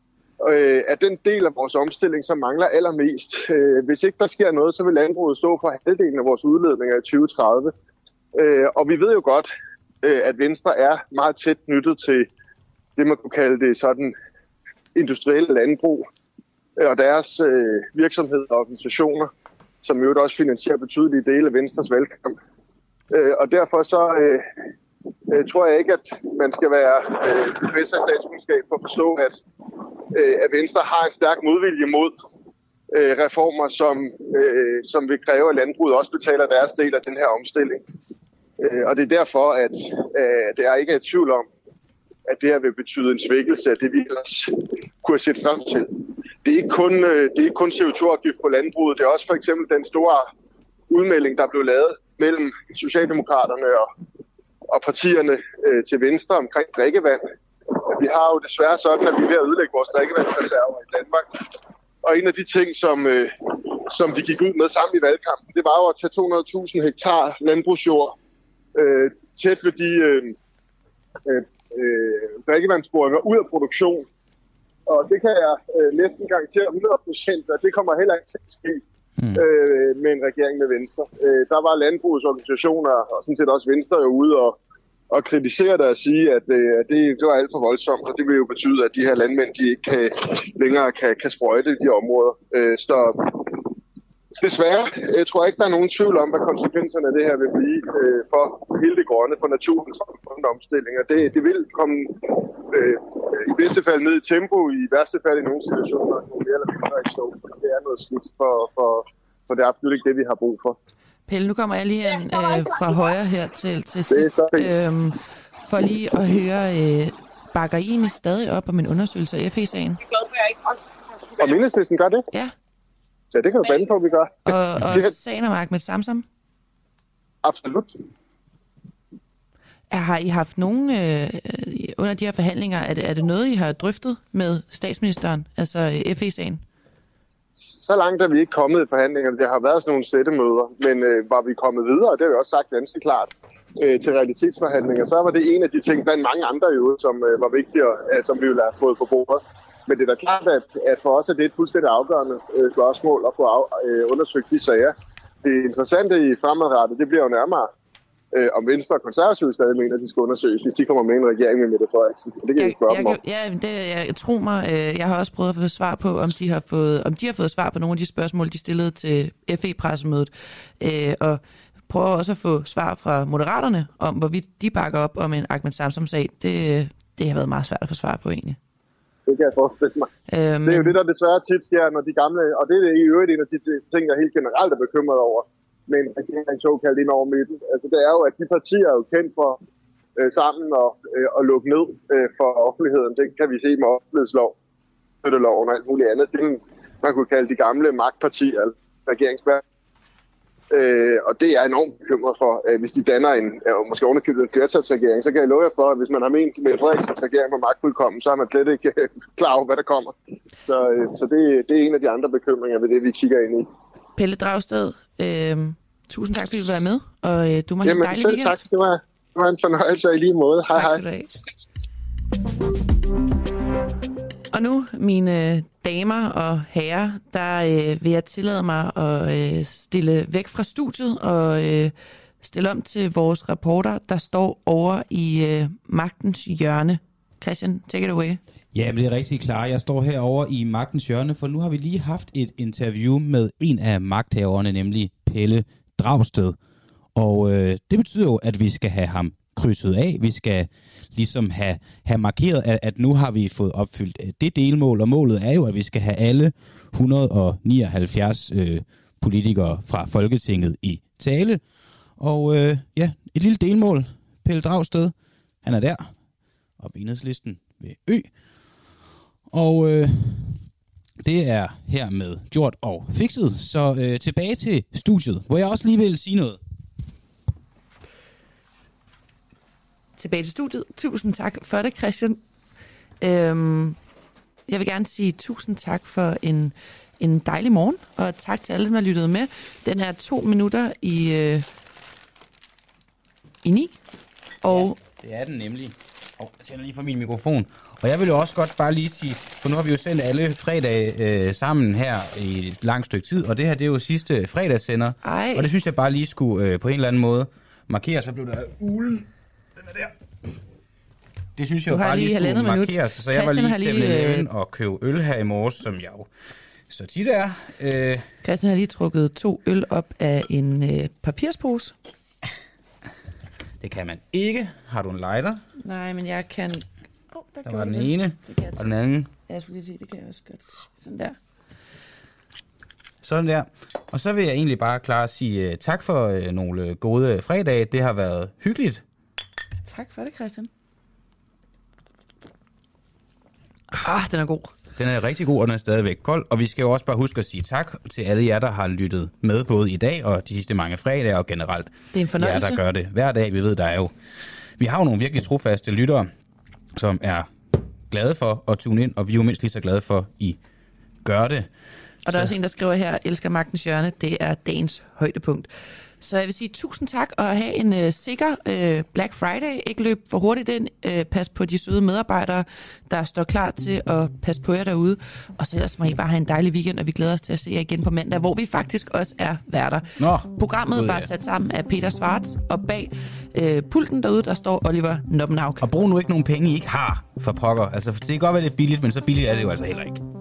øh, er den del af vores omstilling, som mangler allermest. Øh, hvis ikke der sker noget, så vil landbruget stå for halvdelen af vores udledninger i tyve tredive. Øh, og vi ved jo godt, øh, at Venstre er meget tæt knyttet til det, man kunne kalde det sådan industrielle landbrug og deres øh, virksomheder og organisationer, som jo også finansierer betydelige dele af Venstres valgkamp. Øh, og derfor så øh, øh, tror jeg ikke, at man skal være øh, professor i statskundskab for at forstå, at, øh, at Venstre har en stærk modvilje mod øh, reformer, som, øh, som vil kræve, at landbruget også betaler deres del af den her omstilling. Øh, og det er derfor, at øh, det er ikke er i tvivl om, at det her vil betyde en svækkelse af det, vi ellers kunne have set frem til. Det er ikke kun, det er ikke kun C O to afgift på landbruget, det er også for eksempel den store udmelding, der blev lavet mellem Socialdemokraterne og, og partierne øh, til venstre omkring drikkevand. Vi har jo desværre sådan, at vi er ved at ødelægge vores drikkevandsreserver i Danmark. Og en af de ting, som, øh, som vi gik ud med sammen i valgkampen, det var jo at tage to hundrede tusind hektar landbrugsjord øh, tæt ved de øh, øh, øh, drikkevandsboringer ud af produktion. Og det kan jeg øh, næsten garantere hundrede procent, at det kommer heller ikke til at ske mm. øh, med en regering med Venstre. Øh, der var landbrugets organisationer, og sådan set også Venstre, jo ude og, og kritisere det og sige, at øh, det, det var alt for voldsomt, og det vil jo betyde, at de her landmænd de ikke kan, længere kan, kan sprøjte i de områder. Øh, så desværre, jeg tror ikke, der er nogen tvivl om, hvad konsekvenserne af det her vil blive øh, for hele det grønne, for naturen, for den omstilling. Og det, det vil komme øh, i bedste fald ned i tempo, i værste fald i nogle situationer, nogle mere eller mindre i stå. Det er noget skidt, for, for, for det er absolut ikke det, vi har brug for. Pelle, nu kommer jeg lige en, øh, fra højre her til, til sidst. Øhm, for lige at høre, øh, bakker I egentlig stadig op om en undersøgelse af F E-sagen? Og Enhedslisten gør det? Ja. Så det kan jo bande på, at vi gør. Og, og det... sagen om Ahmed Samsam? Absolut. Har I haft nogen, øh, under de her forhandlinger, er det, er det noget, I har drøftet med statsministeren, altså F E-sagen? Så langt er vi ikke kommet i forhandlingerne. Der har været sådan nogle sættemøder, men øh, var vi kommet videre, det har vi også sagt ganske klart, øh, til realitetsforhandlinger, så var det en af de ting, blandt mange andre jo, som øh, var vigtigere, øh, som vi ville have fået på bordet. Men det er da klart, at, at for os er det et fuldstændig afgørende øh, spørgsmål at få af, øh, undersøgt de sager. Det interessante i fremadrettet, det bliver jo nærmere, øh, om Venstre og Konservative stadig mener, at de skal undersøges, hvis de kommer med en regering med Mette Frederiksen. Det kan jeg ikke spørge dem om. Ja, det, jeg tror mig, øh, jeg har også prøvet at få svar på, om de har fået, om de har fået svar på nogle af de spørgsmål, de stillede til F E-pressemødet. Øh, og prøver også at få svar fra Moderaterne om, hvorvidt de bakker op om en Ahmed Samsam-sag. Det, det har været meget svært at få svar på egentlig. Det kan jeg forestille mig. Øhm, det er jo det, der desværre tit sker, når de gamle, og det er i øvrigt en af de ting, jeg helt generelt er bekymret over, men regeringen såkaldt ind over midten. Altså det er jo, at de partier er jo kendt for øh, sammen og, øh, og lukke ned øh, for offentligheden. Det kan vi se med offentlighedslov, støtteloven og alt muligt andet. Det man kunne kalde de gamle magtpartier, regeringsbær. Øh, og det er jeg enormt bekymret for. Øh, hvis de danner en, øh, måske underkøbet en flertalsregering, så kan jeg love jer for, at hvis man har ment med Frederiksens regering på magtfuldkommen, så er man slet ikke øh, klar over, hvad der kommer. Så, øh, så det, det er en af de andre bekymringer ved det, vi kigger ind i. Pelle Dragsted, øh, tusind tak, fordi du var med, og øh, du må have en dejlig weekend. Tak, det var, det var en fornøjelse i lige måde. Hej, hej. Og nu, mine damer og herrer, der øh, vil jeg tillade mig at øh, stille væk fra studiet og øh, stille om til vores reporter, der står over i øh, magtens hjørne. Christian, take it away. Ja, men det er rigtig klart. Jeg står herovre i magtens hjørne, for nu har vi lige haft et interview med en af magthaverne, nemlig Pelle Dragsted. Og øh, det betyder jo, at vi skal have ham krydset af. Vi skal ligesom have, have markeret, at, at nu har vi fået opfyldt det delmål, og målet er jo, at vi skal have alle et hundrede og nioghalvfjerds øh, politikere fra Folketinget i tale. Og øh, ja, et lille delmål. Pelle Dragsted, han er der, oppe i Enhedslisten ved Ø. Og øh, det er hermed gjort og fikset. Så øh, tilbage til studiet, hvor jeg også lige vil sige noget. Tilbage til studiet. Tusind tak for det, Christian. Øhm, jeg vil gerne sige tusind tak for en, en dejlig morgen, og tak til alle, som har lyttet med. Den her to minutter i, øh, i ni. Og Det er den nemlig. Og jeg tænder lige for min mikrofon. Og jeg vil jo også godt bare lige sige, for nu har vi jo sendt alle fredage øh, sammen her i et langt stykke tid, og det her, det er jo sidste fredagssender. Ej. Og det synes jeg bare lige skulle øh, på en eller anden måde markere, så blev der ulen. Den er der. Det synes jeg jo bare lige skulle markeres. Så jeg var lige i seven eleven øh... og købe øl her i morges, som jeg jo så tit er. Øh... Christian har lige trukket to øl op af en øh, papirspose. Det kan man ikke. Har du en lighter? Nej, men jeg kan... Oh, der, der var den ene, og den anden. Ja, jeg skulle lige sige, det kan jeg også godt. Sådan der. Sådan der. Og så vil jeg egentlig bare klare at sige uh, tak for uh, nogle gode fredage. Det har været hyggeligt. Tak for det, Christian. Ah, den er god. Den er rigtig god, og den er stadigvæk kold. Og vi skal jo også bare huske at sige tak til alle jer, der har lyttet med både i dag og de sidste mange fredage og generelt. Det er en fornøjelse. Jer, der gør det hver dag. Vi ved, der er jo... Vi har jo nogle virkelig trofaste lyttere, som er glade for at tune ind, og vi er jo mindst lige så glade for, at I gør det. Og der er også en, der skriver her, elsker magtens hjørne, det er dagens højdepunkt. Så jeg vil sige tusind tak, og have en øh, sikker øh, Black Friday. Ikke løb for hurtigt ind. Øh, pas på de søde medarbejdere, der står klar til at passe på jer derude. Og så ellers må I bare have en dejlig weekend, og vi glæder os til at se jer igen på mandag, hvor vi faktisk også er værter. Nå, Programmet er bare sat sammen af Peter Schwartz, og bag øh, pulten derude, der står Oliver Noppenhaug. Og brug nu ikke nogen penge, I ikke har for pokker. Altså, det kan godt være lidt billigt, men så billigt er det jo altså heller ikke.